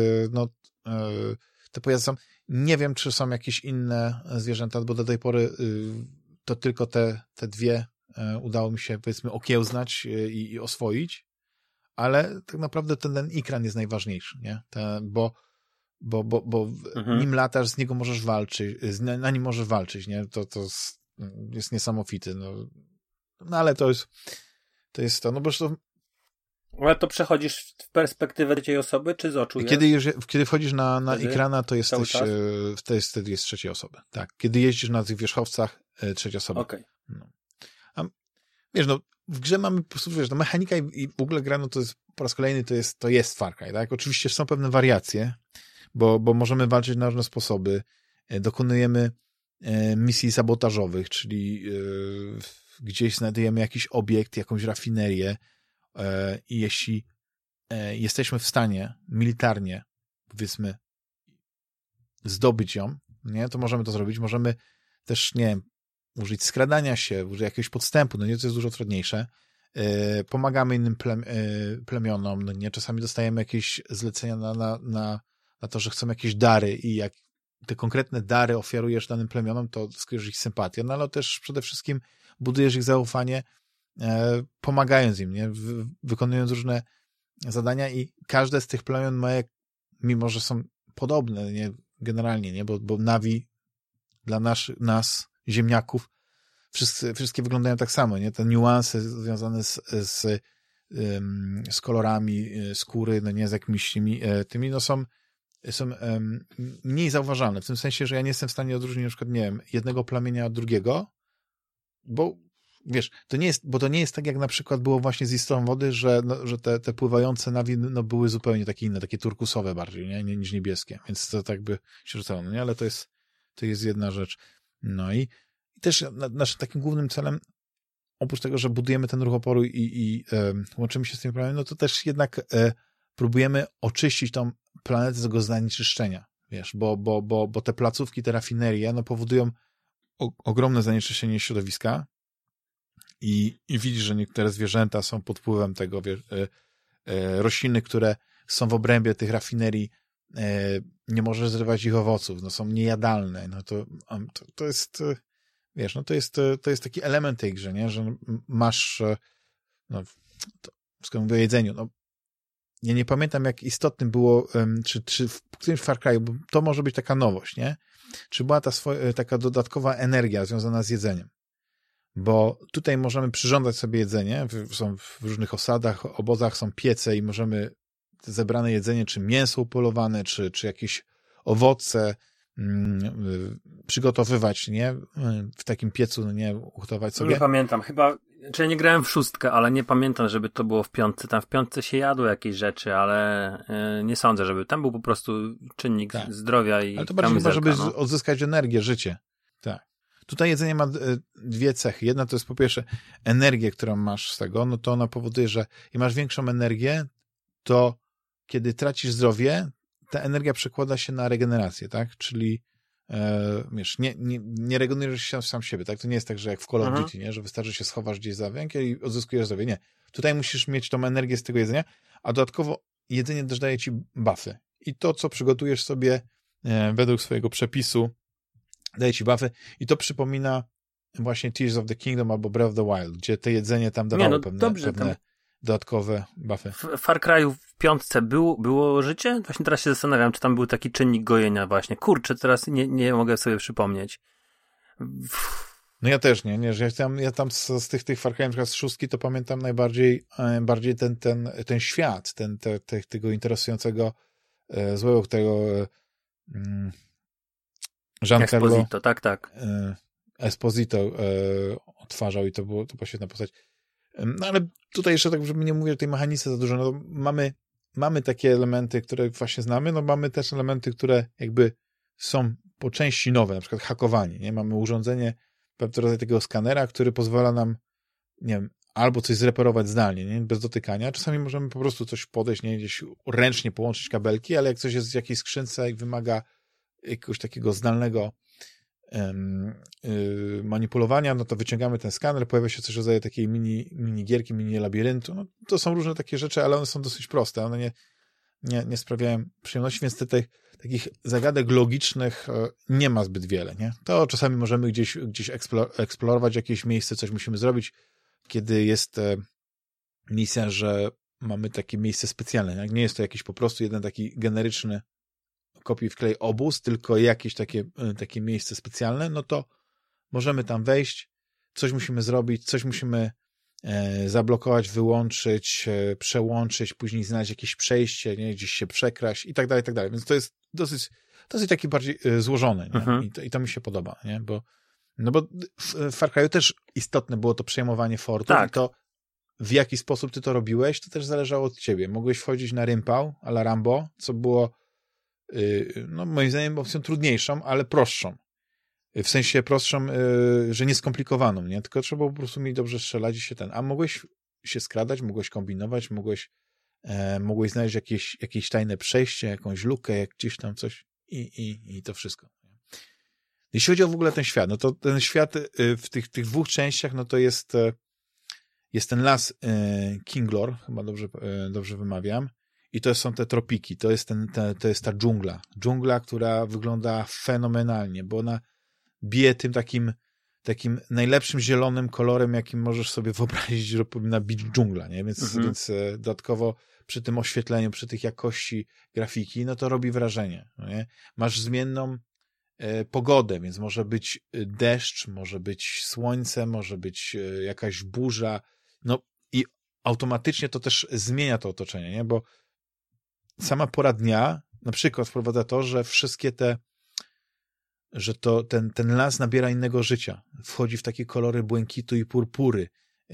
A: te pojazdy są, nie wiem, czy są jakieś inne zwierzęta, bo do tej pory to tylko te dwie udało mi się, powiedzmy, okiełznać i oswoić, ale tak naprawdę ten ikran jest najważniejszy, nie? Bo nim latasz, z niego możesz walczyć, na nim możesz walczyć, nie? To jest niesamowity, no ale to jest to, no bo to...
B: Ale to przechodzisz w perspektywę trzeciej osoby, czy z oczu jest?
A: Kiedy wchodzisz na ekrana, to jesteś, wtedy jest trzeciej osoby, tak. Kiedy jeździsz na tych wierzchowcach, trzecia osoba.
B: Okej.
A: No. A wiesz, no, w grze mamy po prostu, wiesz, no, mechanika i w ogóle gra, no to jest, po raz kolejny to jest Far Cry, tak? Oczywiście są pewne wariacje, bo możemy walczyć na różne sposoby, dokonujemy misji sabotażowych, czyli gdzieś znajdujemy jakiś obiekt, jakąś rafinerię i jeśli jesteśmy w stanie militarnie, powiedzmy, zdobyć ją, nie, to możemy to zrobić. Możemy też, nie wiem, użyć skradania się, użyć jakiegoś podstępu, no nie, to jest dużo trudniejsze. Pomagamy innym plemionom, no nie, czasami dostajemy jakieś zlecenia na to, że chcą jakieś dary i jak te konkretne dary ofiarujesz danym plemionom, to zyskujesz ich sympatię, no ale też przede wszystkim budujesz ich zaufanie, pomagając im, nie, wykonując różne zadania i każde z tych plemion ma, mimo że są podobne, nie, generalnie, nie, bo Navi dla nas, ziemniaków, wszystkie wyglądają tak samo, nie, te niuanse związane z kolorami skóry, no nie, z jakimiś tymi, no są mniej zauważalne, w tym sensie, że ja nie jestem w stanie odróżnić na przykład, nie wiem, jednego plemienia od drugiego, bo wiesz, to nie jest tak, jak na przykład było właśnie z Istotą Wody, że te pływające Navi no, były zupełnie takie inne, takie turkusowe bardziej, nie, niż niebieskie, więc to tak by się rzucało, no nie, ale to jest jedna rzecz. No i też naszym takim głównym celem, oprócz tego, że budujemy ten ruch oporu i łączymy się z tym problemem, no to też jednak próbujemy oczyścić tą planetę z tego zanieczyszczenia, wiesz, bo te placówki, te rafinerie, no powodują ogromne zanieczyszczenie środowiska i widzisz, że niektóre zwierzęta są pod wpływem tego, rośliny, które są w obrębie tych rafinerii, nie możesz zrywać ich owoców, no są niejadalne, no to jest, wiesz, no to jest taki element tej grze, nie, że masz, no, skoro mówię o jedzeniu, no, ja nie pamiętam, jak istotnym było, czy w którymś Far Cry'u, bo to może być taka nowość, nie, czy była taka dodatkowa energia związana z jedzeniem, bo tutaj możemy przyrządzać sobie jedzenie, są w różnych osadach, obozach są piece i możemy zebrane jedzenie, czy mięso upolowane, czy jakieś owoce przygotowywać, nie? W takim piecu, no nie? Ugotować sobie.
B: Nie pamiętam, chyba, czy ja nie grałem w 6, ale nie pamiętam, żeby to było w 5. Tam w 5 się jadło jakieś rzeczy, ale nie sądzę, żeby tam był po prostu czynnik zdrowia i
A: ale to bardziej chyba, żeby
B: no.
A: odzyskać energię, życie. Tak. Tutaj jedzenie ma dwie cechy. Jedna to jest po pierwsze energię, którą masz z tego, no to ona powoduje, że jak masz większą energię, to kiedy tracisz zdrowie, ta energia przekłada się na regenerację, tak? Czyli wiesz, nie regenerujesz się sam siebie, tak? To nie jest tak, że jak w Call of Duty, nie? Że wystarczy się schowasz gdzieś za węgiel i odzyskujesz zdrowie. Nie. Tutaj musisz mieć tą energię z tego jedzenia, a dodatkowo jedzenie też daje ci buffy. I to, co przygotujesz sobie według swojego przepisu, daje ci buffy i to przypomina właśnie Tears of the Kingdom albo Breath of the Wild, gdzie to jedzenie tam dawało pewne dodatkowe buffy.
B: W Far Cry'u w 5 było życie? Właśnie teraz się zastanawiam, czy tam był taki czynnik gojenia właśnie. Kurczę, teraz nie mogę sobie przypomnieć.
A: No ja też nie, że ja tam z tych Far Cry'ów, z 6 to pamiętam najbardziej ten świat, tego interesującego złego, tego Giancarlo
B: Esposito, tak.
A: Esposito odtwarzał i to była świetna postać. No ale tutaj jeszcze tak, żeby nie mówić o tej mechanice za dużo, no mamy takie elementy, które właśnie znamy, no mamy też elementy, które jakby są po części nowe, na przykład hakowanie, nie? Mamy urządzenie, pewien rodzaj tego skanera, który pozwala nam, nie wiem, albo coś zreperować zdalnie, nie? Bez dotykania. Czasami możemy po prostu coś podejść, nie? Gdzieś ręcznie połączyć kabelki, ale jak coś jest w jakiejś skrzynce i wymaga jakiegoś takiego zdalnego manipulowania, no to wyciągamy ten skaner, pojawia się coś w rodzaju takiej mini gierki, mini labiryntu. No, to są różne takie rzeczy, ale one są dosyć proste. One nie sprawiają przyjemności, więc takich zagadek logicznych nie ma zbyt wiele, nie? To czasami możemy gdzieś eksplorować jakieś miejsce, coś musimy zrobić, kiedy jest misja, że mamy takie miejsce specjalne. Nie jest to jakiś po prostu jeden taki generyczny kopiuj wklej obóz, tylko jakieś takie miejsce specjalne, no to możemy tam wejść, coś musimy zrobić, coś musimy zablokować, wyłączyć, przełączyć, później znaleźć jakieś przejście, nie? Gdzieś się przekraść i tak dalej, i tak dalej. Więc to jest dosyć taki bardziej złożony, nie? I to mi się podoba, nie? Bo w Far Cry'u też istotne było to przejmowanie fortów i to w jaki sposób ty to robiłeś, to też zależało od ciebie. Mogłeś wchodzić na rympał, a la Rambo, co było no moim zdaniem opcją trudniejszą, ale prostszą. W sensie prostszą, że nieskomplikowaną, nie? Tylko trzeba po prostu mieć dobrze strzelać i a mogłeś się skradać, mogłeś kombinować, mogłeś znaleźć jakieś tajne przejście, jakąś lukę, jak gdzieś tam coś i to wszystko. Jeśli chodzi o w ogóle ten świat, no to ten świat w tych dwóch częściach, no to jest ten las Kinglor, chyba dobrze wymawiam, i to są te tropiki, to jest ta dżungla, która wygląda fenomenalnie, bo ona bije tym takim najlepszym zielonym kolorem, jakim możesz sobie wyobrazić, że powinna bić dżungla, nie? Więc dodatkowo przy tym oświetleniu, przy tych jakości grafiki, no to robi wrażenie, nie? Masz zmienną pogodę, więc może być deszcz, może być słońce, może być jakaś burza, no i automatycznie to też zmienia to otoczenie, nie? Bo sama pora dnia na przykład wprowadza to, że wszystkie ten las nabiera innego życia. Wchodzi w takie kolory błękitu i purpury.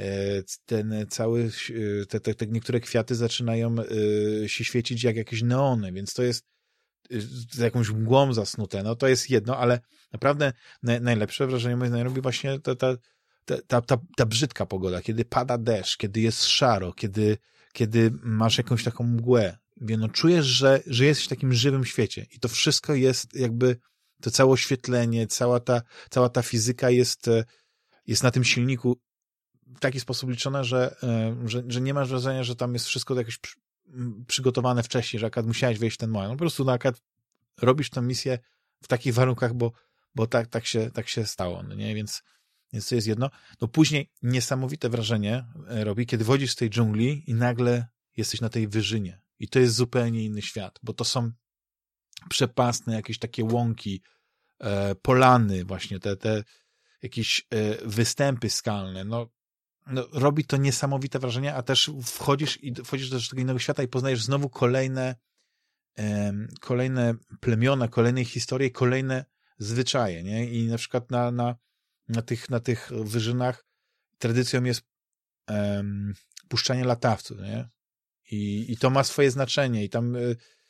A: Te niektóre kwiaty zaczynają się świecić jak jakieś neony, więc to jest z jakąś mgłą zasnute. No to jest jedno, ale naprawdę najlepsze wrażenie moim zdaniem robi właśnie ta brzydka pogoda, kiedy pada deszcz, kiedy jest szaro, kiedy masz jakąś taką mgłę. No czujesz, że jesteś w takim żywym świecie i to wszystko jest jakby, to całe oświetlenie, cała ta fizyka jest na tym silniku w taki sposób liczone, że nie masz wrażenia, że tam jest wszystko jakoś przygotowane wcześniej, że akurat musiałeś wejść w ten moment. No po prostu akurat robisz tę misję w takich warunkach, bo tak się stało, no nie? Więc to jest jedno. No później niesamowite wrażenie robi, kiedy wchodzisz z tej dżungli i nagle jesteś na tej wyżynie. I to jest zupełnie inny świat, bo to są przepastne jakieś takie łąki, polany właśnie, te jakieś występy skalne. No, robi to niesamowite wrażenie, a też wchodzisz do tego innego świata i poznajesz znowu kolejne plemiona, kolejne historie, kolejne zwyczaje, nie? I na przykład na tych wyżynach tradycją jest puszczanie latawców, nie? I to ma swoje znaczenie i tam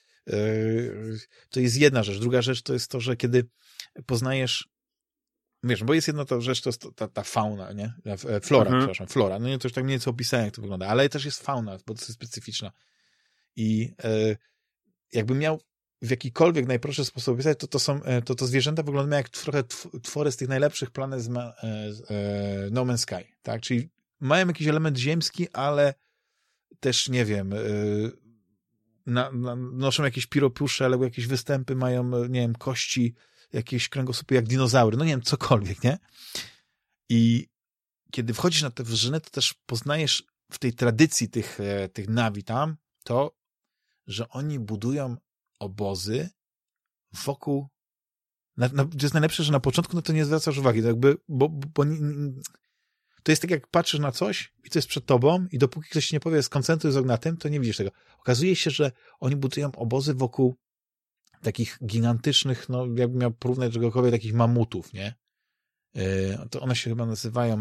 A: to jest jedna rzecz. Druga rzecz to jest to, że kiedy poznajesz, wiesz, bo jest jedna to rzecz, to jest ta fauna, nie? Flora, przepraszam, flora. No nie, to już tak mniej więcej opisałem, jak to wygląda, ale też jest fauna, bo to jest specyficzna. I jakbym miał w jakikolwiek najprostszy sposób opisać, to zwierzęta wyglądają jak trochę twory z tych najlepszych planet z No Man's Sky, tak? Czyli mają jakiś element ziemski, ale też, nie wiem, noszą jakieś pióropusze, albo jakieś występy, mają, nie wiem, kości, jakieś kręgosłupy jak dinozaury, no nie wiem, cokolwiek, nie? I kiedy wchodzisz na te wyżyny, to też poznajesz w tej tradycji tych Navi tam to, że oni budują obozy wokół, to jest najlepsze, że na początku no to nie zwracasz uwagi, to jakby, bo to jest tak, jak patrzysz na coś i to jest przed tobą i dopóki ktoś ci nie powie skoncentruj wzrok na tym, to nie widzisz tego. Okazuje się, że oni budują obozy wokół takich gigantycznych, no jakbym miał porównać do czegokolwiek, takich mamutów, nie? To one się chyba nazywają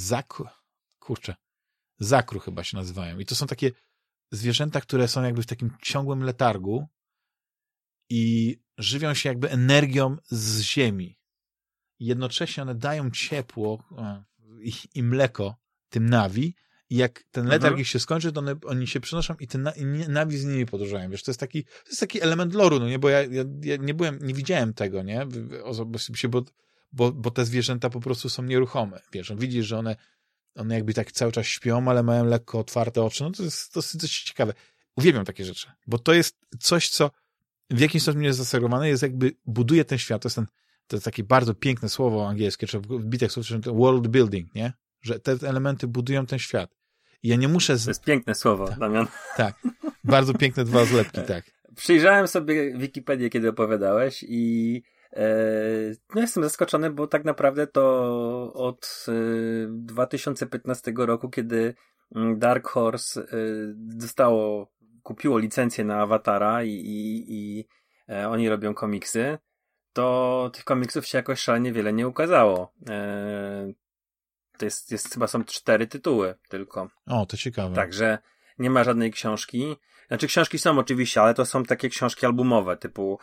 A: zakru chyba się nazywają. I to są takie zwierzęta, które są jakby w takim ciągłym letargu i żywią się jakby energią z ziemi. I jednocześnie one dają ciepło i mleko tym Navi i jak ten letarg ich się skończy, to oni się przenoszą i te Navi z nimi podróżują. Wiesz, to jest taki element loru, no nie? Bo ja nie widziałem tego, nie? Osobiście, bo te zwierzęta po prostu są nieruchome. Wiesz, widzisz, że one jakby tak cały czas śpią, ale mają lekko otwarte oczy. No to jest dosyć ciekawe. Uwielbiam takie rzeczy, bo to jest coś, co w jakimś stopniu jest zaserowane, jest jakby buduje ten świat. To jest takie bardzo piękne słowo angielskie, czy w bitach słów, world building, nie? Że te elementy budują ten świat. I ja nie muszę...
B: To jest piękne słowo, tak, Damian.
A: Tak. Bardzo piękne dwa zlepki, tak.
B: Przyjrzałem sobie Wikipedię, kiedy opowiadałeś i no jestem zaskoczony, bo tak naprawdę to od 2015 roku, kiedy Dark Horse kupiło licencję na Awatara i oni robią komiksy, to tych komiksów się jakoś szalenie wiele nie ukazało. To chyba są 4 tytuły tylko.
A: O, to ciekawe.
B: Także nie ma żadnej książki. Znaczy książki są oczywiście, ale to są takie książki albumowe, typu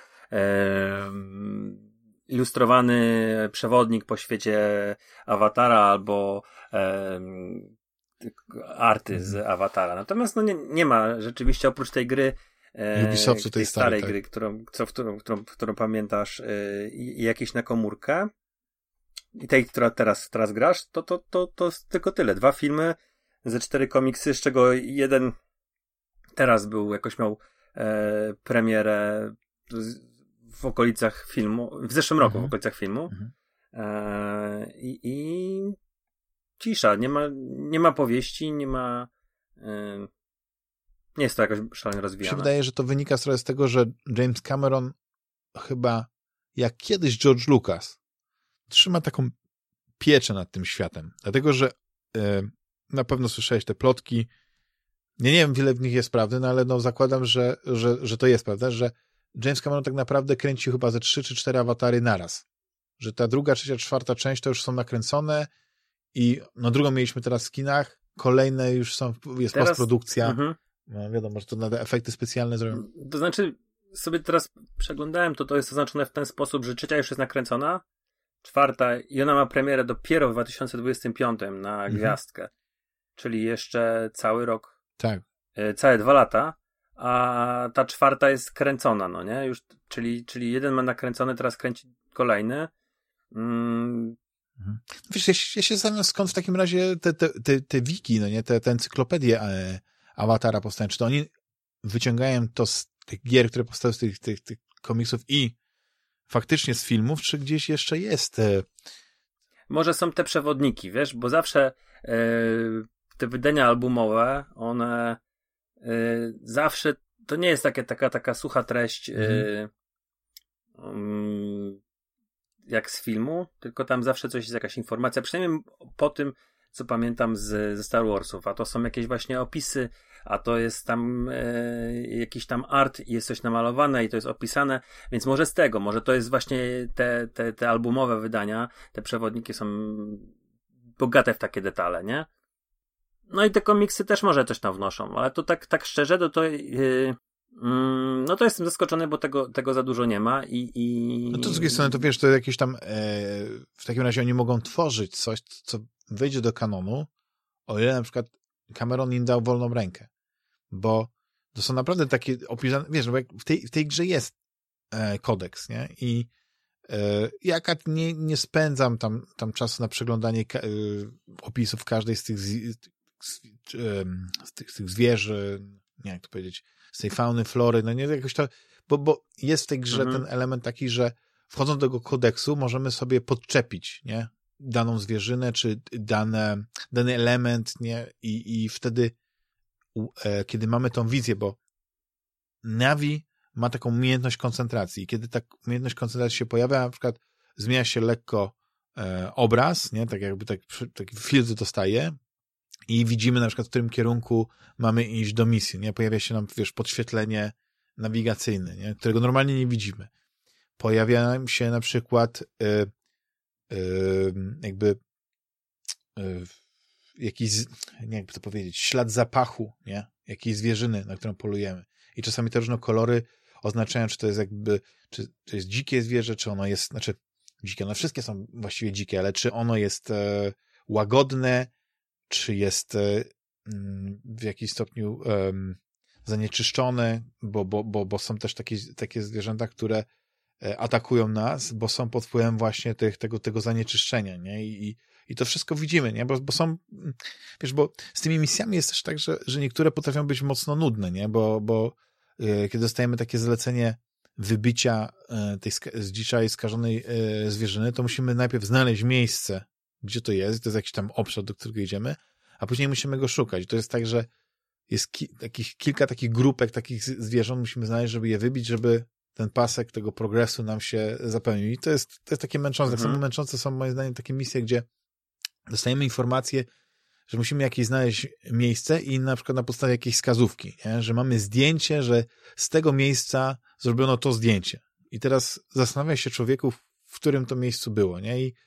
B: ilustrowany przewodnik po świecie Awatara albo arty z Awatara. Natomiast no nie ma rzeczywiście oprócz tej gry
A: Ubisoftu tej
B: starej
A: tak.
B: gry, którą pamiętasz i jakieś na komórkę i tej, która teraz grasz, to tylko tyle. 2 filmy ze 4 komiksy, z czego jeden teraz miał premierę w okolicach filmu, w zeszłym roku w okolicach filmu. I cisza, nie ma powieści, nie ma nie jest to jakoś szalenie rozwijane.
A: Mi się wydaje, że to wynika trochę z tego, że James Cameron chyba jak kiedyś George Lucas trzyma taką pieczę nad tym światem. Dlatego, że na pewno słyszałeś te plotki. Nie wiem, wiele w nich jest prawdy, no ale no zakładam, że to jest prawda, że James Cameron tak naprawdę kręcił chyba ze 3 czy 4 awatary naraz. Że ta 2., 3., 4. część to już są nakręcone i no drugą mieliśmy teraz w kinach, kolejne już jest postprodukcja. No, wiadomo, że to na efekty specjalne zrobią.
B: To znaczy, sobie teraz przeglądałem, to jest oznaczone w ten sposób, że 3. już jest nakręcona, 4. i ona ma premierę dopiero w 2025 na gwiazdkę. Czyli jeszcze cały rok.
A: Tak.
B: Całe 2 lata, a ta 4. jest kręcona, no nie? Już, czyli jeden ma nakręcony, teraz kręci kolejny.
A: Wiesz, ja się zastanawiam, skąd w takim razie te wiki, no nie, te encyklopedie Awatara powstają. Czy to oni wyciągają to z tych gier, które powstały z tych komiksów i faktycznie z filmów, czy gdzieś jeszcze jest?
B: Może są te przewodniki, wiesz, bo zawsze te wydania albumowe, one zawsze, to nie jest taka sucha treść jak z filmu, tylko tam zawsze coś jest, jakaś informacja, przynajmniej po tym, co pamiętam ze Star Warsów, a to są jakieś właśnie opisy, a to jest tam jakiś tam art i jest coś namalowane i to jest opisane, więc może z tego, może to jest właśnie te albumowe wydania, te przewodniki są bogate w takie detale, nie? No i te komiksy też może coś tam wnoszą, ale to tak szczerze, no to jestem zaskoczony, bo tego za dużo nie ma
A: No to z drugiej strony, to wiesz, to jakieś tam w takim razie oni mogą tworzyć coś, co wejdzie do kanonu, o ile na przykład Cameron im dał wolną rękę, bo to są naprawdę takie opisane, wiesz, bo jak w tej grze jest kodeks, nie? I ja nie spędzam tam czasu na przeglądanie opisów każdej z tych zwierzy, nie jak to powiedzieć, z tej fauny, flory, no nie, jakoś to, bo jest w tej grze ten element taki, że wchodząc do tego kodeksu możemy sobie podczepić, nie? Daną zwierzynę, czy dany element, nie? I wtedy, kiedy mamy tą wizję, bo Navi ma taką umiejętność koncentracji. Kiedy ta umiejętność koncentracji się pojawia, na przykład zmienia się lekko obraz, nie? Tak jakby taki filtr dostaje i widzimy na przykład, w którym kierunku mamy iść do misji, nie? Pojawia się nam, wiesz, podświetlenie nawigacyjne, nie? Którego normalnie nie widzimy. Pojawia się na przykład jakiś, nie wiem jak to powiedzieć, ślad zapachu, nie? Jakiejś zwierzyny, na którą polujemy. I czasami te różne kolory oznaczają, czy to jest czy to jest dzikie zwierzę, czy ono jest, znaczy dzikie, no wszystkie są właściwie dzikie, ale czy ono jest łagodne, czy jest w jakimś stopniu zanieczyszczone, bo są też takie zwierzęta, które atakują nas, bo są pod wpływem właśnie tego zanieczyszczenia, nie? I to wszystko widzimy, nie? Bo są, wiesz, bo z tymi misjami jest też tak, że niektóre potrafią być mocno nudne, nie? Bo kiedy dostajemy takie zlecenie wybicia tej zdziczałej, skażonej zwierzyny, to musimy najpierw znaleźć miejsce, gdzie to jest jakiś tam obszar, do którego idziemy, a później musimy go szukać. To jest tak, że jest kilka takich grupek takich zwierząt musimy znaleźć, żeby je wybić, żeby ten pasek tego progresu nam się zapełnił. I to jest takie męczące. Tak samo męczące są moim zdaniem takie misje, gdzie dostajemy informację, że musimy jakieś znaleźć miejsce i na przykład na podstawie jakiejś wskazówki, nie? Że mamy zdjęcie, że z tego miejsca zrobiono to zdjęcie. I teraz zastanawia się człowieku, w którym to miejscu było, nie? I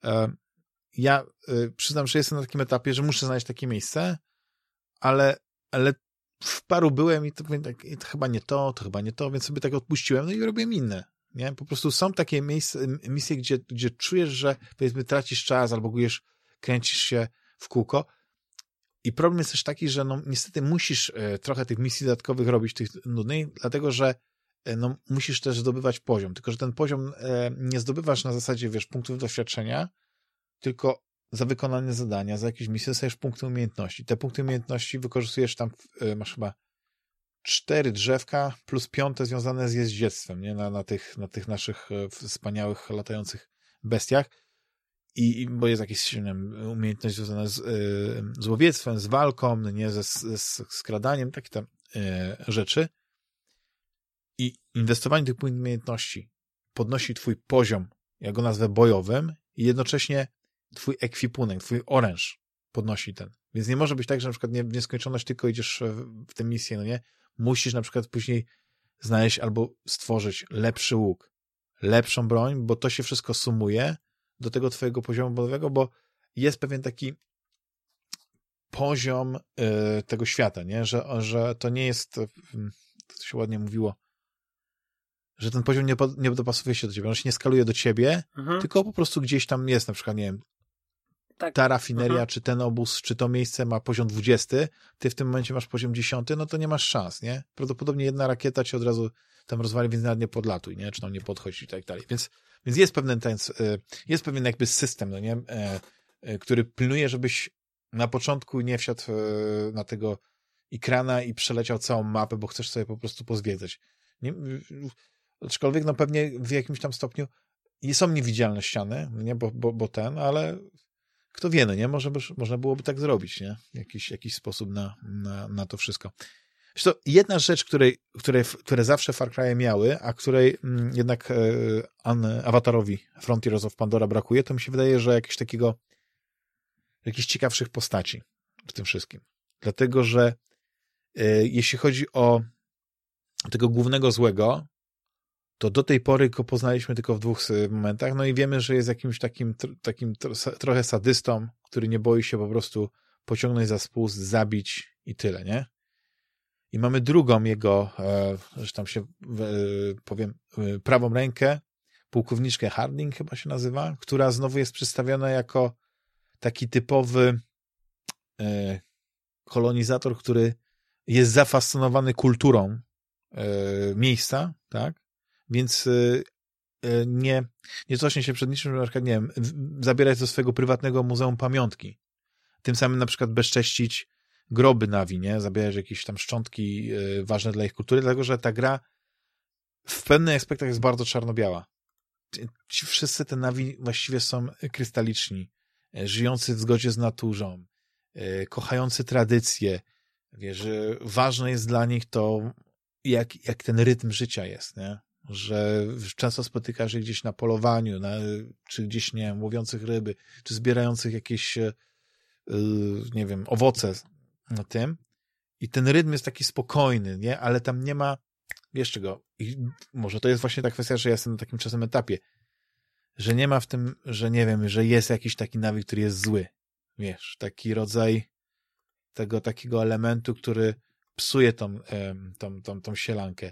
A: ja przyznam, że jestem na takim etapie, że muszę znaleźć takie miejsce, ale w paru byłem i to chyba nie to, więc sobie tak odpuściłem, no i robiłem inne, nie? Po prostu są takie misje, gdzie czujesz, że powiedzmy tracisz czas albo kręcisz się w kółko i problem jest też taki, że no niestety musisz trochę tych misji dodatkowych robić, tych nudnych, dlatego, że no musisz też zdobywać poziom, tylko że ten poziom nie zdobywasz na zasadzie, wiesz, punktów doświadczenia, tylko za wykonanie zadania, za jakieś misje dostajesz punkty umiejętności. Te punkty umiejętności wykorzystujesz tam, masz chyba 4 drzewka plus 5 związane z jeździectwem, nie? Na tych naszych wspaniałych, latających bestiach. Bo jest jakaś umiejętność związana z łowiectwem, z walką, nie? Ze skradaniem, takie tam rzeczy. I inwestowanie tych punktów umiejętności podnosi twój poziom, ja go nazwę bojowym, i jednocześnie twój ekwipunek, twój oręż podnosi ten. Więc nie może być tak, że na przykład w nieskończoność tylko idziesz w tę misję, no nie? Musisz na przykład później znaleźć albo stworzyć lepszy łuk, lepszą broń, bo to się wszystko sumuje do tego twojego poziomu bojowego, bo jest pewien taki poziom tego świata, nie? Że to nie jest, to się ładnie mówiło, że ten poziom nie dopasuje się do ciebie, on się nie skaluje do ciebie, tylko po prostu gdzieś tam jest, na przykład, nie wiem, ta rafineria, czy ten obóz, czy to miejsce ma poziom 20, ty w tym momencie masz poziom 10, no to nie masz szans, nie? Prawdopodobnie jedna rakieta ci od razu tam rozwali, więc nawet nie podlatuj, nie? Czy tam nie podchodź i tak dalej. Więc jest pewien jakby system, no nie? Który pilnuje, żebyś na początku nie wsiadł na tego ekrana i przeleciał całą mapę, bo chcesz sobie po prostu pozwiedzać. Aczkolwiek no pewnie w jakimś tam stopniu są niewidzialne ściany, nie? Ale kto wie, no nie? Można byłoby tak zrobić, nie? Jakiś sposób na to wszystko. Zresztą jedna rzecz, które zawsze Far Cry miały, a której jednak Awatarowi Frontiers of Pandora brakuje, to mi się wydaje, że jakichś ciekawszych postaci w tym wszystkim. Dlatego, że jeśli chodzi o tego głównego złego, to do tej pory go poznaliśmy tylko w 2 momentach, no i wiemy, że jest jakimś takim trochę sadystą, który nie boi się po prostu pociągnąć za spust, zabić i tyle, nie? I mamy drugą jego, że tam się powiem, prawą rękę, pułkowniczkę Harding chyba się nazywa, która znowu jest przedstawiona jako taki typowy kolonizator, który jest zafascynowany kulturą miejsca, tak? Więc nie cośnie się przed niczym, że na przykład, nie wiem, zabierać do swojego prywatnego muzeum pamiątki. Tym samym na przykład bezcześcić groby Navi, nie? Zabierać jakieś tam szczątki ważne dla ich kultury, dlatego że ta gra w pewnych aspektach jest bardzo czarno-biała. Ci wszyscy te Navi właściwie są krystaliczni, żyjący w zgodzie z naturą, kochający tradycje, wiesz, że ważne jest dla nich to, jak ten rytm życia jest, nie? Że często spotykasz je gdzieś na polowaniu, czy gdzieś, nie wiem, łowiących ryby, czy zbierających jakieś, nie wiem, owoce na tym. I ten rytm jest taki spokojny, nie? Ale tam nie ma, wiesz czego, i może to jest właśnie ta kwestia, że ja jestem na takim czasem etapie, że nie ma w tym, że nie wiem, że jest jakiś taki nawyk, który jest zły. Wiesz, taki rodzaj tego takiego elementu, który psuje tą sielankę.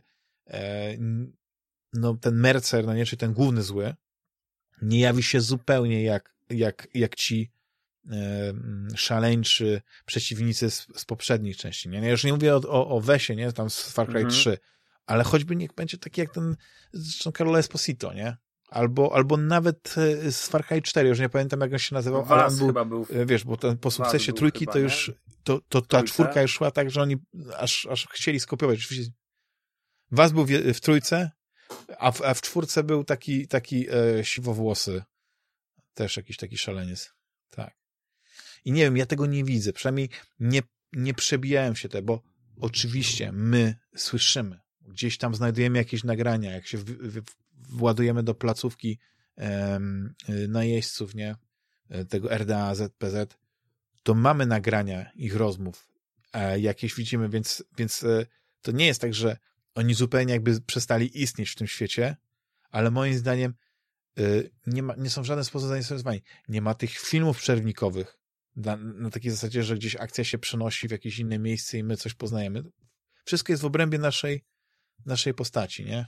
A: No ten Mercer, no nie, czy ten główny zły, nie jawi się zupełnie jak ci szaleńczy przeciwnicy z poprzednich części. Nie? Ja już nie mówię o Wesie, nie? Tam z Far Cry 3, ale choćby niech będzie taki jak ten zresztą Carlo Esposito, nie? Albo nawet z Far Cry 4, już nie pamiętam jak on się nazywał, ale on
B: chyba był
A: wiesz, bo po sukcesie trójki chyba, to już ta czwórka już szła tak, że oni aż chcieli skopiować. Was był w trójce, a w czwórce był taki siwowłosy, też jakiś taki szaleniec. Tak. I nie wiem, ja tego nie widzę, przynajmniej nie przebijałem się bo oczywiście my słyszymy, gdzieś tam znajdujemy jakieś nagrania, jak się władujemy do placówki najeźdźców, nie? Tego RDA, ZPZ, to mamy nagrania ich rozmów, jakieś widzimy, więc to nie jest tak, że oni zupełnie jakby przestali istnieć w tym świecie, ale moim zdaniem nie są w żaden sposób zainteresowani. Nie ma tych filmów przerwnikowych na takiej zasadzie, że gdzieś akcja się przenosi w jakieś inne miejsce i my coś poznajemy. Wszystko jest w obrębie naszej postaci, nie?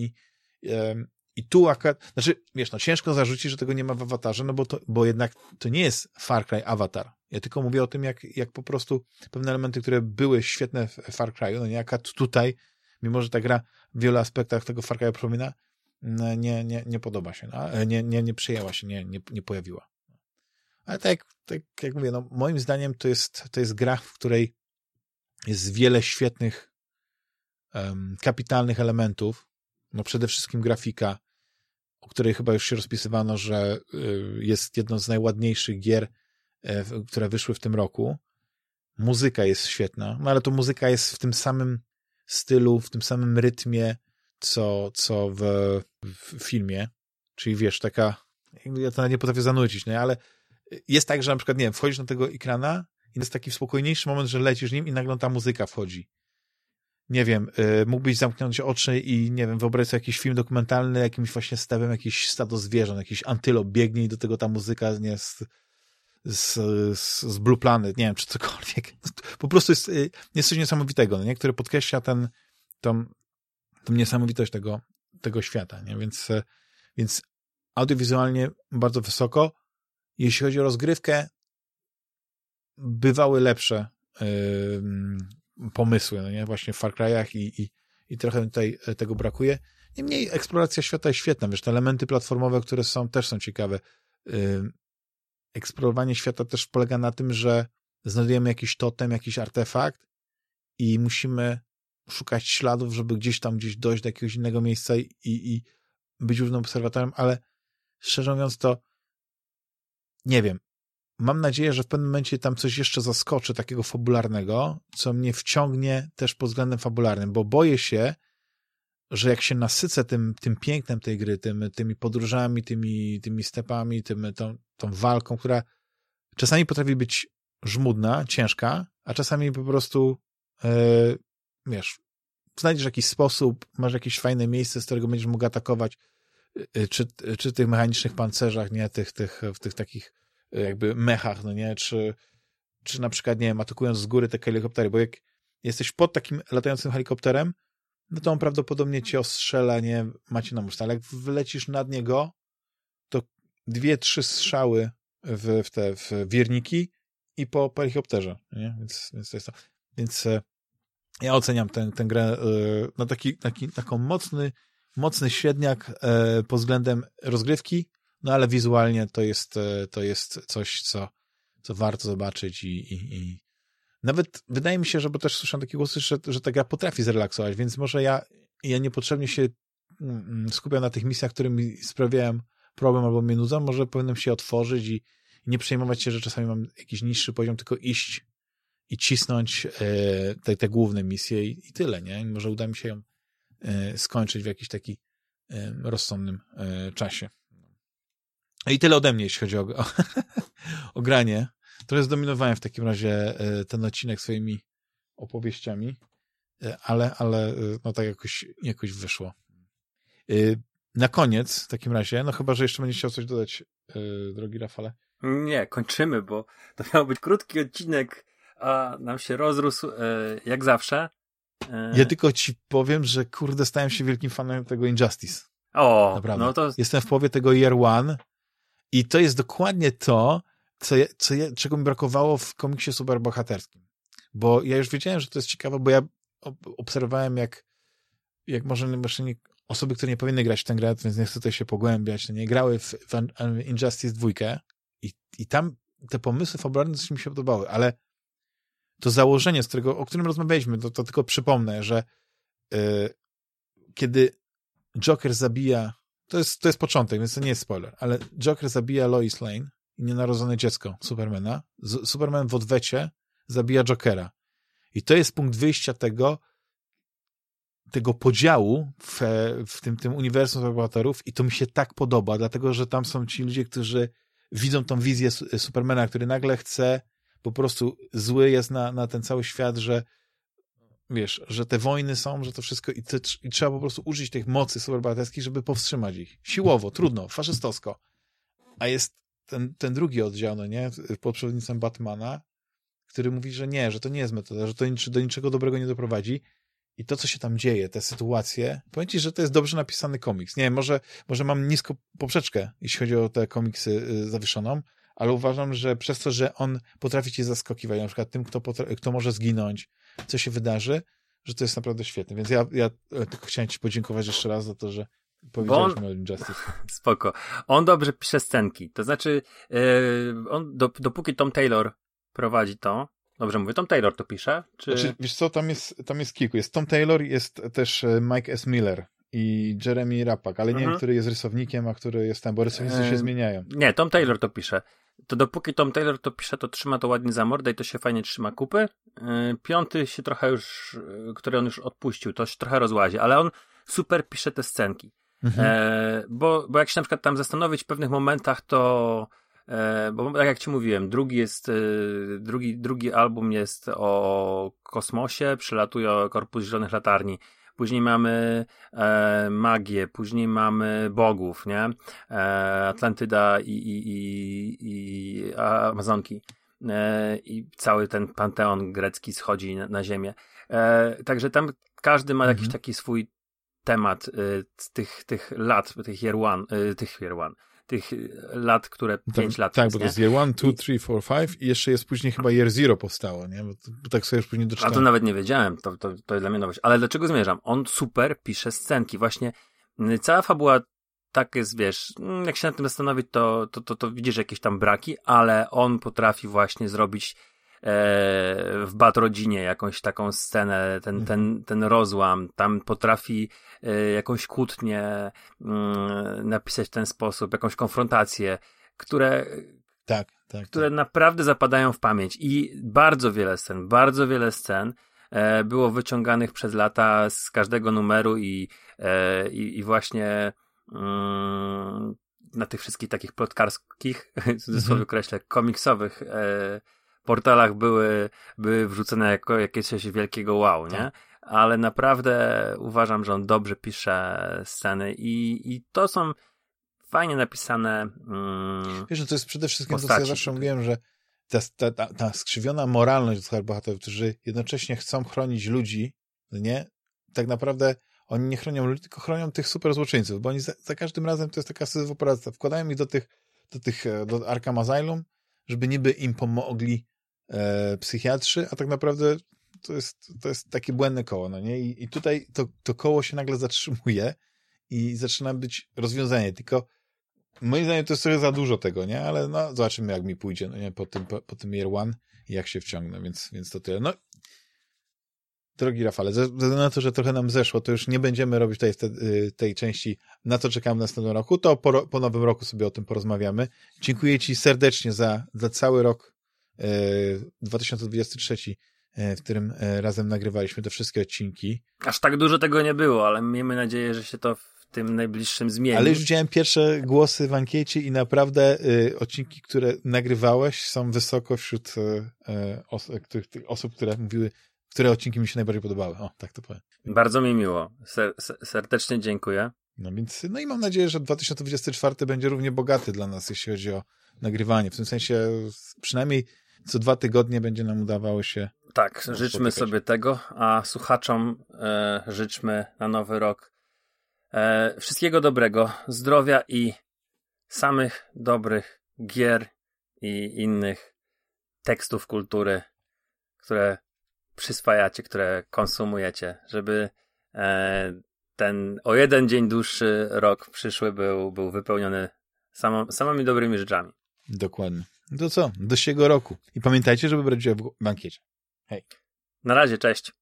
A: I tu akurat, znaczy, wiesz, no ciężko zarzucić, że tego nie ma w Awatarze, no bo jednak to nie jest Far Cry Avatar. Ja tylko mówię o tym, jak po prostu pewne elementy, które były świetne w Far Cry'u, no nie, tutaj, mimo że ta gra w wielu aspektach tego Far Cry'a przypomina, nie podoba się, no, nie przyjęła się, nie pojawiła. Ale tak jak mówię, no moim zdaniem to jest gra, w której jest wiele świetnych kapitalnych elementów, no przede wszystkim grafika, o której chyba już się rozpisywano, że jest jedną z najładniejszych gier, które wyszły w tym roku. Muzyka jest świetna, no ale to muzyka jest w tym samym stylu, w tym samym rytmie, co w filmie, czyli wiesz, taka, ja to nie potrafię zanudzić, nie? Ale jest tak, że na przykład, nie wiem, wchodzisz na tego ekrana i jest taki spokojniejszy moment, że lecisz nim i nagle ta muzyka wchodzi. Nie wiem, mógłbyś zamknąć oczy i, nie wiem, wyobraź sobie jakiś film dokumentalny, jakimś właśnie stawem, jakiś stado zwierząt, jakiś antylop biegnie i do tego ta muzyka nie z Blue Planet, nie wiem, czy cokolwiek. Po prostu jest coś niesamowitego, no nie? Które podkreśla tą niesamowitość tego świata, nie? Więc audiowizualnie bardzo wysoko. Jeśli chodzi o rozgrywkę, bywały lepsze pomysły, no nie? Właśnie w Far Cry'ach i trochę tutaj tego brakuje. Niemniej eksploracja świata jest świetna, wiesz, te elementy platformowe, które też są ciekawe. Eksplorowanie świata też polega na tym, że znajdujemy jakiś totem, jakiś artefakt i musimy szukać śladów, żeby gdzieś dojść do jakiegoś innego miejsca i być różnym obserwatorem, ale szczerze mówiąc to nie wiem. Mam nadzieję, że w pewnym momencie tam coś jeszcze zaskoczy takiego fabularnego, co mnie wciągnie też pod względem fabularnym, bo boję się, że jak się nasycę tym pięknem tej gry, tymi podróżami, tymi stepami, tą walką, która czasami potrafi być żmudna, ciężka, a czasami po prostu wiesz, znajdziesz jakiś sposób, masz jakieś fajne miejsce, z którego będziesz mógł atakować, czy tych mechanicznych pancerzach, nie, w tych takich jakby mechach, no nie, czy na przykład, nie wiem, atakując z góry te helikoptery, bo jak jesteś pod takim latającym helikopterem, no to on prawdopodobnie cię ostrzela, nie, macie na muszce, ale jak wylecisz nad niego, to 2-3 strzały w wierniki i po helikopterze, nie? Więc to jest to. Więc ja oceniam tę grę na taką mocny średniak pod względem rozgrywki, no ale wizualnie to jest coś, co warto zobaczyć i nawet wydaje mi się, że, bo też słyszałem takie głosy, że ta gra potrafi zrelaksować, więc może ja niepotrzebnie się skupiam na tych misjach, które mi sprawiają problem albo mnie nudzą, może powinienem się otworzyć i nie przejmować się, że czasami mam jakiś niższy poziom, tylko iść i cisnąć te główne misje i tyle, nie? I może uda mi się ją skończyć w jakiś taki rozsądnym czasie. I tyle ode mnie, jeśli chodzi o granie. Trochę zdominowałem w takim razie ten odcinek swoimi opowieściami, ale no tak jakoś wyszło. Na koniec, w takim razie, no chyba, że jeszcze będziesz chciał coś dodać, drogi Rafale.
B: Nie, kończymy, bo to miał być krótki odcinek, a nam się rozrósł jak zawsze.
A: Ja tylko ci powiem, że kurde, stałem się wielkim fanem tego Injustice.
B: O,
A: naprawdę.
B: No to...
A: Jestem w połowie tego Year One i to jest dokładnie to, czego mi brakowało w komiksie superbohaterskim. Bo ja już wiedziałem, że to jest ciekawe, bo ja obserwowałem, jak może nie, osoby, które nie powinny grać w tę grę, więc nie chcę tutaj się pogłębiać, nie grały w Injustice 2 i tam te pomysły fabularne coś mi się podobały, ale to założenie, o którym rozmawialiśmy, to tylko przypomnę, że kiedy Joker zabija, to jest początek, więc to nie jest spoiler, ale Joker zabija Lois Lane i nienarodzone dziecko Supermana. Superman w odwecie zabija Jokera. I to jest punkt wyjścia tego podziału w tym uniwersum superbohaterów i to mi się tak podoba, dlatego, że tam są ci ludzie, którzy widzą tą wizję Supermana, który nagle chce, po prostu zły jest na ten cały świat, że wiesz, że te wojny są, że to wszystko i trzeba po prostu użyć tych mocy superbohaterskich, żeby powstrzymać ich. Siłowo, trudno, faszystowsko. A jest ten drugi oddział, no nie, pod przewodnictwem Batmana, który mówi, że nie, że to nie jest metoda, że to do niczego dobrego nie doprowadzi. I to, co się tam dzieje, te sytuacje, powiem ci, że to jest dobrze napisany komiks. Nie wiem, może mam nisko poprzeczkę, jeśli chodzi o te komiksy zawieszoną, ale uważam, że przez to, że on potrafi cię zaskakiwać, na przykład tym, kto może zginąć, co się wydarzy, że to jest naprawdę świetne. Więc ja tylko chciałem ci podziękować jeszcze raz za to, że powiedziałeś mi o Injustice.
B: Spoko. On dobrze pisze scenki. To znaczy, dopóki Tom Taylor prowadzi to, dobrze mówię, Tom Taylor to pisze? Czy...
A: Znaczy, wiesz co, tam jest kilku. Jest Tom Taylor, jest też Mike S. Miller i Jeremy Rappak, ale nie wiem, który jest rysownikiem, a który jest tam, bo rysownicy się zmieniają.
B: Nie, Tom Taylor to pisze. To dopóki Tom Taylor to pisze, to trzyma to ładnie za mordę i to się fajnie trzyma kupy. Piąty się trochę już, który on już odpuścił, to się trochę rozłazi, ale on super pisze te scenki. Bo jak się na przykład tam zastanowić w pewnych momentach, to bo tak jak ci mówiłem, drugi album jest o kosmosie, przylatuje Korpus Zielonych Latarni, później mamy magię, później mamy bogów, nie? Atlantyda i Amazonki. I cały ten panteon grecki schodzi na ziemię. Także tam każdy ma jakiś taki swój temat tych lat, tych year one, tych lat, które 5 lat.
A: Tak, bo to jest Year 1, 2, 3, 4, 5 i jeszcze jest później chyba Year Zero powstało, nie? Bo tak sobie już później doczytałem.
B: A to nawet nie wiedziałem, to dla mnie nowość. Ale do czego zmierzam? On super pisze scenki. Właśnie cała fabuła tak jest, wiesz, jak się nad tym zastanowić, to widzisz jakieś tam braki, ale on potrafi właśnie zrobić w Bad Rodzinie jakąś taką scenę, ten rozłam, tam potrafi jakąś kłótnię napisać w ten sposób, jakąś konfrontację, które naprawdę zapadają w pamięć i bardzo wiele scen było wyciąganych przez lata z każdego numeru i właśnie na tych wszystkich takich plotkarskich, w cudzysłowie określę, komiksowych portalach były wrzucone jako jakieś wielkiego wow, nie? Tak. Ale naprawdę uważam, że on dobrze pisze sceny i to są fajnie napisane
A: Wiesz, że to jest przede wszystkim to, co ja zawsze mówiłem, że ta skrzywiona moralność bohaterów, którzy jednocześnie chcą chronić ludzi, nie? Tak naprawdę oni nie chronią ludzi, tylko chronią tych super złoczyńców, bo oni za każdym razem to jest taka syzyfopraca. Wkładają ich do Arkham Asylum, żeby niby im pomogli psychiatrzy, a tak naprawdę to jest takie błędne koło, no nie? I tutaj to koło się nagle zatrzymuje i zaczyna być rozwiązanie, tylko moim zdaniem to jest trochę za dużo tego, nie? Ale no, zobaczymy jak mi pójdzie, no nie? Po tym Year One i jak się wciągnę, więc to tyle. No, drogi Rafale, ze względu na to, że trochę nam zeszło, to już nie będziemy robić tej części, na co czekamy w następnym roku, to po nowym roku sobie o tym porozmawiamy. Dziękuję Ci serdecznie za cały rok 2023, w którym razem nagrywaliśmy te wszystkie odcinki.
B: Aż tak dużo tego nie było, ale miejmy nadzieję, że się to w tym najbliższym zmieni.
A: Ale już widziałem pierwsze głosy w ankiecie i naprawdę odcinki, które nagrywałeś, są wysoko wśród osób, które mówiły, które odcinki mi się najbardziej podobały. O, tak to powiem.
B: Bardzo mi miło. Serdecznie dziękuję.
A: No więc, no i mam nadzieję, że 2024 będzie równie bogaty dla nas, jeśli chodzi o nagrywanie. W tym sensie przynajmniej co 2 tygodnie będzie nam udawało się
B: tak, życzmy sobie tego, a słuchaczom życzmy na nowy rok wszystkiego dobrego, zdrowia i samych dobrych gier i innych tekstów kultury, które przyswajacie, które konsumujecie, żeby ten o jeden dzień dłuższy rok przyszły był wypełniony samymi dobrymi rzeczami.
A: Dokładnie. To co? Do siego roku. I pamiętajcie, żeby brać udział w bankiecie. Hej.
B: Na razie, cześć.